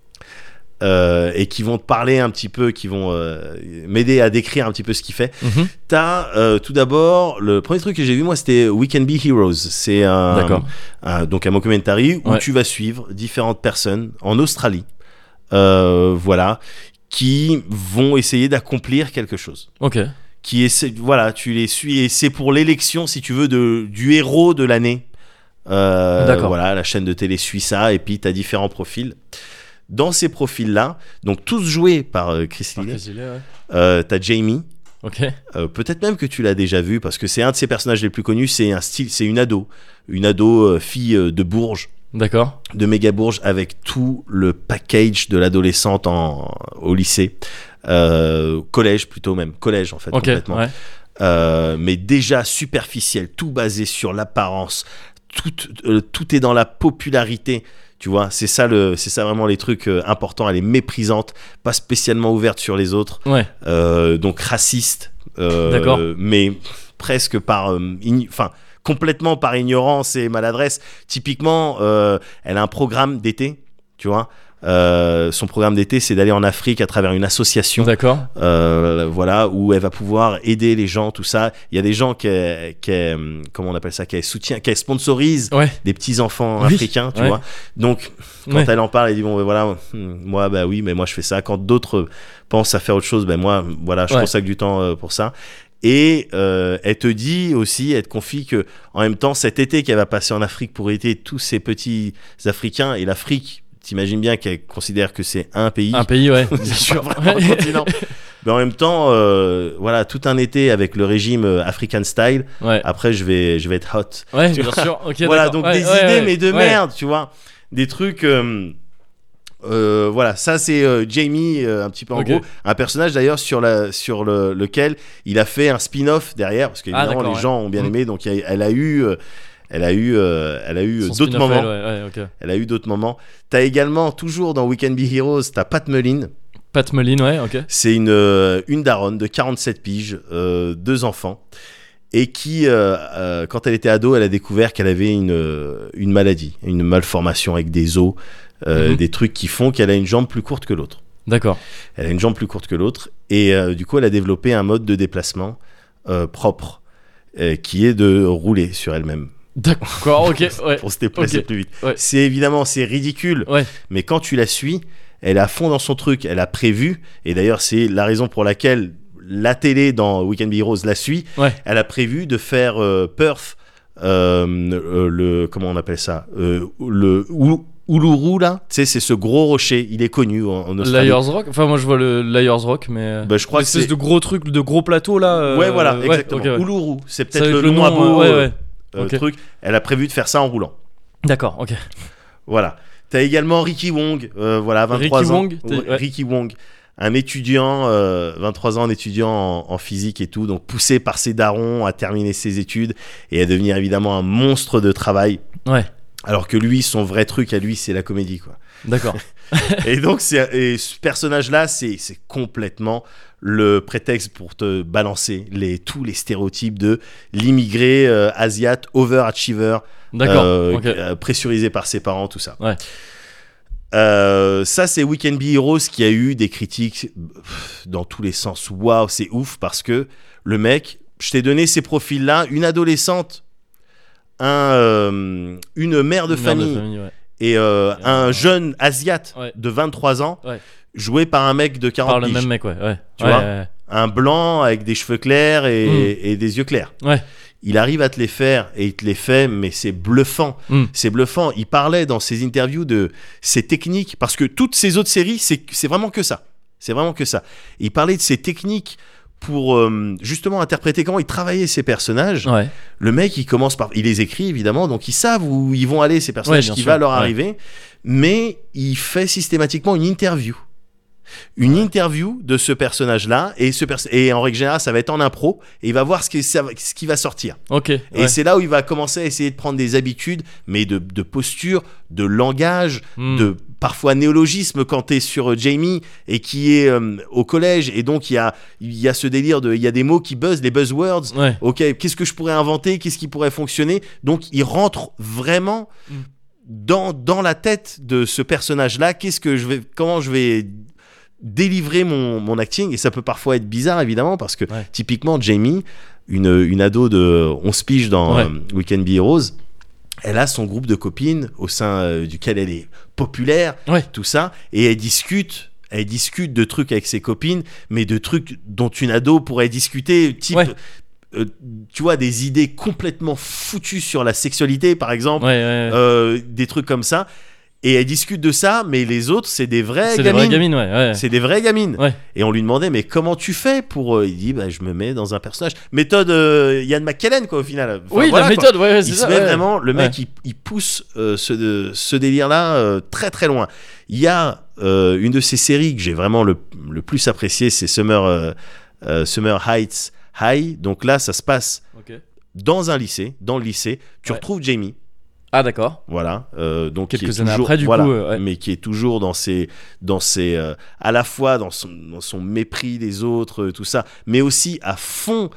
euh, et qui vont te parler un petit peu, qui vont euh, m'aider à décrire un petit peu ce qu'il fait. Mhm. T'as euh, tout d'abord le premier truc que j'ai vu moi, c'était We Can Be Heroes. C'est un, D'accord. un- donc un mockumentary où Ouais. tu vas suivre différentes personnes en Australie, euh, voilà, qui vont essayer d'accomplir quelque chose. Ok. Qui essaie, voilà, tu les suis et c'est pour l'élection, si tu veux, de, du héros de l'année. Euh, D'accord. Voilà, la chaîne de télé suit ça et puis tu as différents profils. Dans ces profils-là, donc tous joués par euh, Chris Ah, Lilly, Chris Lilly, ouais. euh, t'as Jamie. Ok. Euh, peut-être même que tu l'as déjà vu parce que c'est un de ses personnages les plus connus. C'est un style, c'est une ado, une ado euh, fille euh, de Bourges, D'accord. de méga Bourges, avec tout le package de l'adolescente en, au lycée, euh, collège plutôt même, collège en fait Ok. complètement. Ouais. Euh, mais déjà superficiel, tout basé sur l'apparence, tout, euh, tout est dans la popularité. Tu vois, c'est ça le, c'est ça vraiment les trucs euh, importants. Elle est méprisante, pas spécialement ouverte sur les autres, Ouais. euh, donc raciste, euh, D'accord. mais presque par, euh, ign- enfin complètement par ignorance et maladresse. Typiquement, euh, elle a un programme d'été, tu vois. Euh, son programme d'été, c'est d'aller en Afrique à travers une association. D'accord. Euh, voilà, où elle va pouvoir aider les gens, tout ça. Il y a des gens qui, qui comment on appelle ça, qui soutient, qui sponsorisent Ouais. des petits enfants Oui, africains, tu ouais. vois. Donc, quand Ouais. elle en parle, elle dit bon, ben voilà, hmm, moi, bah oui, mais moi je fais ça. Quand d'autres pensent à faire autre chose, ben moi, voilà, je Ouais. consacre du temps euh, pour ça. Et euh, elle te dit aussi, elle te confie que en même temps, cet été qu'elle va passer en Afrique pour aider tous ces petits Africains et l'Afrique. T'imagines bien qu'elle considère que c'est un pays, Un pays, ouais. Bien c'est sûr. pas vraiment un continent. Mais en même temps, euh, voilà, tout un été avec le régime euh, African style. Ouais. Après, je vais, je vais être hot. Ouais, Tu bien vois. sûr. Ok. Voilà, d'accord. donc Ouais, des ouais, idées, ouais. mais de Ouais. merde, tu vois. Des trucs. euh, euh, voilà, ça c'est euh, Jamie, euh, un petit peu en Ok. gros. Un personnage d'ailleurs sur, la, sur le, lequel il a fait un spin-off derrière, parce qu'évidemment Ah, d'accord, les ouais. gens ont bien Mhm. aimé. Donc il y a- elle a eu. euh, Elle a eu, euh, elle a eu Son d'autres spin-off, moments. elle, ouais, ouais, ok. Elle a eu d'autres moments. T'as également, toujours dans We Can Be Heroes, t'as Pat Mullen. Pat Mullen, ouais, ok. C'est une, euh, une daronne de quarante-sept piges, euh, deux enfants, et qui, euh, euh, quand elle était ado, elle a découvert qu'elle avait une, euh, une maladie, une malformation avec des os, euh, Mhm. des trucs qui font qu'elle a une jambe plus courte que l'autre. D'accord. Elle a une jambe plus courte que l'autre, et euh, du coup, elle a développé un mode de déplacement euh, propre, euh, qui est de rouler sur elle-même D'accord, ok. Ouais. pour se déplacer Ok. plus vite. Ouais. C'est évidemment, c'est ridicule, Ouais. mais quand tu la suis, elle est à fond dans son truc, elle a prévu, et d'ailleurs c'est la raison pour laquelle la télé dans We Can Be Heroes la suit, Ouais. elle a prévu de faire euh, Perth, euh, euh, le, comment on appelle ça, euh, le Ulu- Uluru là, tu sais c'est ce gros rocher, il est connu en, en Australie. Liars Rock. Enfin, moi je vois le Liars Rock, mais. Bah, je crois que L'espèce c'est- de gros truc, de gros plateau là. euh, Ouais voilà, exactement, ok, ouais. Uluru, c'est Ça peut-être va le, être nom à beau euh, euh, ouais, ouais. euh, Ok. truc, elle a prévu de faire ça en roulant. D'accord, ok. Voilà. T'as également Ricky Wong, euh, voilà, vingt-trois Ricky ans. Wong, t'es- Ouais, ouais. Ricky Wong, un étudiant, euh, vingt-trois ans, un étudiant en, en physique et tout, donc poussé par ses darons à terminer ses études et à devenir évidemment un monstre de travail. Ouais, Alors que lui, son vrai truc à lui, c'est la comédie, quoi. d'accord. Et donc, c'est, et ce personnage-là, c'est, c'est complètement le prétexte pour te balancer les, tous les stéréotypes de l'immigré euh, asiate, overachiever, D'accord, euh, ok. euh, pressurisé par ses parents, tout ça. Ouais. Euh, ça, c'est We Can Be Heroes qui a eu des critiques pff, dans tous les sens. Waouh, c'est ouf parce que le mec, je t'ai donné ces profils-là, une adolescente, un, euh, une mère de Une mère famille, de famille, ouais. et euh, Et un un- jeune asiate Ouais. de vingt-trois ans, Ouais. joué par un mec de Par quarante le piges. même mec, ouais. ouais. Tu ouais, vois ouais, Un blanc avec des cheveux clairs et, Mm. et des yeux clairs. Ouais. Il arrive à te les faire et il te les fait, mais c'est bluffant. Mm. C'est bluffant. Il parlait dans ses interviews de ses techniques, parce que toutes ces autres séries, c'est, c'est vraiment que ça. C'est vraiment que ça. Il parlait de ses techniques pour euh, justement interpréter comment il travaillait ses personnages. Ouais. Le mec, il commence par... Il les écrit, évidemment, donc ils savent où ils vont aller, ces personnages, Ouais, bien qui sûr. va leur Ouais. arriver. Mais il fait systématiquement une interview. Une Ouais. interview de ce personnage-là. Et, ce perso- et en règle générale, ça va être en impro. Et il va voir ce qui, ça va- ce qui va sortir. Ok. Et ouais. c'est là où il va commencer à essayer de prendre des habitudes, mais de, de posture, de langage, Mm. de parfois néologisme quand tu es sur euh, Jamie et qui est euh, au collège. Et donc, il y a, il y a ce délire de. Il y a des mots qui buzzent, les buzzwords. Ouais. Ok, qu'est-ce que je pourrais inventer? Qu'est-ce qui pourrait fonctionner? Donc, il rentre vraiment Mm. dans, dans la tête de ce personnage-là. Qu'est-ce que je vais. Comment je vais délivrer mon, mon acting? Et ça peut parfois être bizarre, évidemment, parce que Ouais. typiquement, Jamie, une, une ado de onze piges dans Ouais. euh, We Can Be Heroes, elle a son groupe de copines au sein euh, duquel elle est populaire, Ouais. tout ça, et elle discute. Elle discute de trucs avec ses copines, mais de trucs dont une ado pourrait discuter, type, Ouais. euh, tu vois, des idées complètement foutues sur la sexualité, par exemple, Ouais, ouais, ouais. euh, des trucs comme ça. Et elle discute de ça, mais les autres, c'est des vraies c'est des gamines. vraies gamines, ouais. ouais. C'est des vraies gamines. Ouais. Et on lui demandait, mais comment tu fais pour. euh, Il dit, bah, je me mets dans un personnage. Méthode euh, Ian McKellen, quoi, au final. Enfin, oui, voilà, la quoi. méthode, ouais, ouais, c'est Il ça. se met ouais. vraiment, le mec, Ouais. il, il pousse euh, ce, de- ce délire-là euh, très très loin. Il y a euh, une de ces séries que j'ai vraiment le, le plus apprécié, c'est Summer, euh, euh, Summer Heights High. Donc là, ça se passe Ok. dans un lycée, dans le lycée. Tu Ouais. retrouves Jamie. Ah, d'accord. Voilà, euh, donc qui Quelques est années toujours- après, du voilà, coup, euh, ouais. mais qui est toujours dans ses, dans ses, euh, à la fois dans son, dans son mépris des autres, euh, tout ça, mais aussi à fond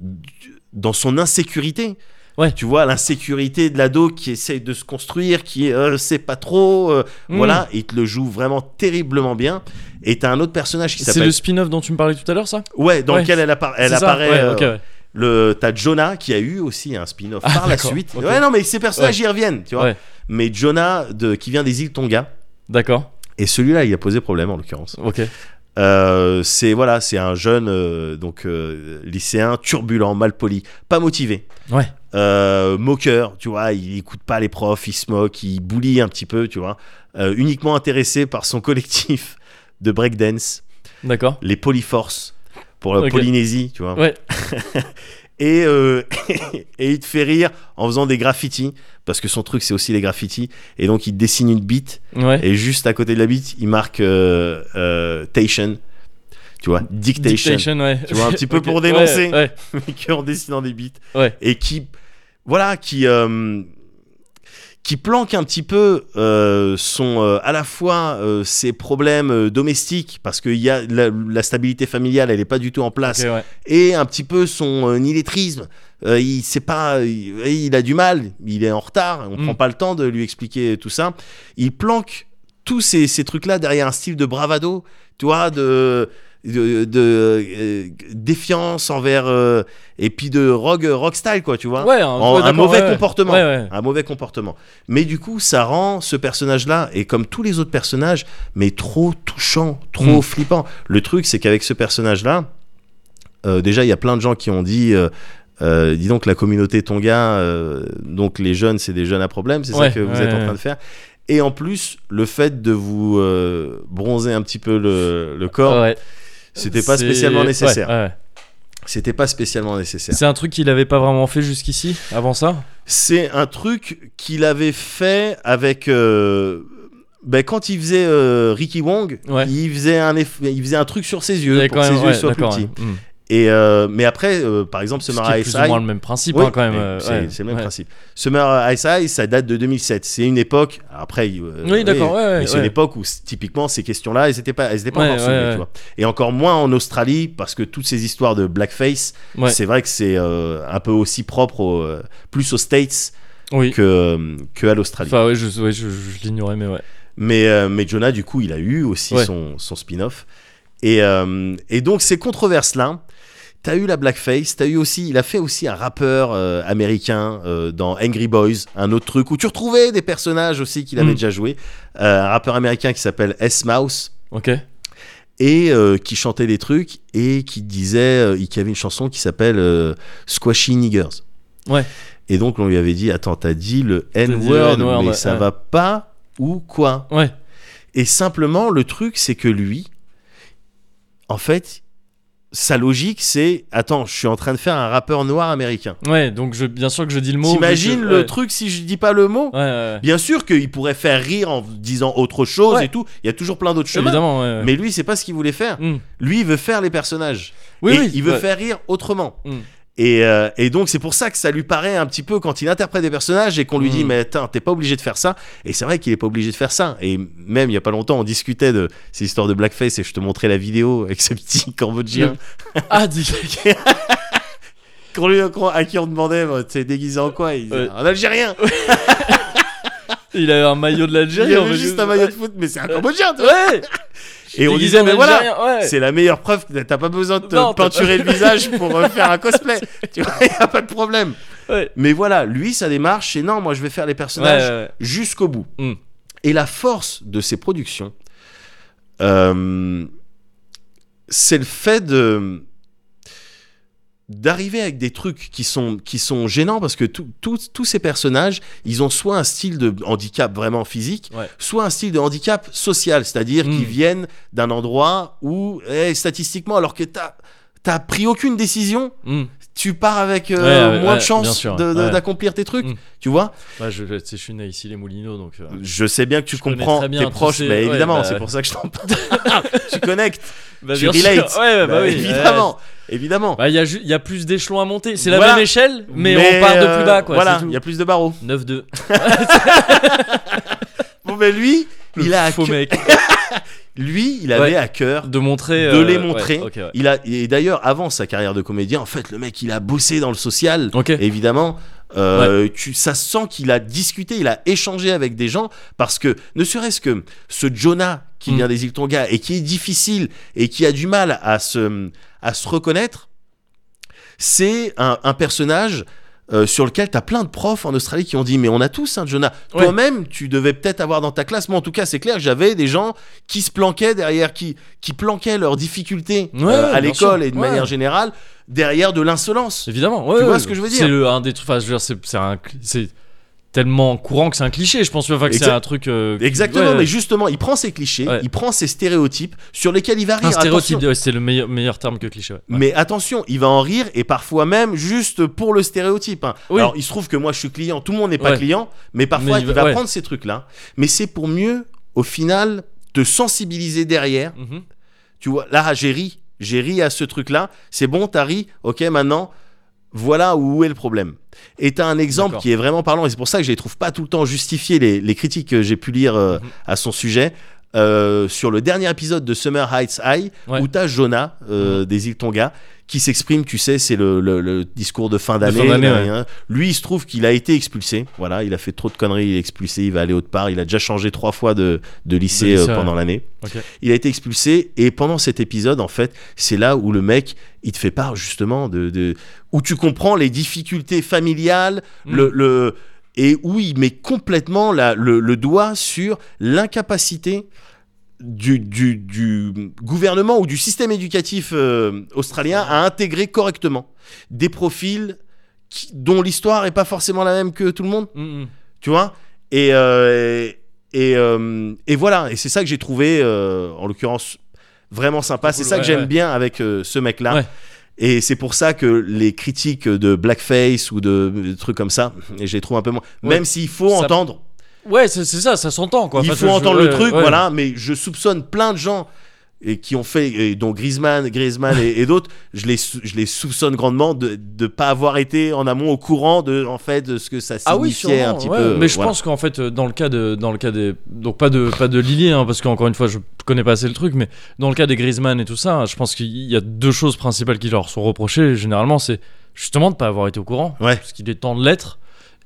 du- dans son insécurité. Ouais. Tu vois l'insécurité de l'ado qui essaye de se construire, qui euh, sait pas trop, euh, Mm. voilà, et il te le joue vraiment terriblement bien. Et t'as un autre personnage qui C'est s'appelle, le spin-off dont tu me parlais tout à l'heure, ça ouais, dans Ouais. lequel elle, appara- elle C'est ça apparaît. Ouais, euh, ok, ouais. le, t'as Jonah qui a eu aussi un spin-off Ah, par la d'accord, suite. ok. Ouais, non, mais ces personnages Ouais. y reviennent, tu vois. Ouais. Mais Jonah de, qui vient des îles Tonga. D'accord. Et celui-là, il a posé problème en l'occurrence. Ok. Euh, c'est voilà, c'est un jeune euh, donc euh, lycéen turbulent, malpoli, pas motivé, Ouais. euh, moqueur, tu vois, il écoute pas les profs, il se moque, il bully un petit peu, tu vois, euh, uniquement intéressé par son collectif de breakdance, D'accord. les Polyforce pour la Ok. Polynésie, tu vois. Ouais. Et, euh, et il te fait rire en faisant des graffitis, parce que son truc c'est aussi les graffitis, et donc il te dessine une bite. Ouais. Et juste à côté de la bite, il marque euh, euh, Tation. Tu vois, Dictation. Dictation, ouais. Tu vois, un petit peu Ok. pour dénoncer. Ouais. Mais que en dessinant des bites. Ouais. Et qui, voilà, qui, euh, qui planque un petit peu euh, son, euh, à la fois euh, ses problèmes euh, domestiques, parce que y a la, la stabilité familiale, elle n'est pas du tout en place, Ok, ouais. et un petit peu son euh, illettrisme. Euh, il sait pas, il, il a du mal, il est en retard, on Mm. prend pas le temps de lui expliquer tout ça. Il planque tous ces, ces trucs-là derrière un style de bravado, tu vois, de, de, de, euh, défiance envers, euh, et puis de rock, rock style, quoi, tu vois. Ouais, un, En- ouais, un d'accord, mauvais ouais, ouais. comportement. Ouais, ouais. Un mauvais comportement. Mais du coup, ça rend ce personnage-là, et comme tous les autres personnages, mais trop touchant, trop Mm. flippant. Le truc, c'est qu'avec ce personnage-là, euh, déjà, il y a plein de gens qui ont dit... Euh, euh, dis donc la communauté Tonga, euh, donc les jeunes, c'est des jeunes à problème, c'est Ouais, ça que vous ouais, êtes en ouais. train de faire. Et en plus, le fait de vous euh, bronzer un petit peu le, le corps, Ouais. c'était pas C'est- spécialement nécessaire. ouais, ouais. C'était pas spécialement nécessaire. C'est un truc qu'il avait pas vraiment fait jusqu'ici, avant ça. C'est un truc qu'il avait fait avec. euh, ben, quand il faisait euh, Ricky Wong, Ouais. il, faisait un eff- il faisait un truc sur ses Il y yeux avait pour que quand ses même- yeux ouais, soient plus d'accord, petits. ouais. Mm. Et euh, mais après, euh, par exemple, Ce Summer qui est Ice plus ou High, moins le même principe, oui, hein, quand même. mais euh, c'est, ouais. c'est le même Ouais. principe. Summer Ice High, ça date de deux mille sept. C'est une époque. Après, euh, Oui, d'accord, ouais, ouais, mais c'est ouais. une époque où c- typiquement ces questions-là, elles n'étaient pas, elles étaient pas Ouais, encore soulevées, ouais, ouais. tu vois. Et encore moins en Australie, parce que toutes ces histoires de blackface, Ouais. c'est vrai que c'est euh, un peu aussi propre, au, euh, plus aux States Oui. que euh, que à l'Australie. Enfin, ouais, je, ouais, je, je, je l'ignorais, mais ouais. Mais, euh, mais Jonah, du coup, il a eu aussi Ouais. son, son spin-off. Et, euh, et donc, ces controverses-là, t'as eu la blackface, t'as eu aussi, il a fait aussi un rappeur euh, américain euh, dans Angry Boys, un autre truc où tu retrouvais des personnages aussi qu'il avait Mm. déjà joué. Euh, un rappeur américain qui s'appelle S-Mouse. Ok. Et euh, qui chantait des trucs et qui disait, euh, qui avait une chanson qui s'appelle euh, Squashy Niggers. Ouais. Et donc on lui avait dit, attends, t'as dit le dit le N-word, N-word, mais ouais, ça ouais. va pas ou quoi? Ouais. Et simplement, le truc, c'est que lui, en fait, sa logique, c'est, attends, je suis en train de faire un rappeur noir américain. Ouais. Donc je, bien sûr que je dis le mot. T'imagines vu que- le ouais. truc si je dis pas le mot? Ouais, ouais, ouais. Bien sûr qu'il pourrait faire rire en disant autre chose Ouais. et tout. Il y a toujours plein d'autres chemins. Évidemment. Ouais, ouais. Mais lui, c'est pas ce qu'il voulait faire. Mm. Lui, il veut faire les personnages. Oui, et oui. il veut ouais. faire rire autrement. Mm. Et, euh, et donc, c'est pour ça que ça lui paraît un petit peu quand il interprète des personnages et qu'on lui Mm. dit, mais attends, t'es pas obligé de faire ça. Et c'est vrai qu'il est pas obligé de faire ça. Et même il y a pas longtemps, on discutait de ces histoires de blackface et je te montrais la vidéo avec ce petit cambodgien. Ah, dis. Qu'on lui- qu'on- à qui on demandait, bah, t'es déguisé en quoi? Il disait, Ouais. en algérien. Il avait un maillot de Il l'Algérie. avait en fait. juste un maillot de foot, mais c'est un cambodgien, tu vois. Ouais. Et on Déguisé disait, en mais voilà, Algérien, ouais. c'est la meilleure preuve que t'as pas besoin de te Non, t'as peinturer le visage pour euh, faire un cosplay. Tu vois, y a pas de problème. Ouais. Mais voilà, lui, sa démarche, c'est non, moi je vais faire les personnages Ouais, ouais, ouais. jusqu'au bout. Mm. Et la force de ces productions, euh, c'est le fait de d'arriver avec des trucs qui sont, qui sont gênants parce que tout- tout- tous ces personnages, ils ont soit un style de handicap vraiment physique, Ouais. soit un style de handicap social, c'est-à-dire Mm. qu'ils viennent d'un endroit où, eh, statistiquement, alors que t'as t'as pris aucune décision, Mm. tu pars avec euh, Ouais, ouais, moins ouais, de chances bien sûr, de- de- ouais. d'accomplir tes trucs, Mm. tu vois. Ouais, je, je, tu sais, je suis né ici les Moulineaux, donc. euh, Je sais bien que tu Je connais comprends très bien tes tous proches, ces- mais ouais, évidemment, bah, c'est ouais. pour ça que je t'en parle. Tu connectes, Bah, tu bien sûr. relates. Ouais, bah, Bah, oui. évidemment, évidemment. Bah, il y a ju- il y a plus d'échelons à monter. C'est la Voilà. même échelle, mais, on part de euh, plus bas, quoi. Voilà, c'est tout. il y a plus de barreaux. neuf deux. Bon, ben lui, Le il a à faux cœur- mec. lui, il avait Ouais. à cœur De montrer. de euh, les ouais, montrer. ok, ouais. Il a et d'ailleurs avant sa carrière de comédien, en fait, le mec, il a bossé dans le social. Ok. Évidemment, euh, tu, ça sent qu'il a discuté, il a échangé avec des gens parce que ne serait-ce que ce Jonah qui Mm. vient des îles Tonga et qui est difficile et qui a du mal à se à se reconnaître, c'est un, un personnage. Euh, sur lequel t'as plein de profs en Australie qui ont dit mais on a tous un hein, Jonah. Ouais. Toi-même tu devais peut-être avoir dans ta classe. Moi en tout cas c'est clair que j'avais des gens qui se planquaient derrière, qui qui planquaient leurs difficultés Ouais, euh, à bien l'école sûr. et de Ouais. manière générale derrière de l'insolence. Évidemment. Ouais, Tu vois ouais, ce que je veux C'est dire le un des trucs. Enfin, je veux dire, c'est c'est un. C'est tellement courant que c'est un cliché. Je pense enfin, que c'est Exact- un truc. euh, qui- Exactement, ouais, ouais. mais justement il prend ces clichés, Ouais. il prend ces stéréotypes sur lesquels il va rire. Un stéréotype, Attention. ouais, c'est le meilleur, meilleur terme que cliché. Ouais. Mais attention, il va en rire et parfois même juste pour le stéréotype. hein. Oui. Alors il se trouve que moi je suis client, tout le monde n'est pas Ouais. client, mais parfois Mais il il va va- ouais. prendre ces trucs-là. Mais c'est pour mieux, au final, te sensibiliser derrière. Mhm. Tu vois, là j'ai ri, j'ai ri à ce truc-là. C'est bon, t'as ri, ok, maintenant, voilà où est le problème. Et t'as un exemple D'accord. qui est vraiment parlant, et c'est pour ça que je les trouve pas tout le temps justifiés, les, les critiques que j'ai pu lire euh, Mhm. à son sujet. Euh, sur le dernier épisode de Summer Heights High, Ouais. où t'as Jonah euh, Mhm. des îles Tonga qui s'exprime, tu sais, c'est le, le- le discours de fin d'année. fin d'année, là, ouais. hein. Lui, il se trouve qu'il a été expulsé. Voilà, il a fait trop de conneries, il est expulsé, il va aller autre part. Il a déjà changé trois fois de, de lycée, De lycée, euh, pendant ouais. l'année. Ok. Il a été expulsé et pendant cet épisode, en fait, c'est là où le mec, il te fait part justement de, de où tu comprends les difficultés familiales, Mm. le, le et où il met complètement la, le, le doigt sur l'incapacité du, du, du gouvernement ou du système éducatif euh, australien à intégrer correctement des profils qui- dont l'histoire est pas forcément la même que tout le monde, Mhm. tu vois. Et euh, et, euh, et voilà, et c'est ça que j'ai trouvé, euh, en l'occurrence, vraiment sympa. C'est C'est cool, ça que ouais, j'aime ouais. bien avec euh, ce mec-là. Ouais. Et c'est pour ça que les critiques de blackface ou de, de trucs comme ça, et je les trouve un peu moins. Ouais. Même s'il faut Ça- entendre, Ouais, c'est c'est ça, ça s'entend quoi. il Enfin, faut je- entendre ouais, le truc, ouais. voilà. Mais je soupçonne plein de gens et qui ont fait, et dont Griezmann, Griezmann et, et d'autres, je les, sou- je les soupçonne grandement de ne pas avoir été en amont au courant de, en fait, de ce que ça Ah oui, signifiait sûrement, un petit ouais. peu. Mais je voilà. pense qu'en fait, euh, dans le cas de, dans le cas des, donc pas de, pas de Lily, hein, parce qu'encore une fois, je connais pas assez le truc, mais dans le cas des Griezmann et tout ça, je pense qu'il y a deux choses principales qui leur sont reprochées. Généralement, c'est justement de pas avoir été au courant, Ouais. parce qu'il est temps de l'être.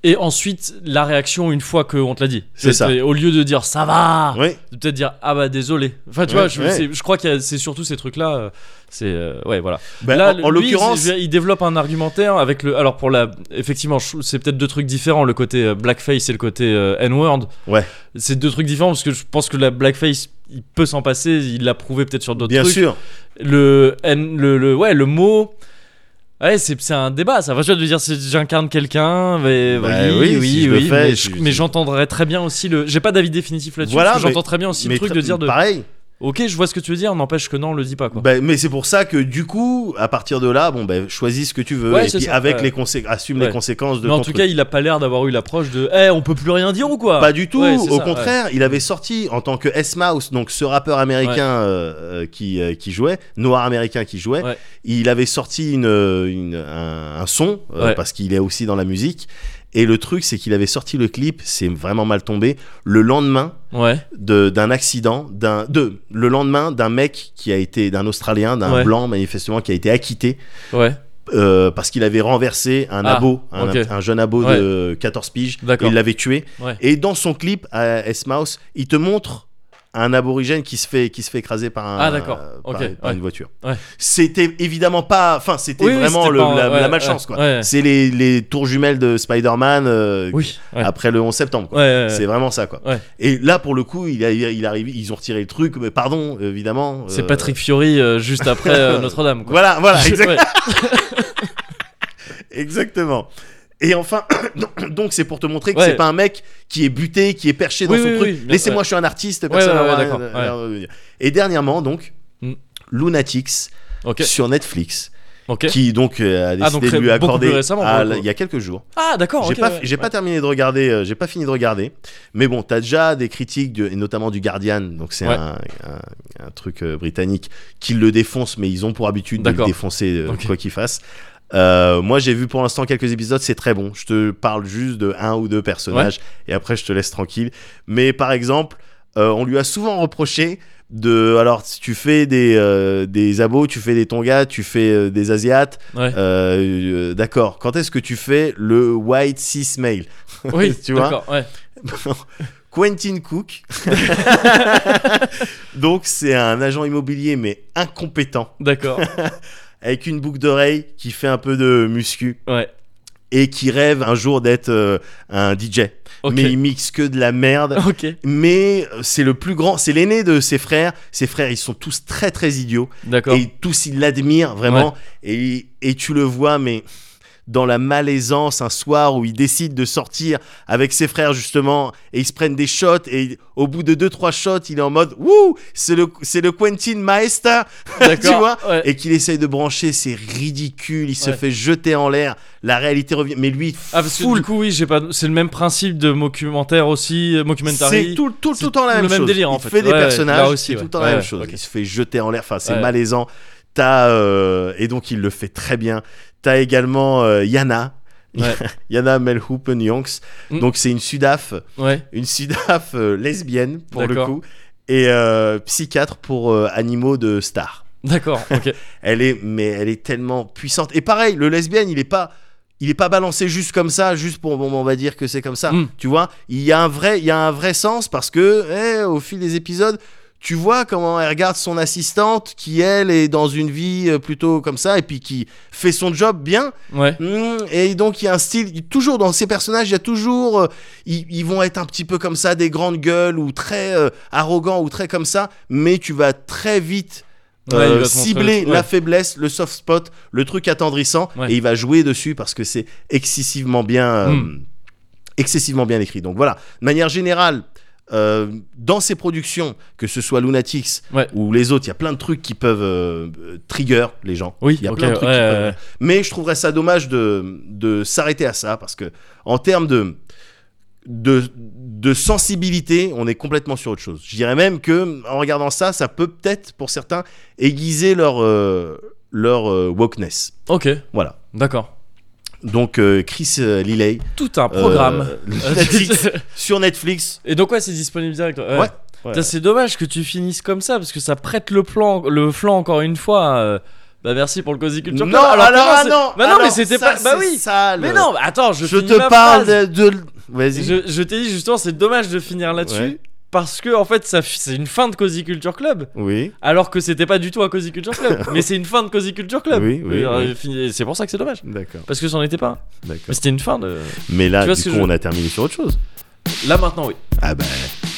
Et ensuite, la réaction une fois qu'on te l'a dit. C'est ça. Au lieu de dire ça va, Oui. de peut-être dire ah bah désolé. Enfin, tu Ouais, vois, je, ouais. c'est- je crois que c'est surtout ces trucs-là. euh, C'est euh, ouais, voilà. Ben, Là, en, en lui, l'occurrence, il, il développe un argumentaire avec le. Alors pour la, effectivement, je- c'est peut-être deux trucs différents, le côté euh, blackface et le côté euh, N-word. Ouais. C'est deux trucs différents parce que je pense que la blackface, il peut s'en passer. Il l'a prouvé peut-être sur d'autres bien trucs. sûr. Le, N- le, le, ouais, le mot. Ouais, c'est, c'est un débat, ça. Enfin, je veux dire, c'est, j'incarne quelqu'un, mais Bah oui, oui, oui, si je le oui, fais, mais, si- je- mais j'entendrais très bien aussi le. J'ai pas d'avis définitif là-dessus. Voilà, parce que mais- j'entends très bien aussi Mais le truc tra- de dire de. pareil. Ok, je vois ce que tu veux dire, n'empêche que non, on le dit pas quoi. Bah, mais c'est pour ça que du coup, à partir de là, bon, ben, choisis ce que tu veux Ouais, et c'est puis ça, avec ouais. les consé- assume Ouais. les conséquences de Mais en ton tout truc. cas, il a pas l'air d'avoir eu l'approche de Eh, on peut plus rien dire ou quoi. Pas du tout, Ouais, c'est au ça, contraire, il avait sorti en tant que S-Mouse, donc ce rappeur américain Ouais. euh, euh, qui, euh, qui jouait, noir américain qui jouait, Ouais. il avait sorti une, une- un, un son, euh, Ouais. parce qu'il est aussi dans la musique, et le truc c'est qu'il avait sorti le clip, c'est vraiment mal tombé, le lendemain Ouais. de, d'un accident, d'un, de, le lendemain d'un mec qui a été, d'un Australien, d'un Ouais. blanc manifestement, qui a été acquitté, Ouais. euh, parce qu'il avait renversé un Ah, abo, un, ok. un jeune abo Ouais. de quatorze piges, D'accord. il l'avait tué. Ouais. Et dans son clip à S-Mouse, il te montre un aborigène qui se fait, qui se fait écraser par, un, Ah, d'accord. par, Ok, par ouais. une voiture. Ouais. C'était évidemment pas. Enfin, c'était Oui, oui, vraiment c'était le- pas- la, ouais, la malchance, ouais, quoi. ouais. C'est les, les tours jumelles de Spider-Man euh, Oui. Ouais. après le onze septembre, quoi. Ouais, ouais, ouais. C'est vraiment ça, quoi. Ouais. Et là, pour le coup, il, a, il arrive, ils ont retiré le truc, mais pardon, évidemment. C'est euh, Patrick Fiori euh, juste après euh, Notre-Dame. Quoi. Voilà, voilà, exact- Ouais. exactement. Et enfin, donc c'est pour te montrer que Ouais. c'est pas un mec qui est buté, qui est perché dans Oui, son oui, truc. oui, bien- Laissez-moi, ouais. je suis un artiste. Ouais, Personne ouais, n'a ouais, rien- d'accord, rien à dire. Et dernièrement, donc, Mm. Lunatics Ok. sur Netflix, Ok. qui donc euh, a décidé Ah, donc, de lui beaucoup accorder plus récemment, à- pour le coup. il y a quelques jours. Ah, d'accord. J'ai ok, pas, ouais, j'ai ouais. pas terminé de regarder, euh, j'ai pas fini de regarder, mais bon, t'as déjà des critiques, de, et notamment du Guardian, donc c'est Ouais. un, un, un truc euh, britannique, qui le défonce, mais ils ont pour habitude de le D'accord. défoncer euh, Ok. quoi qu'il fasse. Euh, moi, j'ai vu pour l'instant quelques épisodes, c'est très bon. Je te parle juste de un ou deux personnages, et après je te laisse tranquille. Mais par exemple, euh, on lui a souvent reproché de, alors si tu fais des euh, des abos, tu fais des tongas, tu fais euh, des asiates, Ouais. euh, euh, d'accord. Quand est-ce que tu fais le white cis male? Oui, tu vois. d'accord. Ouais. Quentin Cook. Donc c'est un agent immobilier mais incompétent, D'accord. avec une boucle d'oreille, qui fait un peu de muscu Ouais. et qui rêve un jour d'être euh, un D J. Ok. Mais il mixe que de la merde. Ok. Mais c'est le plus grand, c'est l'aîné de ses frères. Ses frères, ils sont tous très très idiots. D'accord. Et tous, ils l'admirent vraiment. Et, et tu le vois, mais dans la malaisance, un soir où il décide de sortir avec ses frères, justement, et ils se prennent des shots. Et au bout de deux trois shots, il est en mode wouh, c'est le, c'est le Quentin Maester. D'accord. Tu vois. Ouais. Et qu'il essaye de brancher, c'est ridicule. Il se Ouais. fait jeter en l'air. La réalité revient. Mais lui, Ah, parce que full. du coup, oui, j'ai pas. C'est le même principe de documentaire aussi, euh, mockumentary. C'est tout, tout, C'est tout le temps la le même même chose. délire, en il fait. fait des Ouais, personnages, là aussi, c'est ouais. tout le temps Ouais, la même ouais, chose. ok. Il se fait jeter en l'air. Enfin, c'est Ouais. malaisant. T'as euh, et donc il le fait très bien. T'as également euh, Yana. Ouais. Yana Melhupen-Jonks. Mm. Donc c'est une Sudaf, Ouais. une Sudaf euh, lesbienne pour le D'accord. coup, et euh, psychiatre pour euh, animaux de stars. D'accord. Ok. Elle est, mais elle est tellement puissante. Et pareil, le lesbienne, il est pas, il est pas balancé juste comme ça, juste pour, bon, on va dire que c'est comme ça. Mm. Tu vois, il y a un vrai, il y a un vrai sens parce que, eh, au fil des épisodes, tu vois comment elle regarde son assistante qui, elle, est dans une vie euh, plutôt comme ça et puis qui fait son job bien. Ouais. Mm, et donc, il y a un style, toujours dans ces personnages, il y a toujours, euh, ils, ils vont être un petit peu comme ça, des grandes gueules ou très euh, arrogants ou très comme ça, mais tu vas très vite Ouais, euh, il va te montrer cibler le truc, la ouais. faiblesse, le soft spot, le truc attendrissant, Ouais. et il va jouer dessus parce que c'est excessivement bien, euh, Mm. excessivement bien écrit. Donc voilà, de manière générale, euh, dans ses productions, que ce soit Lunatics Ouais. ou les autres, il y a plein de trucs qui peuvent euh, euh, trigger les gens. Oui. Il y a ok, plein de trucs ouais, qui ouais, peuvent- ouais. Mais je trouverais ça dommage de, de s'arrêter à ça parce que en termes de, de, de sensibilité, on est complètement sur autre chose. Je dirais même que en regardant ça, ça peut peut-être pour certains aiguiser leur, euh, leur euh, wokeness. Ok. Voilà. D'accord. Donc euh, Chris euh, Lilley, Tout un programme. euh, Netflix, sur Netflix. Et donc ouais, c'est disponible direct. Ouais. Ouais. Putain, c'est dommage que tu finisses comme ça parce que ça prête le plan, le flanc encore une fois. euh, Bah merci pour le Cozy Culture Club. Non, alors, comment ah c'est- non. Bah non, alors, mais c'était ça, pas. Bah c'est oui. sale. Mais non, attends, je, Je finis te ma parle phrase. de. de... Vas-y. Je, je t'ai dit justement, c'est dommage de finir là-dessus. Ouais. Parce que en fait, ça, fi- c'est une fin de Cozy Culture Club. Oui. Alors que c'était pas du tout un Cozy Culture Club. Mais c'est une fin de Cozy Culture Club. Oui, oui, Et, euh, oui. fini- C'est pour ça que c'est dommage. D'accord. Parce que c'en était pas un. Mais D'accord. c'était une fin de. Mais là, Tu vois du ce coup, que je- on a terminé sur autre chose. Là maintenant, oui. Ah bah.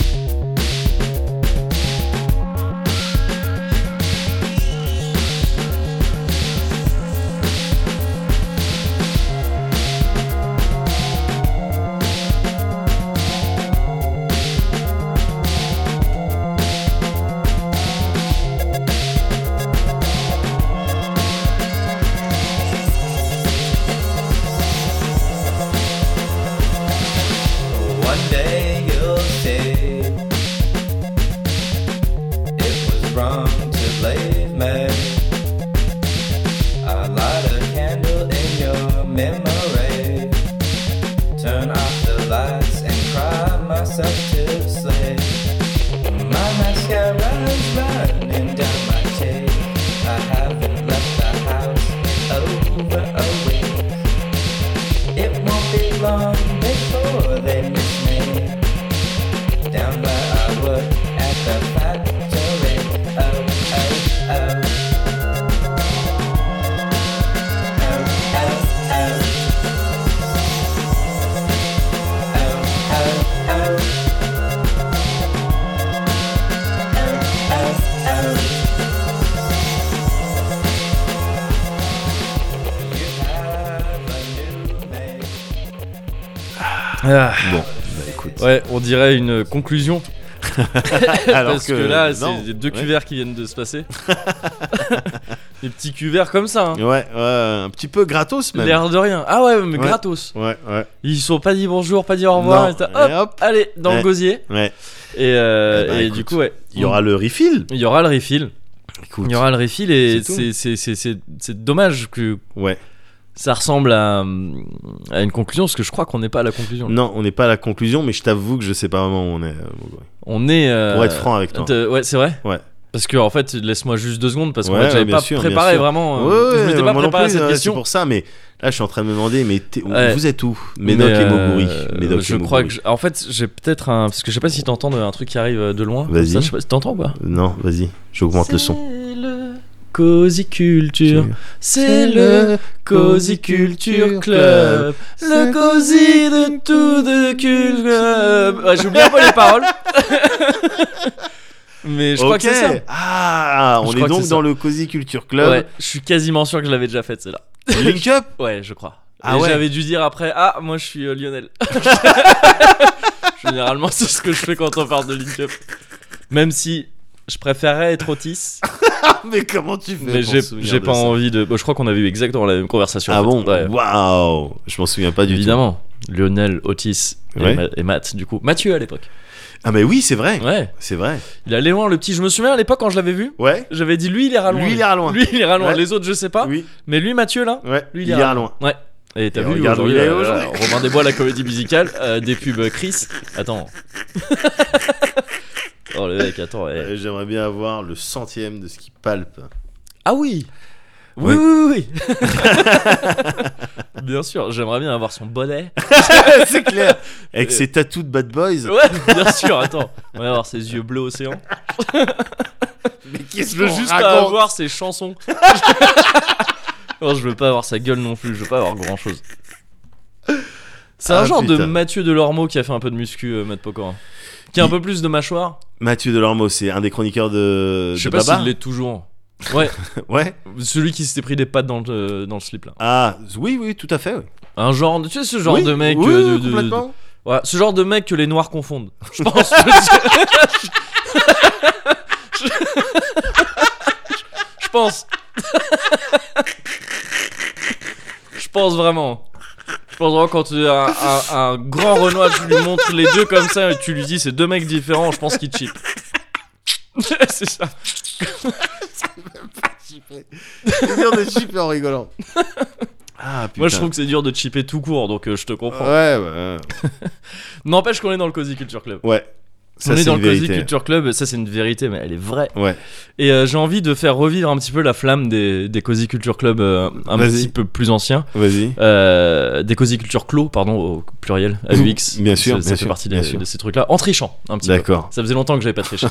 One day you'll see it was wrong to leave me. I light a candle in your memory, turn off the lights and cry myself to sleep. My mascara's running down my cheek. I haven't left the house over a week. It won't be long before they miss me down where I work at the factory. Oh, oh, oh. Oh, oh, oh. Oh, oh, oh. Oh, oh, oh. You have a new mate. Ah. Bon, bah écoute. Ouais, on dirait une conclusion. Alors Parce que, là, c'est non. les deux Ouais. cuverts qui viennent de se passer. Des petits cuverts comme ça. Hein. Ouais, ouais, un petit peu gratos même. L'air de rien. Ah ouais, mais Ouais. gratos. Ouais, ouais. Ils sont pas dit bonjour, pas dit au revoir. Non. et t'as- Et hop, hop. allez, dans Ouais. le gosier. Ouais. Et, euh, Eh ben, et écoute, du coup, ouais. Il y aura le refill. Il y aura le refill. Écoute. Il y aura le refill et C'est tout. c'est, c'est, c'est, c'est, c'est dommage que Ouais. ça ressemble à, à une conclusion parce que je crois qu'on n'est pas à la conclusion. Non, on n'est pas à la conclusion, mais je t'avoue que je sais pas vraiment où on est. euh, Moguri. On est. euh, Pour être franc avec toi. de- ouais, c'est vrai. Ouais. Parce que en fait, laisse-moi juste deux secondes parce que Ouais, moi, j'avais bien pas sûr, bien préparé sûr. vraiment. euh, Ouais, ouais, je m'étais pas moi non préparé à plus, cette ouais, question. C'est pour ça, mais là, je suis en train de me demander, mais t'es- Ouais. vous êtes où, Médoc Mais, et Moguri euh, Médoc Je et crois Moguri. que. je- En fait, j'ai peut-être un. Parce que je sais pas si t'entends un truc qui arrive de loin. Vas-y. Ça, je sais pas si t'entends ou pas. Non, vas-y, j'augmente le son. C'est le Cozy Culture. C'est le Cozy Culture Club. Le Cozy de tout de Club. Ouais, j'oublie un peu les paroles. Mais je crois Ok. que c'est ça. Ah, on Je est crois que donc c'est dans ça. le Cozy Culture Club. Ouais, je suis quasiment sûr que je l'avais déjà faite celle-là. Link Up. Ouais, je crois. Ah Et ouais. j'avais dû dire après, ah, moi je suis euh, Lionel. Généralement, c'est ce que je fais quand on parle de Link Up. Même si je préférerais être Otis, Mais comment tu fais mais pour j'ai te souvenir j'ai de pas ça envie de. Bon, je crois qu'on avait eu exactement la même conversation. Ah en fait. bon. Ouais. Waouh. Je m'en souviens pas du Évidemment. Lionel, Otis et, Ouais. Ma- et Matt, du coup. Mathieu à l'époque. tout. Ah mais oui, c'est vrai. Ouais. C'est vrai. Il allait loin, le petit. Je me souviens à l'époque quand je l'avais vu, Ouais. j'avais dit lui il ira loin. Lui, il ira loin. Lui il ira loin. Ouais. Les autres, je sais pas. Oui. Mais lui, Mathieu là, Ouais. lui il il, ira loin. Ouais. Et t'as Et vu regarde où aujourd'hui, il est euh, aujourd'hui. euh, Robin des Bois, la comédie musicale, euh, des pubs euh, Chris. Attends. Oh le mec, attends. eh. Euh, J'aimerais bien avoir le centième de ce qui palpe. Ah oui. Oui, Oui. oui, oui, oui. Bien sûr, j'aimerais bien avoir son bonnet. C'est clair. Avec ses tatous de bad boys. Ouais, bien sûr, attends. On va avoir ses yeux bleus océan. Mais qu'est-ce Je veux qu'on juste raconte pas avoir ses chansons. Non, je veux pas avoir sa gueule non plus, je veux pas avoir grand chose. C'est un Ah, genre de putain. Mathieu Delormeau qui a fait un peu de muscu, euh, Matt Pokora. Qui a un Il- peu plus de mâchoire. Mathieu Delormeau, c'est un des chroniqueurs de, Je sais de pas Baba. s'il l'est toujours. Ouais, Ouais. celui qui s'était pris des pattes dans le, dans le slip là. Ah, oui, oui, tout à fait. Oui. Un genre, tu sais, ce genre Oui, de mec. oui, euh, de, oui, de- complètement. de- ouais, ce genre de mec que les noirs confondent. Je pense. je... je pense. Je pense vraiment. Je pense vraiment quand tu as un, un, un grand Renoir, tu lui montres les deux comme ça et tu lui dis c'est deux mecs différents, je pense qu'il cheat. C'est ça. C'est dur de chipper en rigolant. Ah, putain. Moi je trouve que c'est dur de chipper tout court donc euh, je te comprends. Ouais, ouais. N'empêche qu'on est dans le Cozy Culture Club. Ouais. Ça, on est c'est dans une le Cozy vérité. Culture Club, ça c'est une vérité, mais elle est vraie. Ouais. Et euh, j'ai envie de faire revivre un petit peu la flamme des, des Cozy Culture Club euh, un Vas-y. petit peu plus anciens. Vas-y. Euh, des Cozy Culture Clos, pardon, au pluriel, A U X. Bien sûr, ça, ça bien fait sûr, partie bien des- sûr. de ces trucs-là. En trichant, un petit peu. D'accord. Ça faisait longtemps que j'avais pas triché.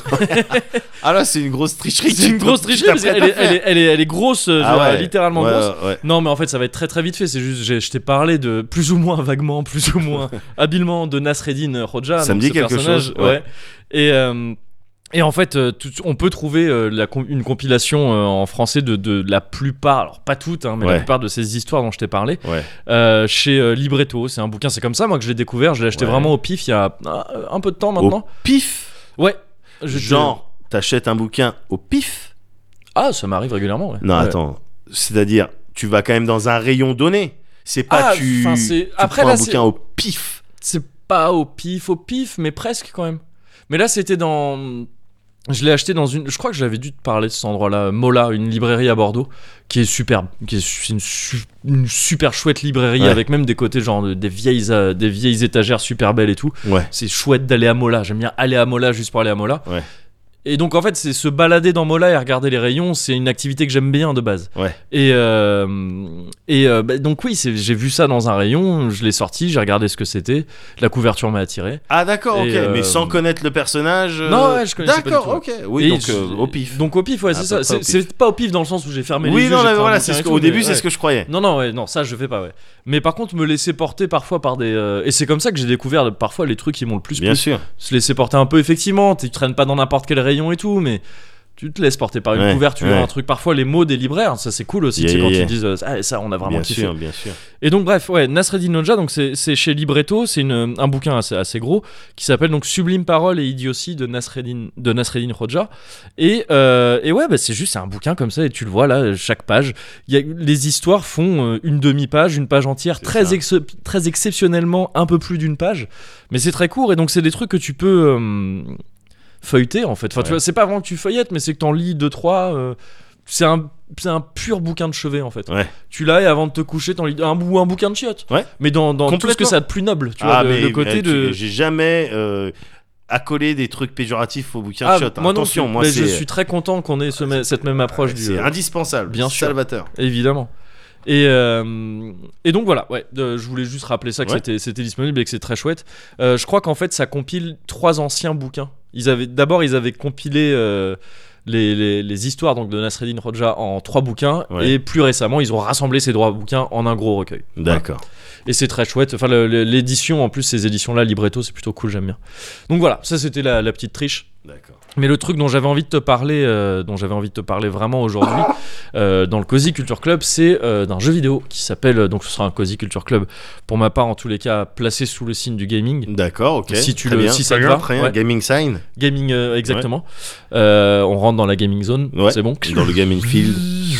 Ah là, c'est une grosse tricherie. C'est une grosse tricherie parce qu'elle est, elle est, elle est, elle est grosse, euh, Ah genre, ouais. littéralement Ouais, grosse. ouais. Non, mais en fait, ça va être très très vite fait. C'est juste, j'ai- je t'ai parlé de plus ou moins vaguement, plus ou moins habilement de Nasreddin Hoxha. Ça me donc dit ce quelque personnage, chose, ouais. Et, euh, et en fait, euh, tout- on peut trouver euh, la, com- une compilation euh, en français de, de la plupart, alors pas toutes, hein, mais Ouais. la plupart de ces histoires dont je t'ai parlé, Ouais. euh, chez euh, Libretto. C'est un bouquin, c'est comme ça, moi, que je l'ai découvert. Je l'ai acheté Ouais. vraiment au pif il y a euh, un peu de temps maintenant. Au pif. Ouais. Je- Genre, t'achètes un bouquin au pif. Ah, ça m'arrive régulièrement, ouais. Non, Ouais. attends. C'est-à-dire, tu vas quand même dans un rayon donné. C'est pas Ah, tu, 'fin, c'est- tu après, prends là, un c'est- bouquin au pif. C'est pas au pif, au pif, mais presque quand même. Mais là, c'était dans. Je l'ai acheté dans une. Je crois que j'avais dû te parler de cet endroit-là. Mola, une librairie à Bordeaux, qui est superbe. Qui est c'est une, su- une super chouette librairie Ouais. avec même des côtés genre de- des vieilles, euh, des vieilles étagères super belles et tout. Ouais. C'est chouette d'aller à Mola. J'aime bien aller à Mola juste pour aller à Mola. Ouais. Et donc en fait, c'est se balader dans Mola et regarder les rayons, c'est une activité que j'aime bien de base. Ouais. Et, euh, et euh, bah, donc oui, c'est- j'ai vu ça dans un rayon, je l'ai sorti, j'ai regardé ce que c'était, la couverture m'a attiré. Ah d'accord, ok. Et, euh, Mais sans connaître le personnage. euh, Non, ouais, je connaissais pas du D'accord, tout. ok. Oui, Et donc je- euh, au pif. Donc au pif, ouais, À c'est peu ça. près au C'est pif. c'est pas au pif dans le sens où j'ai fermé les Oui, yeux. non, j'ai mais pris un voilà, bouquin c'est ce et que- tout, au début, mais c'est ouais. ce que je croyais. Non, non, ouais, non, ça je fais pas, ouais. Mais par contre, me laisser porter parfois par des. euh, Et c'est comme ça que j'ai découvert parfois les trucs qui m'ont le plus Bien plu. sûr. Se laisser porter un peu, effectivement. Tu traînes pas dans n'importe quel rayon et tout, mais. Tu te laisses porter par une Ouais, couverture, ouais. un truc. Parfois, les mots des libraires, ça c'est cool aussi, Yeah, tu sais, quand yeah, ils disent euh, ah, ça, on a vraiment Bien kiffé. sûr, bien sûr. Et donc bref, ouais, Nasreddin Hoxha, donc c'est c'est chez Libretto, c'est une- un bouquin assez, assez gros qui s'appelle donc Sublime Parole et Idiotie de Nasreddin de Nasreddin Hoxha. Et euh, et ouais, bah, c'est juste c'est un bouquin comme ça et tu le vois là, chaque page, il y a, les histoires font euh, une demi-page, une page entière, C'est très ça. ex- très exceptionnellement un peu plus d'une page, mais c'est très court et donc c'est des trucs que tu peux euh, feuilleter en fait. Enfin, tu Ouais. vois, c'est pas vraiment que tu feuillettes, mais c'est que t'en lis deux trois. euh, c'est un c'est un pur bouquin de chevet en fait. Ouais. Tu l'as et avant de te coucher, t'en lis un, ou un bouquin de chiottes. Ouais. Mais dans, dans tout ce que Complètement. ça a de plus noble, tu Ah, vois, le, mais le côté euh, de. tu- j'ai jamais euh, accolé des trucs péjoratifs au bouquin Ah, de shot. moi non Attention, plus. moi mais c'est je suis très content qu'on ait ce mê- cette même approche du. c'est euh, indispensable. bien sûr. Salvateur. Évidemment. Et, euh, et donc voilà, ouais, euh, je voulais juste rappeler ça que Ouais. c'était, c'était disponible et que c'est très chouette. Euh, je crois qu'en fait ça compile trois anciens bouquins. Ils avaient, d'abord ils avaient compilé euh, les, les, les histoires donc, de Nasreddin Hoxha en trois bouquins Ouais. et plus récemment ils ont rassemblé ces trois bouquins en un gros recueil. D'accord. Et c'est très chouette. Enfin, le- le- l'édition, en plus, ces éditions-là, Libretto, c'est plutôt cool, j'aime bien. Donc voilà, ça c'était la, la petite triche. D'accord. Mais le truc dont j'avais envie de te parler, euh, dont j'avais envie de te parler vraiment aujourd'hui, euh, dans le Cozy Culture Club, c'est euh, d'un jeu vidéo qui s'appelle, euh, donc ce sera un Cozy Culture Club, pour ma part en tous les cas, placé sous le signe du gaming. D'accord, ok. Si tu Très le- bien, si ça très te bien, va, très bien. ouais. Gaming sign. Gaming, euh, exactement. Euh, on rentre dans la gaming zone, Ouais. c'est bon. Dans le gaming field.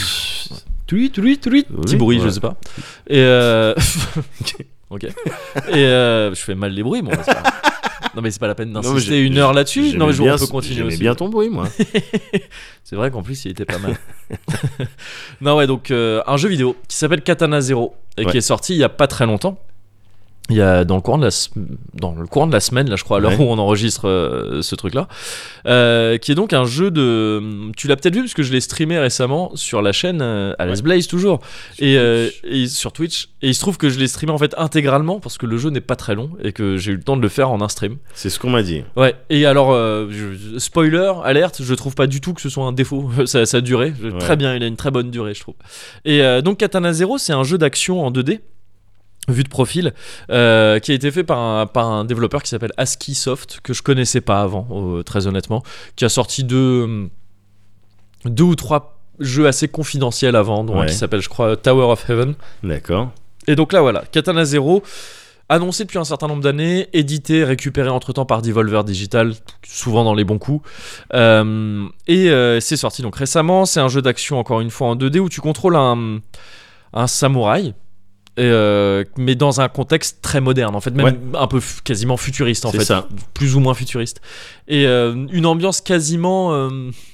Tweet, tweet, tweet. Oui, Petit bruit, ouais. je sais pas. Et euh... ok. Et euh... je fais mal les bruits, moi. c'est pas- Non mais c'est pas la peine Non, mais d'insister j'ai- une heure là-dessus. J'aimais Non mais je- bien on peut ce- continuer J'aimais aussi. bien ton bruit, moi. C'est vrai qu'en plus il était pas mal. Non ouais, donc euh, un jeu vidéo qui s'appelle Katana Zero et Ouais. qui est sorti il y a pas très longtemps. Il y a dans le courant de la se- dans le courant de la semaine là je crois à l'heure Ouais. où on enregistre euh, ce truc là, euh, qui est donc un jeu de. Tu l'as peut-être vu parce que je l'ai streamé récemment sur la chaîne euh, Alice Blaze toujours et, euh, et sur Twitch et il se trouve que je l'ai streamé en fait intégralement parce que le jeu n'est pas très long et que j'ai eu le temps de le faire en un stream. C'est ce qu'on m'a dit. Ouais, et alors, euh, je- spoiler, alerte, je trouve pas du tout que ce soit un défaut, ça, ça a duré, Je- Ouais. très bien, il a une très bonne durée, je trouve. Et euh, donc Katana Zero, c'est un jeu d'action en deux D, vu de profil, euh, qui a été fait par un, par un développeur qui s'appelle ASCII Soft, que je connaissais pas avant, euh, très honnêtement, qui a sorti deux, deux ou trois jeux assez confidentiels avant, dont un Ouais. qui s'appelle, je crois, Tower of Heaven. D'accord. Et donc là, voilà, Katana Zero, annoncé depuis un certain nombre d'années, édité, récupéré entre-temps par Devolver Digital, souvent dans les bons coups. Euh, et euh, c'est sorti donc récemment. C'est un jeu d'action, encore une fois, en deux D, où tu contrôles un, un samouraï. Et euh, mais dans un contexte très moderne en fait, même Ouais. un peu f- quasiment futuriste en C'est fait, ça. plus ou moins futuriste, et euh, une ambiance quasiment euh,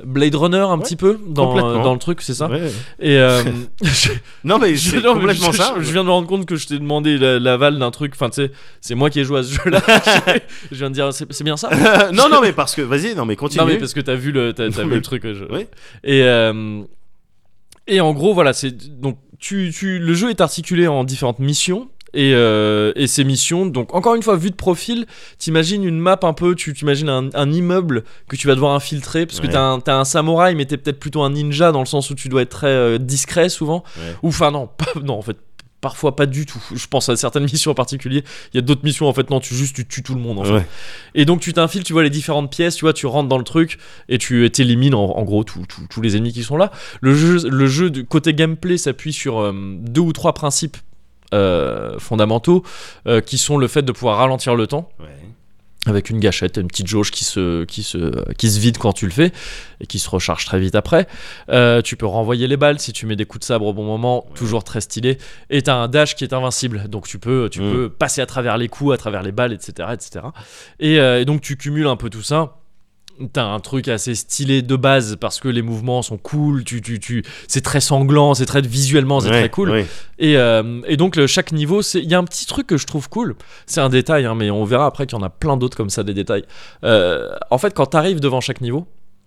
Blade Runner un Ouais, petit peu dans, complètement. dans le truc, c'est ça. Ouais. Et euh, je, Non, mais je- c'est non, mais complètement je- ça. Je, je viens de me rendre compte que je t'ai demandé la- l'aval d'un truc. Enfin, tu sais, c'est moi qui ai joué à ce jeu-là. je viens de dire, c'est, c'est bien ça. non, non, mais parce que. Vas-y, non, mais continue. Non mais parce que t'as vu le, t'as, t'as vu le truc. je- Oui. Et euh, et en gros voilà, c'est donc tu, tu le jeu est articulé en différentes missions. Et, euh, et ces missions, donc encore une fois, vue de profil, t'imagines une map un peu, tu t'imagines un, un immeuble que tu vas devoir infiltrer, parce que Ouais. t'as un, t'as un samouraï, mais t'es peut-être plutôt un ninja dans le sens où tu dois être très euh, discret souvent. Ouais. Ou enfin non, pas, non en fait, parfois pas du tout. Je pense à certaines missions en particulier. Il y a d'autres missions en fait, non, tu juste tu tues tout le monde en fait. Ouais. Et donc tu t'infiles, tu vois les différentes pièces, tu vois, tu rentres dans le truc et tu t'élimines en, en gros tous tous- tous les ennemis qui sont là. Le jeu, le jeu du côté gameplay s'appuie sur euh, deux ou trois principes euh, fondamentaux euh, qui sont le fait de pouvoir ralentir le temps Ouais. avec une gâchette, une petite jauge qui se, qui se, qui se vide quand tu le fais et qui se recharge très vite après. Euh, tu peux renvoyer les balles si tu mets des coups de sabre au bon moment, Ouais. toujours très stylé. Et t'as un dash qui est invincible, donc tu peux, tu Mm. peux passer à travers les coups, à travers les balles, et cetera, et cetera. Et, euh, et donc tu cumules un peu tout ça. T'as un truc assez stylé de base parce que les mouvements sont cool, tu, tu, tu, c'est très sanglant, c'est très visuellement, c'est Ouais, très cool. ouais. Et, euh, et donc le, chaque niveau, c'est il y a un petit truc que je trouve cool. C'est un détail, hein, mais on verra après qu'il y en a plein d'autres comme ça, des détails. Euh, en fait, quand t'arrives devant chaque niveau,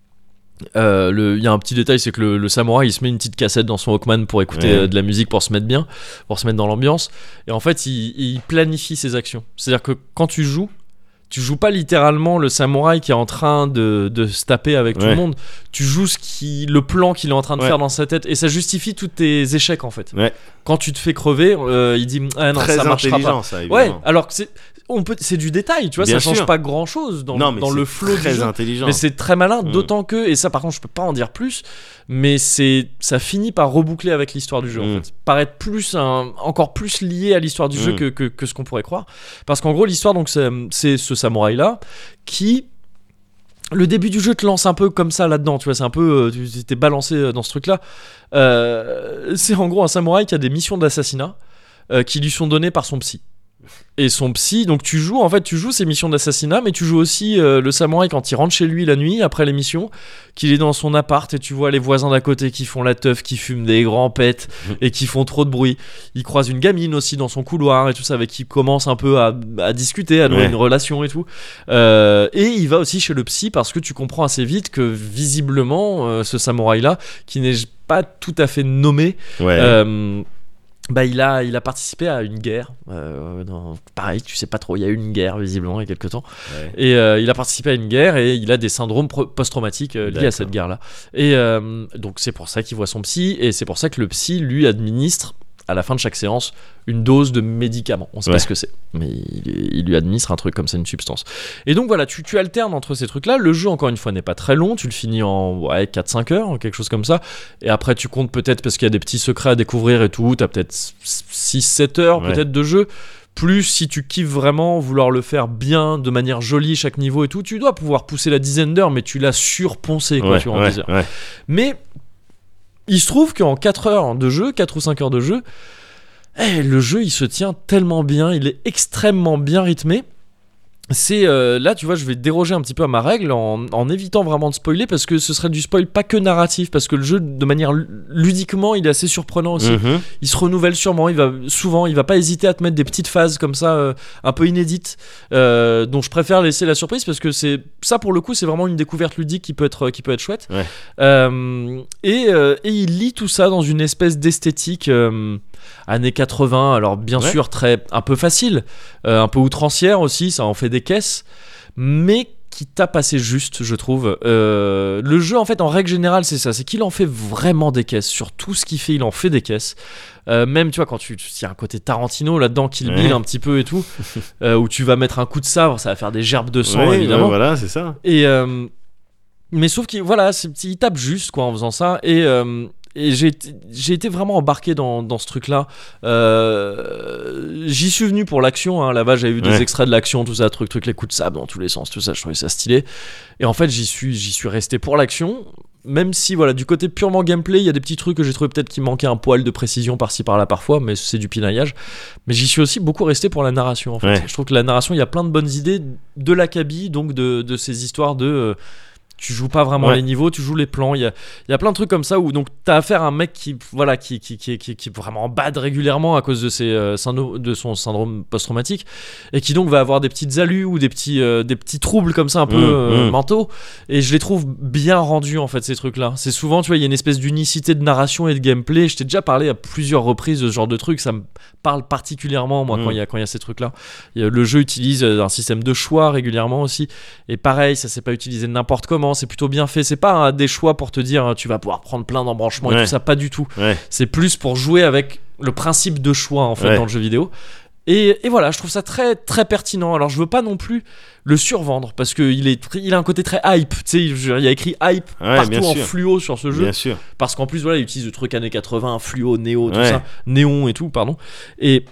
euh, le- il y a un petit détail, c'est que le, le samouraï il se met une petite cassette dans son Walkman pour écouter Ouais. euh, de la musique, pour se mettre bien, pour se mettre dans l'ambiance. Et en fait, il, il planifie ses actions. C'est-à-dire que quand tu joues, tu joues pas littéralement le samouraï qui est en train de, de se taper avec tout Ouais. le monde. Tu joues ce qui, le plan qu'il est en train de Ouais. faire dans sa tête. Et ça justifie tous tes échecs en fait. Ouais. Quand tu te fais crever, euh, il dit ah non, Très ça marchera intelligent, pas. ça, Ouais, évidemment. alors que c'est, on peut, c'est du détail, tu vois, Bien ça change sûr. pas grand chose dans, non, mais dans c'est le flow du très jeu. intelligent. Mais c'est très malin, Mm. d'autant que, et ça par contre je peux pas en dire plus, mais c'est, ça finit par reboucler avec l'histoire du jeu en Mm. fait. Paraître plus un, encore plus lié à l'histoire du jeu Mm. que, que, que ce qu'on pourrait croire. Parce qu'en gros l'histoire donc c'est, c'est ce samouraï là qui... Le début du jeu te lance un peu comme ça là-dedans, tu vois, c'est un peu, euh, tu t'es balancé euh, dans ce truc-là. Euh, c'est en gros un samouraï qui a des missions d'assassinat euh, qui lui sont données par son psy. Et son psy, donc tu joues, en fait, tu joues ces missions d'assassinat, mais tu joues aussi euh, le samouraï quand il rentre chez lui la nuit après les missions, qu'il est dans son appart et tu vois les voisins d'à côté qui font la teuf, qui fument des grands pets et qui font trop de bruit. Il croise une gamine aussi dans son couloir et tout ça, avec qui il commence un peu à, à discuter, à nouer Ouais. une relation et tout. Euh, et il va aussi chez le psy parce que tu comprends assez vite que visiblement, euh, ce samouraï-là, qui n'est pas tout à fait nommé, Ouais. euh, bah il a, il a participé à une guerre. Euh, dans- pareil, tu sais pas trop. Il y a eu une guerre visiblement il y a quelques temps. Ouais. Et euh, il a participé à une guerre et il a des syndromes pro- post-traumatiques euh, liés à D'accord. cette guerre-là. Et euh, donc c'est pour ça qu'il voit son psy et c'est pour ça que le psy lui administre à la fin de chaque séance une dose de médicament. On sait Ouais. pas ce que c'est, mais il, il lui administre un truc comme ça, une substance. Et donc voilà, tu, tu alternes entre ces trucs-là. Le jeu, encore une fois, n'est pas très long. Tu le finis en ouais, quatre cinq heures, quelque chose comme ça. Et après, tu comptes peut-être, parce qu'il y a des petits secrets à découvrir et tout, t'as peut-être six sept heures Ouais. peut-être de jeu. Plus si tu kiffes vraiment vouloir le faire bien, de manière jolie, chaque niveau et tout, tu dois pouvoir pousser la dizaine d'heures, mais tu l'as surponcé quoi, Ouais, tu vois, en ouais, dix heures. ouais. Mais il se trouve qu'en quatre heures de jeu, quatre ou cinq heures de jeu, eh, le jeu il se tient tellement bien, il est extrêmement bien rythmé. C'est euh, là, tu vois, je vais déroger un petit peu à ma règle en, en évitant vraiment de spoiler parce que ce serait du spoil pas que narratif, parce que le jeu, de manière lu- ludiquement, il est assez surprenant aussi. Mhm. Il se renouvelle sûrement, il va souvent, il va pas hésiter à te mettre des petites phases comme ça, euh, un peu inédites, euh, dont je préfère laisser la surprise parce que c'est ça pour le coup, c'est vraiment une découverte ludique qui peut être, qui peut être chouette. Ouais. Euh, et, euh, et il lit tout ça dans une espèce d'esthétique euh, années quatre-vingts, alors bien Ouais. sûr très un peu facile, euh, un peu outrancière aussi, ça en fait des caisses, mais qui tape assez juste, je trouve. Euh, le jeu, en fait, en règle générale, c'est ça, c'est qu'il en fait vraiment des caisses. Sur tout ce qu'il fait, il en fait des caisses. Euh, même, tu vois, quand tu, il y a un côté Tarantino là-dedans, Kill Bill Ouais. un petit peu et tout, euh, où tu vas mettre un coup de sabre, ça va faire des gerbes de sang, Ouais, évidemment. ouais, voilà, c'est ça. Et euh, mais sauf qu'il voilà, c'est- il tape juste quoi en faisant ça. Et euh, et j'ai été- j'ai été vraiment embarqué dans, dans ce truc-là. Euh, J'y suis venu pour l'action. Hein. Là-bas, j'avais vu des Ouais. extraits de l'action, tout ça, truc, truc, les coups de sable dans tous les sens, tout ça. Je trouvais ça stylé. Et en fait, j'y suis, j'y suis resté pour l'action. Même si, voilà, du côté purement gameplay, il y a des petits trucs que j'ai trouvé peut-être qui manquaient un poil de précision par-ci par-là parfois, mais c'est du pinaillage. Mais j'y suis aussi beaucoup resté pour la narration. En fait, Ouais. je trouve que la narration, il y a plein de bonnes idées de l'Akabi, donc de, de ces histoires de euh, tu joues pas vraiment Ouais. les niveaux, tu joues les plans. Il y a, il y a plein de trucs comme ça où donc t'as affaire à un mec qui, voilà, qui, qui, qui, qui, qui est vraiment bad régulièrement à cause de, ses, euh, syndro- de son syndrome post-traumatique et qui donc va avoir des petites allus ou des petits, euh, des petits troubles comme ça un peu Mmh, euh, mmh. mentaux. Et je les trouve bien rendus en fait, ces trucs-là. C'est souvent, tu vois, il y a une espèce d'unicité de narration et de gameplay. Je t'ai déjà parlé à plusieurs reprises de ce genre de truc. Ça me parle particulièrement, moi, Mmh. quand il y a, quand il y a ces trucs-là. Il y a- Le jeu utilise euh, un système de choix régulièrement aussi. Et pareil, ça c'est pas utilisé n'importe comment, c'est plutôt bien fait. C'est pas hein, des choix pour te dire hein, tu vas pouvoir prendre plein d'embranchements et Ouais. tout ça, pas du tout. Ouais. C'est plus pour jouer avec le principe de choix en fait Ouais. dans le jeu vidéo. Et, et voilà, je trouve ça très très pertinent. Alors je veux pas non plus le survendre parce que il est tr- il a un côté très hype. Tu sais, je- il y a écrit hype Ouais, partout bien en sûr. fluo sur ce jeu Bien sûr. parce qu'en plus voilà, il utilise le truc années quatre-vingts, fluo, néo, tout Ouais. ça, néon et tout, pardon. Et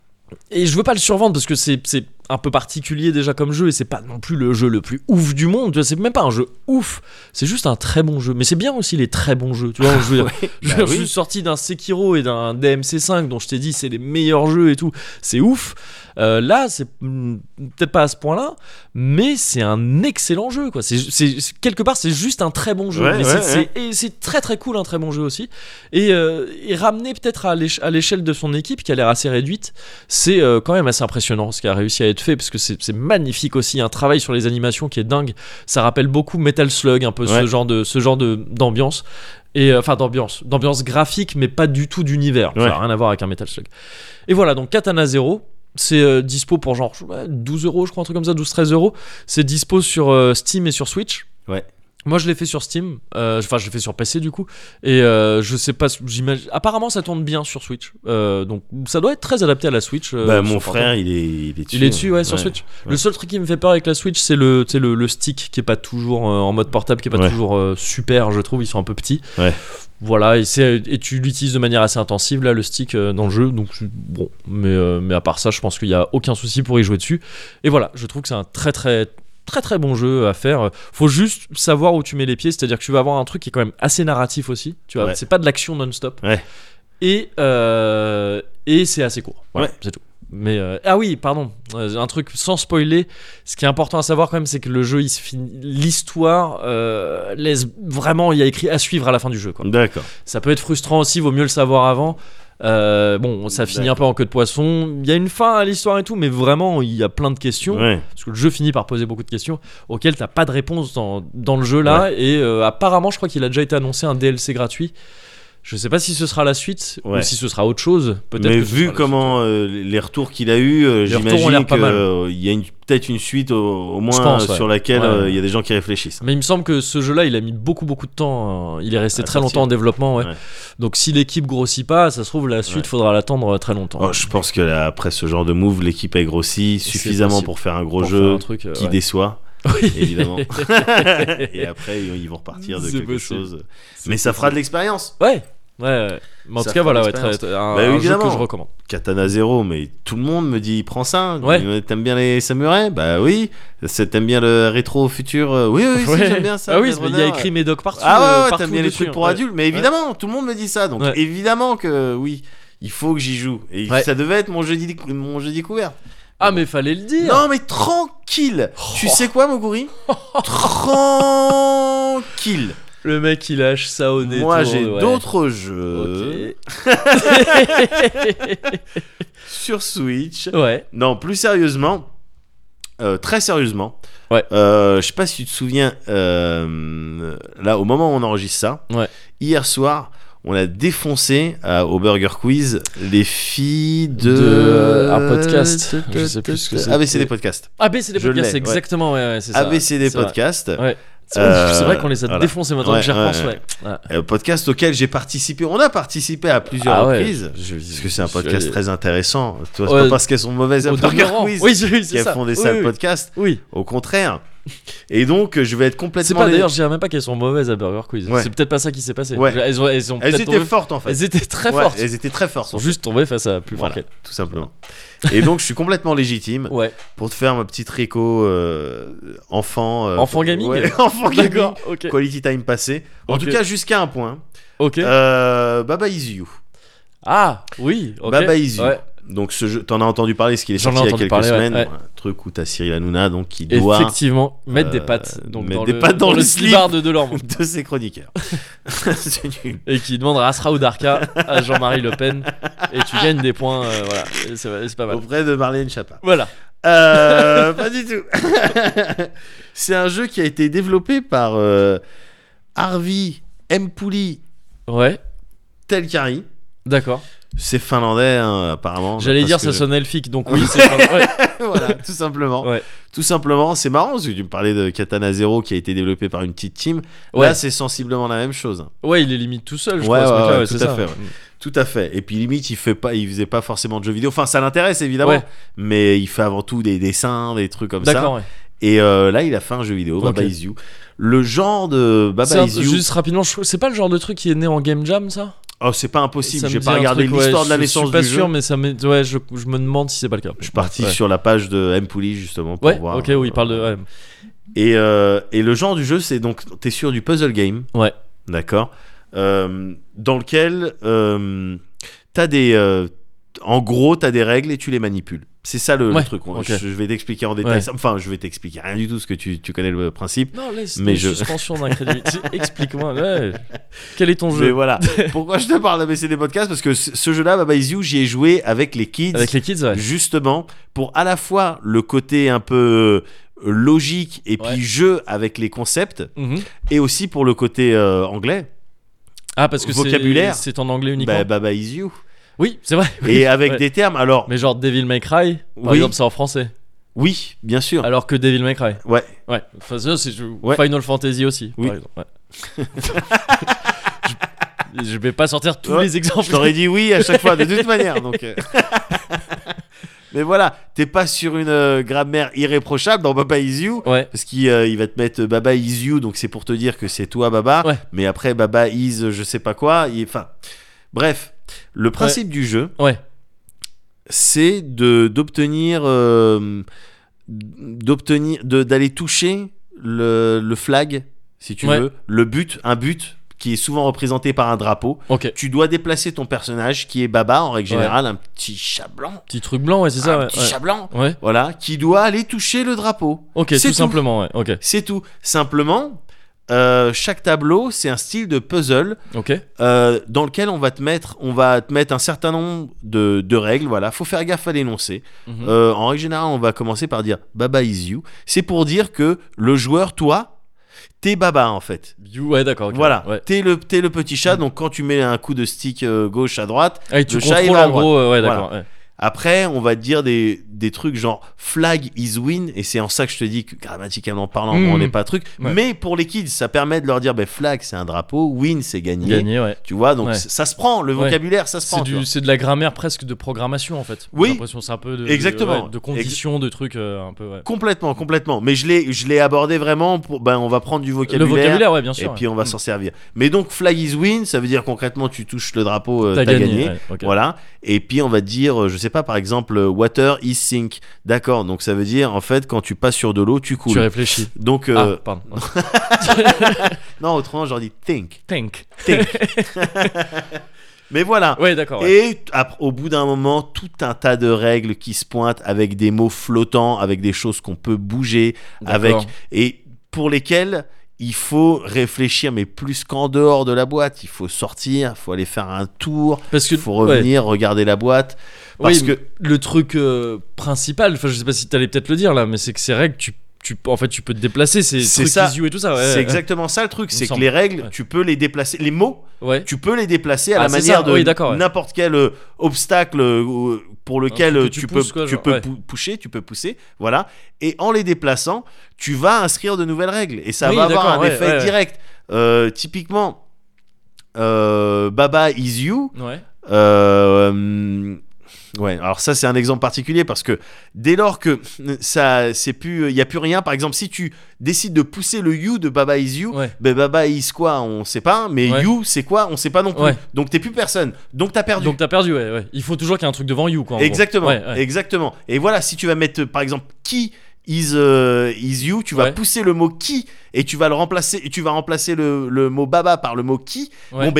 et je veux pas le survendre parce que c'est c'est un peu particulier déjà comme jeu et c'est pas non plus le jeu le plus ouf du monde. Tu vois, c'est même pas un jeu ouf, c'est juste un très bon jeu. Mais c'est bien aussi les très bons jeux. Tu vois, je veux dire, Ouais, je, veux bah dire, je oui. suis sorti d'un Sekiro et d'un D M C cinq dont je t'ai dit c'est les meilleurs jeux et tout. C'est ouf. Euh, là, c'est mm, peut-être pas à ce point-là, mais c'est un excellent jeu. Quoi. C'est, c'est, c'est- quelque part, c'est juste un très bon jeu. Ouais, mais ouais, c'est, ouais. c'est- et c'est très très cool, un très bon jeu aussi. Et, euh, et ramener peut-être à, l'éche- à l'échelle de son équipe, qui a l'air assez réduite, c'est euh, quand même assez impressionnant ce qui a réussi à être fait, parce que c'est, c'est magnifique aussi. Un travail sur les animations qui est dingue. Ça rappelle beaucoup Metal Slug, un peu Ouais. ce genre de ce genre de d'ambiance. Et euh, enfin d'ambiance, d'ambiance graphique, mais pas du tout d'univers. Ça Ouais. n'a rien à voir avec un Metal Slug. Et voilà, donc Katana Zero. C'est euh, dispo pour genre ouais, douze euros, je crois, un truc comme ça, douze treize euros. C'est dispo sur euh, Steam et sur Switch. Ouais. Moi, je l'ai fait sur Steam. euh, Enfin, je l'ai fait sur P C du coup. Et euh, je sais pas, j'imagine. Apparemment, ça tourne bien sur Switch. Euh, donc, ça doit être très adapté à la Switch. euh, Bah, sur mon portable. frère, il est, il est dessus. Il est dessus, ouais, sur Ouais. Switch. Ouais. Le seul truc qui me fait peur avec la Switch, c'est le, tu sais, le, le stick qui est pas toujours euh, en mode portable, qui est pas Ouais. toujours euh, super, je trouve. Ils sont un peu petits. Ouais. Voilà, et, c'est, et tu l'utilises de manière assez intensive, là, le stick euh, dans le jeu. Donc, c'est- bon. Mais, euh, mais à part ça, je pense qu'il y a aucun souci pour y jouer dessus. Et voilà, je trouve que c'est un très, très. Très très bon jeu à faire. Faut juste savoir où tu mets les pieds, c'est-à-dire que tu vas avoir un truc qui est quand même assez narratif aussi. Tu vois, Ouais. c'est pas de l'action non-stop. Ouais. Et euh, et c'est assez court. Voilà, Ouais. c'est tout. Mais euh, ah oui, pardon, Euh, un truc sans spoiler. Ce qui est important à savoir quand même, c'est que le jeu, il se finit, l'histoire euh, laisse vraiment, il y a écrit à suivre à la fin du jeu. Quoi. D'accord. Ça peut être frustrant aussi, vaut mieux le savoir avant. Euh, bon, ça finit un peu en queue de poisson. Il y a une fin à l'histoire et tout, mais vraiment, il y a plein de questions. Ouais. Parce que le jeu finit par poser beaucoup de questions auxquelles t'as pas de réponse dans, dans le jeu là. Et euh, apparemment, je crois qu'il a déjà été annoncé un D L C gratuit. Je sais pas si ce sera la suite Ouais. ou si ce sera autre chose. Peut-être. Mais que ce vu sera la comment euh, les retours qu'il a eu, euh, Les retours ont j'imagine l'air pas mal. qu'il y a une- peut-être une suite au, au moins Je pense, euh, ouais. sur laquelle Ouais. euh, il y a des gens qui réfléchissent. suite. Mais il me semble que ce jeu-là, il a mis beaucoup beaucoup de temps. euh, il est resté À très sortir. longtemps en développement. Ouais. Ouais. Donc si l'équipe grossit pas, ça se trouve la suite, Ouais. faudra l'attendre euh, très longtemps. Oh, je pense que là, après ce genre de move, l'équipe est grossie C'est suffisamment possible. pour faire un gros Pour faire jeu un truc, euh, qui ouais. déçoit, Oui. évidemment. Et après, ils vont repartir de C'est quelque possible. chose. C'est Mais ça possible. fera de l'expérience. Ouais. Ouais, ouais. Mais en Ça tout cas, fera voilà, ouais, l'expérience. très- un, Bah, un jeu évidemment. que je recommande. Katana Zero, mais tout le monde me dit prends ça. Ouais. T'aimes bien les samouraïs? Bah oui. C'est- T'aimes bien le rétro futur? Oui, oui, si, Ouais. j'aime bien ça. Ah oui, Blade mais il y a Runner. écrit Médoc partout. Ah ouais, euh, ouais, partout t'aimes bien les dessus, trucs pour ouais. adultes. Mais évidemment, tout le monde me dit ça. Donc Ouais. évidemment que oui, il faut que j'y joue. Et Ouais. ça devait être mon jeu, di- mon jeu découverte. Ah, mais fallait le dire. Non, mais tranquille. Tu sais quoi, Moguri? Tranquille. Le mec il lâche ça au nez. Moi, tout, j'ai ouais. d'autres jeux Ok. sur Switch. Ouais. Non, plus sérieusement, euh, très sérieusement. Ouais. Euh, je sais pas si tu te souviens, euh, là, au moment où on enregistre ça, Ouais. hier soir, on a défoncé euh, au Burger Quiz les filles de. De, euh, un podcast. Je sais plus ce que c'est. A B C D Podcast. A B C D Je podcasts, l'ai, exactement, ouais, ouais, c'est ça. A B C D C'est vrai. Podcast. Ouais. C'est Euh, c'est vrai qu'on les a voilà. défoncés maintenant Ouais, que j'y repense, ouais, ouais. Ouais. Euh, podcast auquel j'ai participé. On a participé à plusieurs Ah ouais, reprises. je- Parce que c'est un je- podcast je- très intéressant. Toi, c'est Ouais. pas parce qu'elles sont mauvaises à Au Burger demeurant. Quiz Oui, oui, c'est qu'elles ça. font des Oui, sales oui. podcasts. Oui. Au contraire. Et donc, je vais être C'est complètement. pas dé- d'ailleurs, je dirais même pas qu'elles sont mauvaises à Burger Quiz. Ouais. C'est peut-être pas ça qui s'est passé. Ouais. Elles ont, elles ont Elles peut-être étaient tombé- fortes en fait. Elles étaient très Ouais, fortes. Elles étaient très Elles fortes. sont en fait. juste tombées face à plus fort Voilà, qu'elles. tout simplement. Et donc, je suis complètement légitime Ouais. pour te faire ma petite réco euh, enfant. euh, Enfant gaming. Ouais, enfant gaming. D'accord. Ok. Quality time passé. En Ok. tout cas, jusqu'à un point. Ok. Euh, Baba Is You. Ah oui. Ok. Baba Is You. Ouais. Donc ce jeu, t'en as entendu parler, parce qu'il est J'en ai sorti il y a entendu quelques parler, ouais, semaines. ouais. Un truc où t'as Cyril Hanouna donc qui doit Effectivement, mettre des euh, pattes, donc mettre dans des le, pattes dans le slip. slibard de Delorme. de ses chroniqueurs. C'est nul. Et qui demande Rasra ou Darka à Jean-Marie Le Pen. Et tu gagnes des points, euh, voilà. Et C'est c'est pas mal. Auprès de Marlène Schiappa. Voilà. Euh, pas du tout. C'est un jeu qui a été développé par euh, Arvi Mpuli Ouais, Telkari. d'accord. C'est finlandais, hein, apparemment. J'allais parce dire que ça je- sonne elfique, donc oui, c'est pas... ouais. Voilà, tout simplement. Ouais. Tout simplement, c'est marrant parce que tu me parlais de Katana Zero qui a été développé par une petite team. Ouais. Là, c'est sensiblement la même chose. Ouais, il est limite tout seul, je Ouais, crois. ce ouais, mec-là, ouais, c'est tout à ça. fait, ouais. Tout à fait. Et puis limite, il fait pas, il faisait pas forcément de jeux vidéo. Enfin, ça l'intéresse évidemment, Ouais. mais il fait avant tout des dessins, des trucs comme ça. D'accord, ouais. Et euh, là, il a fait un jeu vidéo, Baba Ok. Is You. Le genre de C'est Baba un- Is You. Juste rapidement, je- c'est pas le genre de truc qui est né en Game Jam, ça? Oh, c'est pas impossible. Ça me J'ai dit pas un regardé truc, ouais, l'histoire de la je naissance suis pas du sûr, jeu. mais ça m'est- ouais, je, je me demande si c'est pas le cas. Je suis parti Ouais. sur la page de Mpuli justement pour Ouais, voir. ok, où il parle de. Ouais. Et, euh, et le genre du jeu, c'est donc t'es sur du puzzle game, Ouais. d'accord, euh, dans lequel euh, t'as des, euh, en gros, t'as des règles et tu les manipules. C'est ça le, le Ouais, truc. ok. Je, je vais t'expliquer en détail. Ouais. ça. Enfin, je vais t'expliquer rien du tout, parce que tu, tu connais le principe. Non, laisse Mais mais je- suspension d'incrédulité. Explique-moi. Ouais. Quel est ton Mais jeu voilà. Pourquoi je te parle d'A B C des podcasts? Parce que ce ce jeu-là, Baba Is You, j'y ai joué avec les kids. avec les kids? Ouais. Justement pour à la fois le côté un peu euh, logique et puis Ouais. jeu avec les concepts, Mhm. et aussi pour le côté euh, anglais. Ah, parce que c'est- Vocabulaire. c'est en anglais uniquement. Bah, Baba Is You. Oui, c'est vrai. Et avec Ouais. des termes, alors Mais genre Devil May Cry, par Oui. exemple, c'est en français. oui, bien sûr. Alors que Devil May Cry. Ouais. Ouais. Enfin, ça, c'est Ouais. Final Fantasy aussi. Oui. Par exemple. Ouais. je... je vais pas sortir tous Ouais. les exemples. Je t'aurais dit oui à chaque fois, de toute manière. Donc, euh. Mais voilà, t'es pas sur une euh, grammaire irréprochable dans Baba Is You. Ouais. Parce qu'il euh, il va te mettre Baba Is You, donc c'est pour te dire que c'est toi Baba. Ouais. Mais après Baba Is je sais pas quoi. il- Enfin, bref, le principe du jeu, Ouais. c'est de d'obtenir euh, d'obtenir de- d'aller toucher le, le flag, si tu Ouais. veux, le but, un but qui est souvent représenté par un drapeau. Ok. Tu dois déplacer ton personnage qui est Baba en règle Ouais. générale, un petit chat blanc, Petit truc blanc, ouais, c'est ça. un Ouais. petit ouais. chat blanc, Ouais. voilà, qui doit aller toucher le drapeau. Ok, C'est tout, tout. simplement, ouais. Ok. C'est tout. Simplement, euh, chaque tableau, c'est un style de puzzle Ok. euh, dans lequel on va te mettre, on va te mettre un certain nombre de, de règles. Voilà, faut faire gaffe à l'énoncé. Mhm. Euh, en règle générale, on va commencer par dire Baba Is You. C'est pour dire que le joueur, toi, t'es Baba en fait. You- ouais, d'accord. ok. Voilà, Ouais. t'es le, t'es le petit chat. Donc quand tu mets un coup de stick euh, gauche à droite, Ah, et tu le chat, il contrôles va à en gros, euh, ouais, d'accord. Voilà. ouais. après, on va te dire des, des trucs genre flag is win, et c'est en ça que je te dis que grammaticalement parlant, Mmh. on n'est pas truc. Ouais. Mais pour les kids, ça permet de leur dire ben, flag c'est un drapeau, win c'est gagner. Gagner, ouais. Tu vois, donc Ouais. c- ça se prend, le Ouais. vocabulaire, ça se C'est prend. tu du, vois. c'est de la grammaire presque de programmation en fait. Oui. J'ai l'impression que c'est un peu de, de- Exactement. ouais, de conditions, de trucs euh, un peu. Ouais. Complètement, complètement. Mais je l'ai, je l'ai abordé vraiment pour. Ben, on va prendre du vocabulaire. Le vocabulaire, ouais, bien Et sûr. puis ouais. on va Mm. s'en servir. Mais donc flag is win, ça veut dire concrètement tu touches le drapeau, euh, T'as t'as, gagné. gagné. ouais, ok. Voilà. Et puis on va te dire, euh, je sais pas, par exemple, euh, water is sink. D'accord. Donc ça veut dire en fait quand tu passes sur de l'eau, tu coules. Tu réfléchis. Donc euh, Ah, pardon. non, autrement j'en dis think, Think. think. Mais voilà. Ouais, d'accord. Ouais. Et ap- au bout d'un moment, tout un tas de règles qui se pointent avec des mots flottants, avec des choses qu'on peut bouger, avec D'accord. et pour lesquelles il faut réfléchir, mais plus qu'en dehors de la boîte. Il faut sortir, il faut aller faire un tour, Parce que il faut revenir, regarder la boîte. Parce oui, que le truc euh, principal, enfin je sais pas si t'allais peut-être le dire là, mais c'est que ces règles, tu, tu, en fait, tu peux te déplacer, c'est C'est trucs ça. Is You et tout ça. Ouais, c'est ouais. exactement ça le truc, Il me c'est que semble. les règles, Ouais. tu peux les déplacer. Les mots, Ouais. tu peux les déplacer à Ah, la c'est manière ça. de Oui, d'accord, ouais. n'importe quel euh, obstacle euh, pour lequel truc euh, que tu tu, pousses, peux, quoi, tu genre, peux ouais. pou- pousser, tu peux pousser, voilà. Et en les déplaçant, tu vas inscrire de nouvelles règles et ça Oui, va avoir d'accord, un ouais, effet ouais, ouais. direct. Euh, typiquement, euh, Baba is you. Ouais. Euh, hum, ouais, alors ça c'est un exemple particulier parce que dès lors que ça c'est plus il y a plus rien, par exemple si tu décides de pousser le you de Baba is you, Ouais. ben Baba is quoi on sait pas, mais Ouais. you c'est quoi on sait pas non plus. Ouais. Donc t'es plus personne, donc t'as perdu. Donc t'as perdu, ouais, ouais. Il faut toujours qu'il y ait un truc devant You, quoi. en gros. Exactement, Ouais, ouais. exactement. Et voilà, si tu vas mettre par exemple qui is euh, is you, tu vas Ouais. pousser le mot qui et tu vas le remplacer et tu vas remplacer le, le mot Baba par le mot qui. Ouais. Bon ben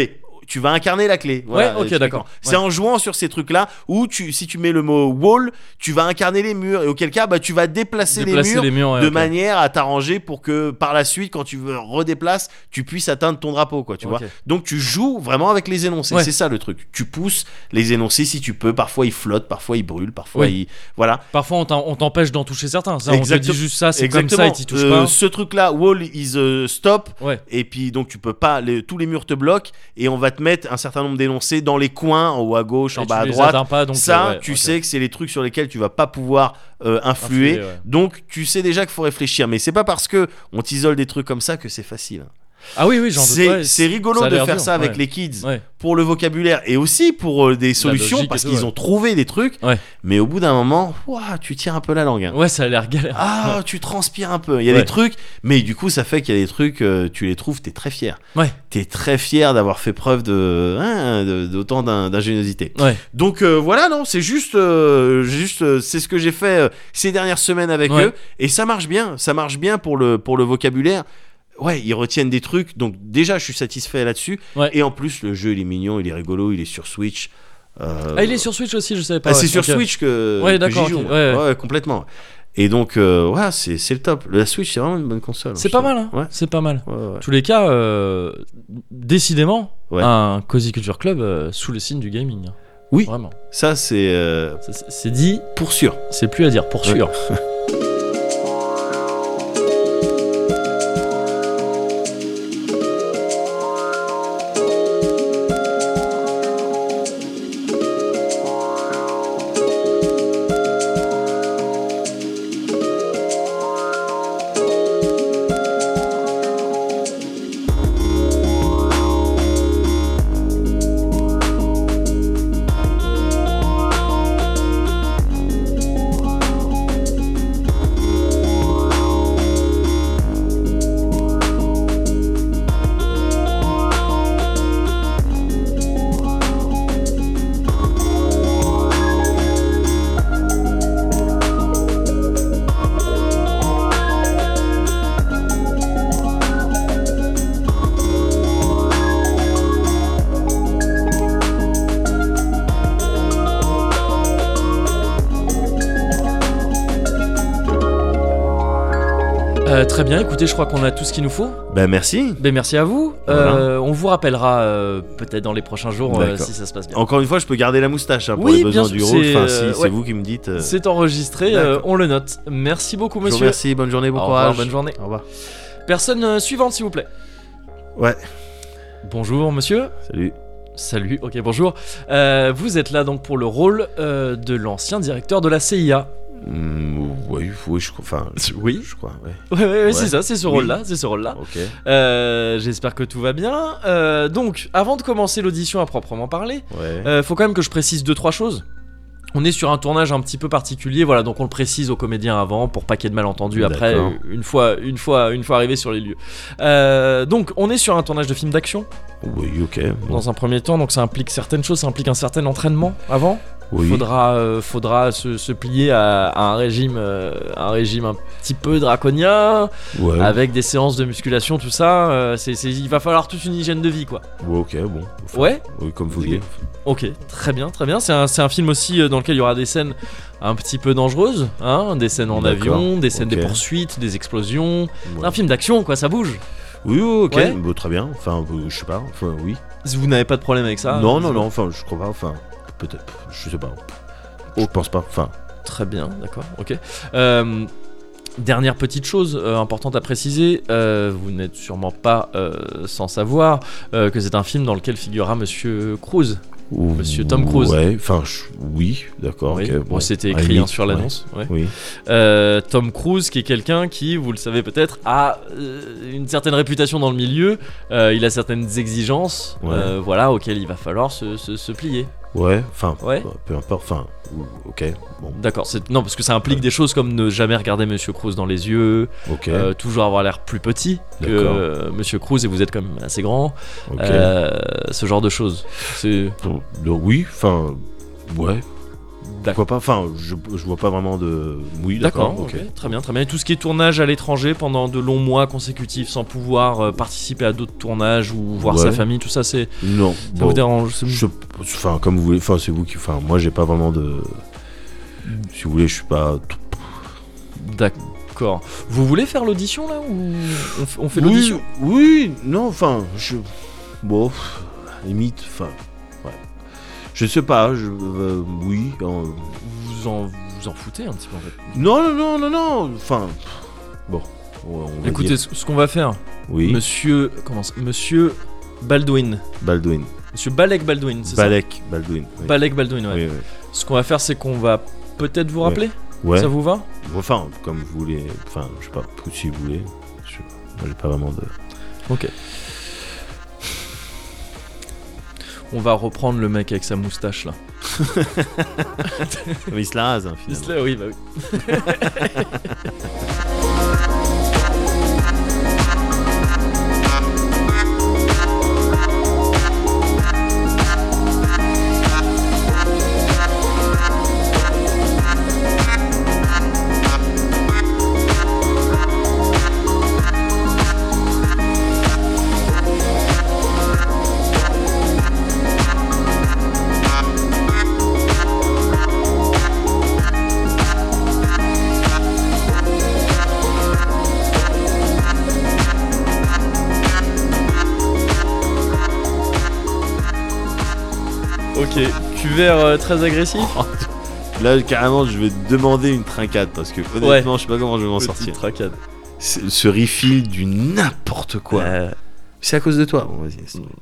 tu vas incarner la clé. Voilà, Ouais, ok, typiquement. d'accord. C'est Ouais. en jouant sur ces trucs-là où tu, si tu mets le mot wall, tu vas incarner les murs et auquel cas, bah, tu vas déplacer, Déplacer les murs les murs, ouais, de ok. manière à t'arranger pour que par la suite, quand tu veux redéplaces, tu puisses atteindre ton drapeau, quoi, tu Ok. vois. Donc tu joues vraiment avec les énoncés. Ouais. C'est ça le truc. Tu pousses les énoncés si tu peux. Parfois ils flottent, parfois ils brûlent, parfois Oui. ils, voilà. Parfois, on t'en- on t'empêche d'en toucher certains. Ça, on te Exactement. dit juste ça, c'est Exactement. comme ça, et t'y touches Euh, pas. Ce truc-là, wall is euh, stop. Ouais. Et puis donc tu peux pas, les- tous les murs te bloquent et on va te mettre un certain nombre d'énoncés dans les coins, en haut à gauche, en Et bas tu à les droite. atteins pas, donc, Ça, euh, ouais, tu ok. sais que c'est les trucs sur lesquels tu vas pas pouvoir euh, influer. Influer, ouais. Donc tu sais déjà qu'il faut réfléchir. Mais c'est pas parce que on t'isole des trucs comme ça que c'est facile. Ah oui, oui, j'en doute. C'est ouais, c'est rigolo ça a de l'air faire dur, ça avec ouais. les kids Ouais. pour le vocabulaire et aussi pour euh, des solutions logique parce et tout, qu'ils ouais. ont trouvé des trucs. Ouais. Mais au bout d'un moment, ouah, tu tires un peu la langue. hein. Ouais, ça a l'air galère. Ah, tu transpires un peu. Il y a Ouais. des trucs, mais du coup, ça fait qu'il y a des trucs, euh, tu les trouves, t'es très fier. Ouais. T'es très fier d'avoir fait preuve de, hein, de- d'autant d'in- d'ingéniosité. Ouais. Donc euh, voilà, non, c'est juste, euh, juste, euh, c'est ce que j'ai fait euh, ces dernières semaines avec Ouais. eux, et ça marche bien, ça marche bien pour le pour le vocabulaire. Ouais, ils retiennent des trucs, donc déjà, je suis satisfait là-dessus. Ouais. Et en plus, le jeu, il est mignon, il est rigolo, il est sur Switch. Euh, Ah, il est sur Switch aussi, je savais pas. ah, ouais. c'est sur Ok. Switch que, Ouais, que d'accord, j'y joue. ok, moi. ouais, ouais. Ouais, complètement. Et donc, euh, ouais, c'est, c'est le top. La Switch, c'est vraiment une bonne console. C'est je pas trouve. mal, hein. Ouais. C'est pas mal. Ouais, ouais. En tous les cas, euh, décidément, Ouais. un Cozy Culture Club euh, sous le signe du gaming. hein. Oui. Vraiment. Ça, c'est euh, Ça, c'est- C'est dit, pour sûr. c'est plus à dire, pour Ouais. sûr. Euh, très bien, écoutez, je crois qu'on a tout ce qu'il nous faut. Ben merci. Ben, merci à vous. Voilà. Euh, on vous rappellera euh, peut-être dans les prochains jours euh, D'accord. si ça se passe bien. Encore une fois, je peux garder la moustache hein, pour Oui, les besoins bien du sûr, rôle. c'est, Enfin, euh, si ouais. c'est vous qui me dites. euh, C'est enregistré, euh, D'accord. on le note. Merci beaucoup, je vous monsieur. remercie. Bonne journée, bon Au courage. revoir, bonne journée. Au revoir. Personne euh, suivante, s'il vous plaît. Ouais. Bonjour, monsieur. Salut. Salut, ok, bonjour. Euh, vous êtes là donc pour le rôle euh, de l'ancien directeur de la C I A. Mm, oui, oui, je crois. Enfin, Oui. je crois. Ouais. Ouais, ouais, ouais, Ouais. c'est ça, c'est ce Oui. rôle-là, c'est ce rôle-là. Ok. Euh, J'espère que tout va bien. Euh, donc, avant de commencer l'audition à proprement parler, Ouais. euh, faut quand même que je précise deux trois choses. On est sur un tournage un petit peu particulier, voilà, donc on le précise aux comédiens avant pour pas qu'il y ait de malentendus après, D'accord. euh, une fois, une fois, une fois arrivé sur les lieux. Euh, donc, on est sur un tournage de film d'action Oui, ok. Bon. dans un premier temps, donc ça implique certaines choses, ça implique un certain entraînement avant. Oui. Faudra, euh, faudra se, se plier à, à un régime, euh, un régime un petit peu draconien, Ouais. avec des séances de musculation, tout ça. euh, c'est, c'est- il va falloir toute une hygiène de vie, quoi. Ouais, ok, bon. Enfin, Ouais. Oui, comme vous voulez. Ok, très bien, très bien. C'est un, c'est un film aussi euh, dans lequel il y aura des scènes un petit peu dangereuses, hein, des scènes en D'accord, avion, des scènes ok. des poursuites, des explosions. C'est Ouais. un film d'action, quoi, ça bouge. Oui, oui, ok. Ouais. Bon, très bien. Enfin, euh, je sais pas. Enfin, oui. Vous n'avez pas de problème avec ça non, euh, non, non. Enfin, je crois pas. Enfin, peut-être. Je sais pas. Je pense pas. Enfin. Très bien, d'accord, ok. Euh, dernière petite chose euh, importante à préciser, euh, vous n'êtes sûrement pas euh, sans savoir euh, que c'est un film dans lequel figurera Monsieur Cruise. Monsieur Tom Cruise. Ouais. Enfin, je- oui. D'accord. Oui. ok, Bon, c'était À écrit limite, hein, sur ouais. l'annonce. ouais. Oui. Euh, Tom Cruise, qui est quelqu'un qui, vous le savez peut-être, a euh, une certaine réputation dans le milieu. Euh, il a certaines exigences, Ouais. euh, voilà, auxquelles il va falloir se, se- se plier. Ouais. Enfin. Ouais. bah, Peu importe. Enfin. ou- Ok. Bon. D'accord. c'est- Non, parce que ça implique des choses comme ne jamais regarder Monsieur Cruise dans les yeux, Ok. euh, toujours avoir l'air plus petit que D'accord. euh, Monsieur Cruise et vous êtes quand même assez grand. ok. Euh, ce genre de choses. C'est Donc, donc, oui. Enfin. Ouais. Pourquoi pas. Enfin, je, je vois pas vraiment de. Oui, D'accord, d'accord. ok, très bien, très bien. Et tout ce qui est tournage à l'étranger pendant de longs mois consécutifs sans pouvoir euh, participer à d'autres tournages ou voir Ouais. sa famille, tout ça, c'est Non. ça bon, vous dérange c'est- je- Enfin, comme vous voulez. Enfin, c'est vous qui. Enfin, moi, j'ai pas vraiment de. Si vous voulez, je suis pas. D'accord. Vous voulez faire l'audition là ou on, f- on fait oui, l'audition? oui, non, enfin, je. Bon, pff, limite, enfin. Ouais. Je sais pas, je. euh, oui. euh, Vous en vous en foutez un petit peu en fait. Non, non, non, non, non. Enfin. Bon. On va Écoutez, dire- ce ce qu'on va faire, Oui. Monsieur comment ça- Monsieur Baldwin, Baldwin. Monsieur Balek Baldwin, c'est Balek. Baldwin. ça? Oui. Balek Baldwin, ouais. Oui, oui. Ce qu'on va faire, c'est qu'on va peut-être vous Ouais. rappeler. Ouais. Ça vous va? Enfin, comme vous voulez. Enfin, je sais pas, si vous voulez. Je... Moi, j'ai pas vraiment de. Ok. On va reprendre le mec avec sa moustache là. Mais il se la rase, hein, finalement. Isla, oui, bah oui. Ok, cuvert euh, très agressif. Là, carrément, je vais te demander une trincade parce que honnêtement, je sais pas comment je vais m'en Petite sortir. tracade. C'est- Ce refill du n'importe quoi. Euh, C'est à cause de toi. Bon, vas-y. laisse tomber.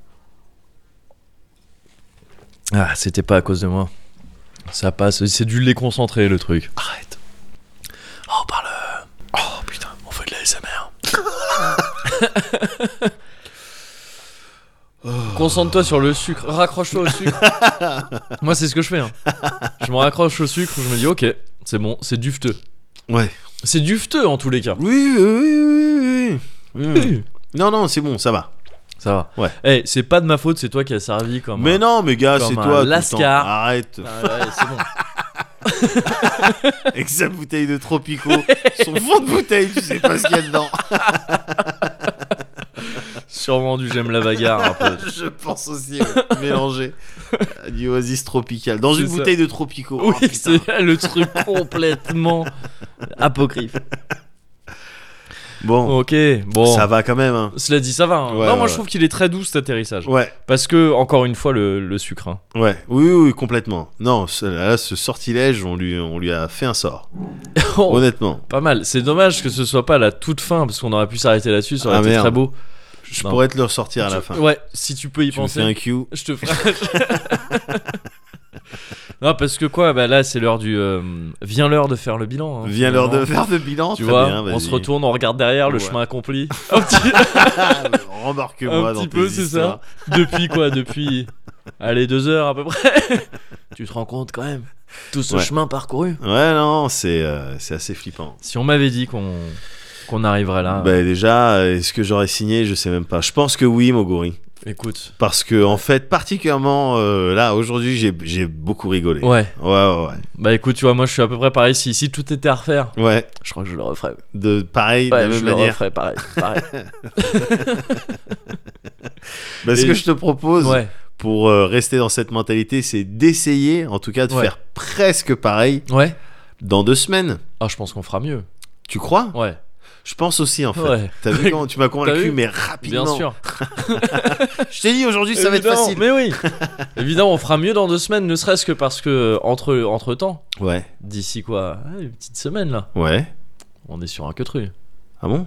Ah, c'était pas à cause de moi. Ça passe, c'est du lait concentré le truc. Arrête. Oh, on parle. Oh putain, on fait de la S M R. Concentre-toi sur le sucre, raccroche-toi au sucre. Moi, c'est ce que je fais. Hein. Je me raccroche au sucre, je me dis, ok, c'est bon, c'est dufteux. Ouais. C'est dufteux en tous les cas. Oui, oui, oui, oui, oui, oui. oui. Non, non, c'est bon, ça va. Ça va. Ouais. Eh, c'est pas de ma faute, c'est toi qui as servi comme. Mais un- non, mais gars, comme c'est un toi. tout le lascar. temps. Arrête. Ah, ouais, c'est bon. Avec sa bouteille de Tropico, son fond de bouteille, tu sais pas ce qu'il y a dedans. Sûrement du j'aime la bagarre un peu. Je pense aussi, ouais. Mélangé. Euh, Du Oasis tropical. Dans C'est une ça. bouteille de Tropico. Oui, Oh, putain. c'est le truc complètement apocryphe. Bon, Ok, bon. ça va quand même. Hein. Cela dit, ça va. hein. Ouais, non, moi ouais. je trouve qu'il est très doux cet atterrissage. Ouais, Parce que, encore une fois, le, le sucre. hein. ouais. Oui, oui, oui, complètement. Non, ce, là, ce sortilège, on lui, on lui a fait un sort. Oh, Honnêtement. pas mal. C'est dommage que ce soit pas la toute fin, parce qu'on aurait pu s'arrêter là-dessus, ça aurait Ah, été merde. très beau. Je Non. pourrais te le ressortir à la Tu- fin. Ouais, si tu peux y Tu me penser. fais un Q. Je te ferai. Non, parce que quoi, bah là c'est l'heure du. euh, Vient l'heure de faire le bilan. hein, Viens l'heure de finalement. faire de bilan. Tu très vois, bien, on vas-y. se retourne, on regarde derrière le Ouais. chemin accompli. Un petit, Rembarque-moi un dans petit tes peu, c'est histoires. ça. Depuis quoi Depuis. Allez, deux heures à peu près. Tu te rends compte quand même tout ce Ouais. chemin parcouru. Ouais, non, c'est euh, c'est assez flippant. Si on m'avait dit qu'on qu'on arriverait là. Bah déjà, est-ce que j'aurais signé? Je sais même pas. Je pense que oui, Moguri. Écoute. Parce que en fait, particulièrement euh, là, aujourd'hui, j'ai j'ai beaucoup rigolé. Ouais. Ouais, ouais, Bah écoute, tu vois, moi je suis à peu près pareil. Si, si tout était à refaire, ouais. Ouais, je crois que je le referais. de pareil, de Ouais, la je même le manière. referais pareil. pareil. Bah, ce Et- que je te propose Ouais. pour euh, rester dans cette mentalité, c'est d'essayer, en tout cas, de Ouais. faire presque pareil Ouais. dans deux semaines. Ah, je pense qu'on fera mieux. Tu crois? Ouais. Je pense aussi, en fait. Ouais. T'as vu comment tu m'as T'as convaincu, vu mais rapidement. Bien sûr. Je t'ai dit aujourd'hui, ça va être Évidemment, facile. Mais oui. Évidemment, on fera mieux dans deux semaines, ne serait-ce que parce que entre entre temps, Ouais, d'ici quoi, ah, une petite semaine là, ouais. on est sur un queutru. Ah bon?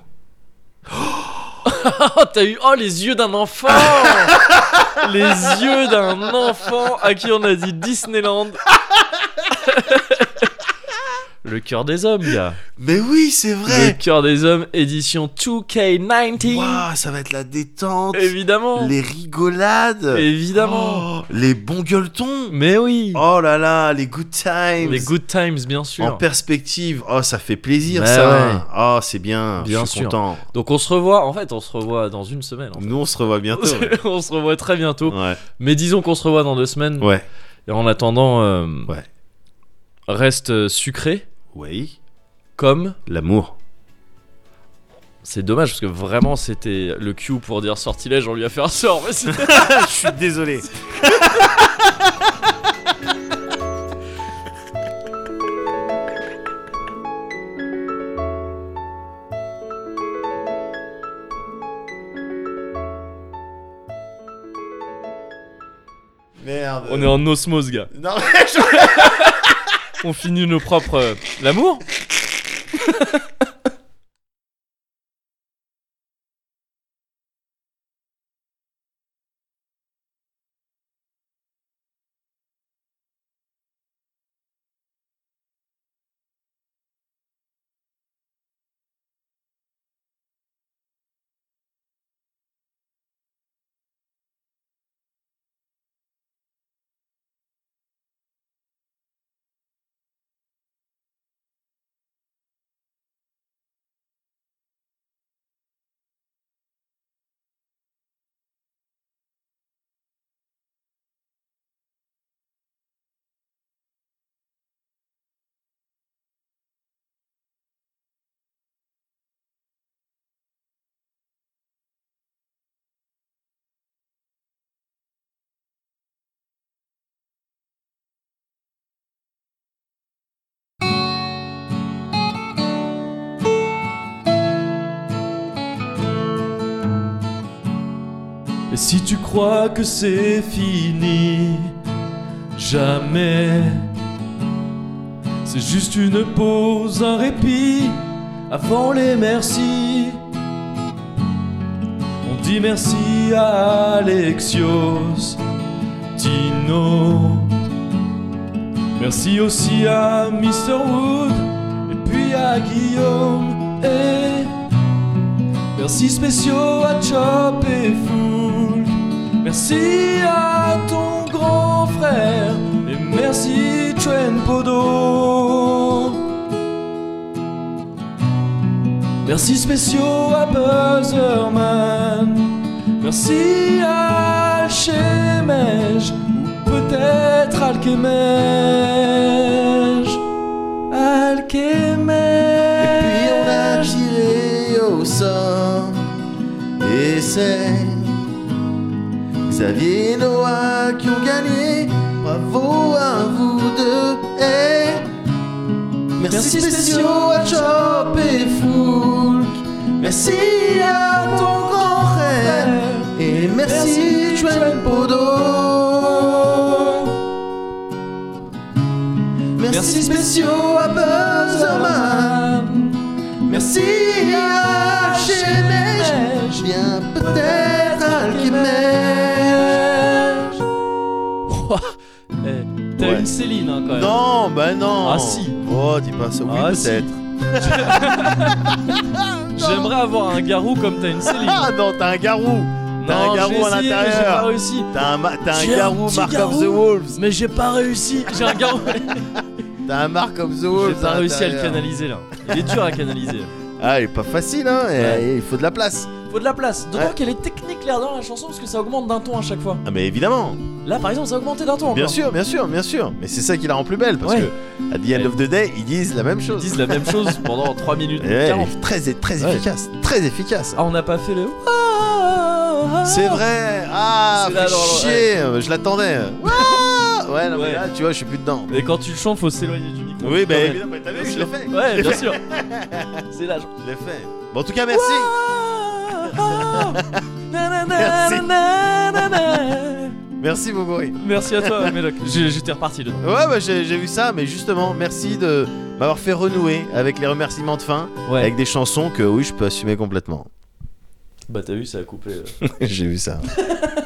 Oh, t'as eu oh les yeux d'un enfant, les yeux d'un enfant à qui on a dit Disneyland. Le cœur des hommes, gars. Mais oui, c'est Le vrai. cœur des hommes, édition deux K dix-neuf. Waouh, ça va être la détente. Évidemment. Les rigolades. Évidemment. Oh, les bons gueuletons. Mais oui. Oh là là, les good times. Les good times, bien sûr. En perspective. Oh, ça fait plaisir Bah ça. ouais. Oh, c'est bien. Bien Je suis sûr. content. Donc on se revoit, en fait, on se revoit dans une semaine. en fait. Nous, on se revoit bientôt. ouais. On se revoit très bientôt. Ouais. Mais disons qu'on se revoit dans deux semaines. Ouais. Et en attendant, euh, Ouais. reste euh, sucré Oui. comme... L'amour. C'est dommage parce que vraiment c'était le cue pour dire sortilège, on lui a fait un sort. Mais c'est- Je suis désolé. Merde. on est en osmose, gars. Non, mais je- On finit nos propres... euh, L'amour. Et si tu crois que c'est fini, jamais. C'est juste une pause, un répit avant les merci. On dit merci à Alexios, Tino. Merci aussi à mister Wood et puis à Guillaume. Et merci spéciaux à Chop et Foul. Merci à ton grand frère et merci Tren Podo. Merci spéciaux à Buzzerman. Merci à Alchemège ou peut-être Alchemège. Alchemège. Et puis on a tiré au sort. Et c'est Xavier et Noah qui ont gagné. Bravo à vous deux. Et merci spéciaux à Chop et Foulk. Merci à ton grand frère. Et merci Tren Podo. Merci spéciaux à Buzzerman. Merci à Alchemège. Bien peut-être Alchemège. Eh, T'as Ouais. une Céline hein, quand même. Non, bah non. Ah, si. Oh, dis pas ça. Oui, Ah, si. peut-être. J'aimerais avoir un garou comme t'as une Céline. Ah non, t'as un garou. T'as Non, un garou j'ai à essayé, mais J'ai l'intérieur. pas réussi. T'as un, ma- t'as un J'ai un garou petit Mark garou. of the Wolves. Mais j'ai pas réussi. J'ai un garou. T'as un Mark of the Wolves. J'ai pas à réussi à le l'intérieur. canaliser là. Il est dur à canaliser. Ah, il est pas facile, hein. et- Ouais. et il faut de la place. Faut de la place. D'autant Ouais. qu'elle est technique l'air dans la chanson parce que ça augmente d'un ton à chaque fois. Ah, mais évidemment. Là par exemple ça a augmenté d'un ton encore. Bien sûr, bien sûr, bien sûr. Mais c'est ça qui la rend plus belle parce Ouais. que, at the end of the day, ils disent la même Ils chose. disent la même chose pendant trois minutes Et ouais, elle quarante. est très, très Ouais. efficace. Très efficace. Ah on n'a pas fait le... C'est vrai. Ah, C'est là fais dans le- chier. Je l'attendais. Ah ouais, non, mais Ouais. là, tu vois, je suis plus dedans. Et quand tu le chantes faut s'éloigner du micro. Oui, bah Quand même. évidemment, t'as vu, Bien je sûr. l'ai fait. Ouais Je l'ai bien fait. sûr. C'est là genre... Je l'ai fait. Bon, en tout cas, merci. Merci. Merci, Bogori. Merci à toi Médoc. J'ai- J'étais reparti dedans. Ouais, bah, j'ai j'ai vu ça, mais justement, merci de m'avoir fait renouer avec les remerciements de fin, Ouais. avec des chansons que oui, je peux assumer complètement. Bah t'as vu ça a coupé. euh. J'ai vu ça.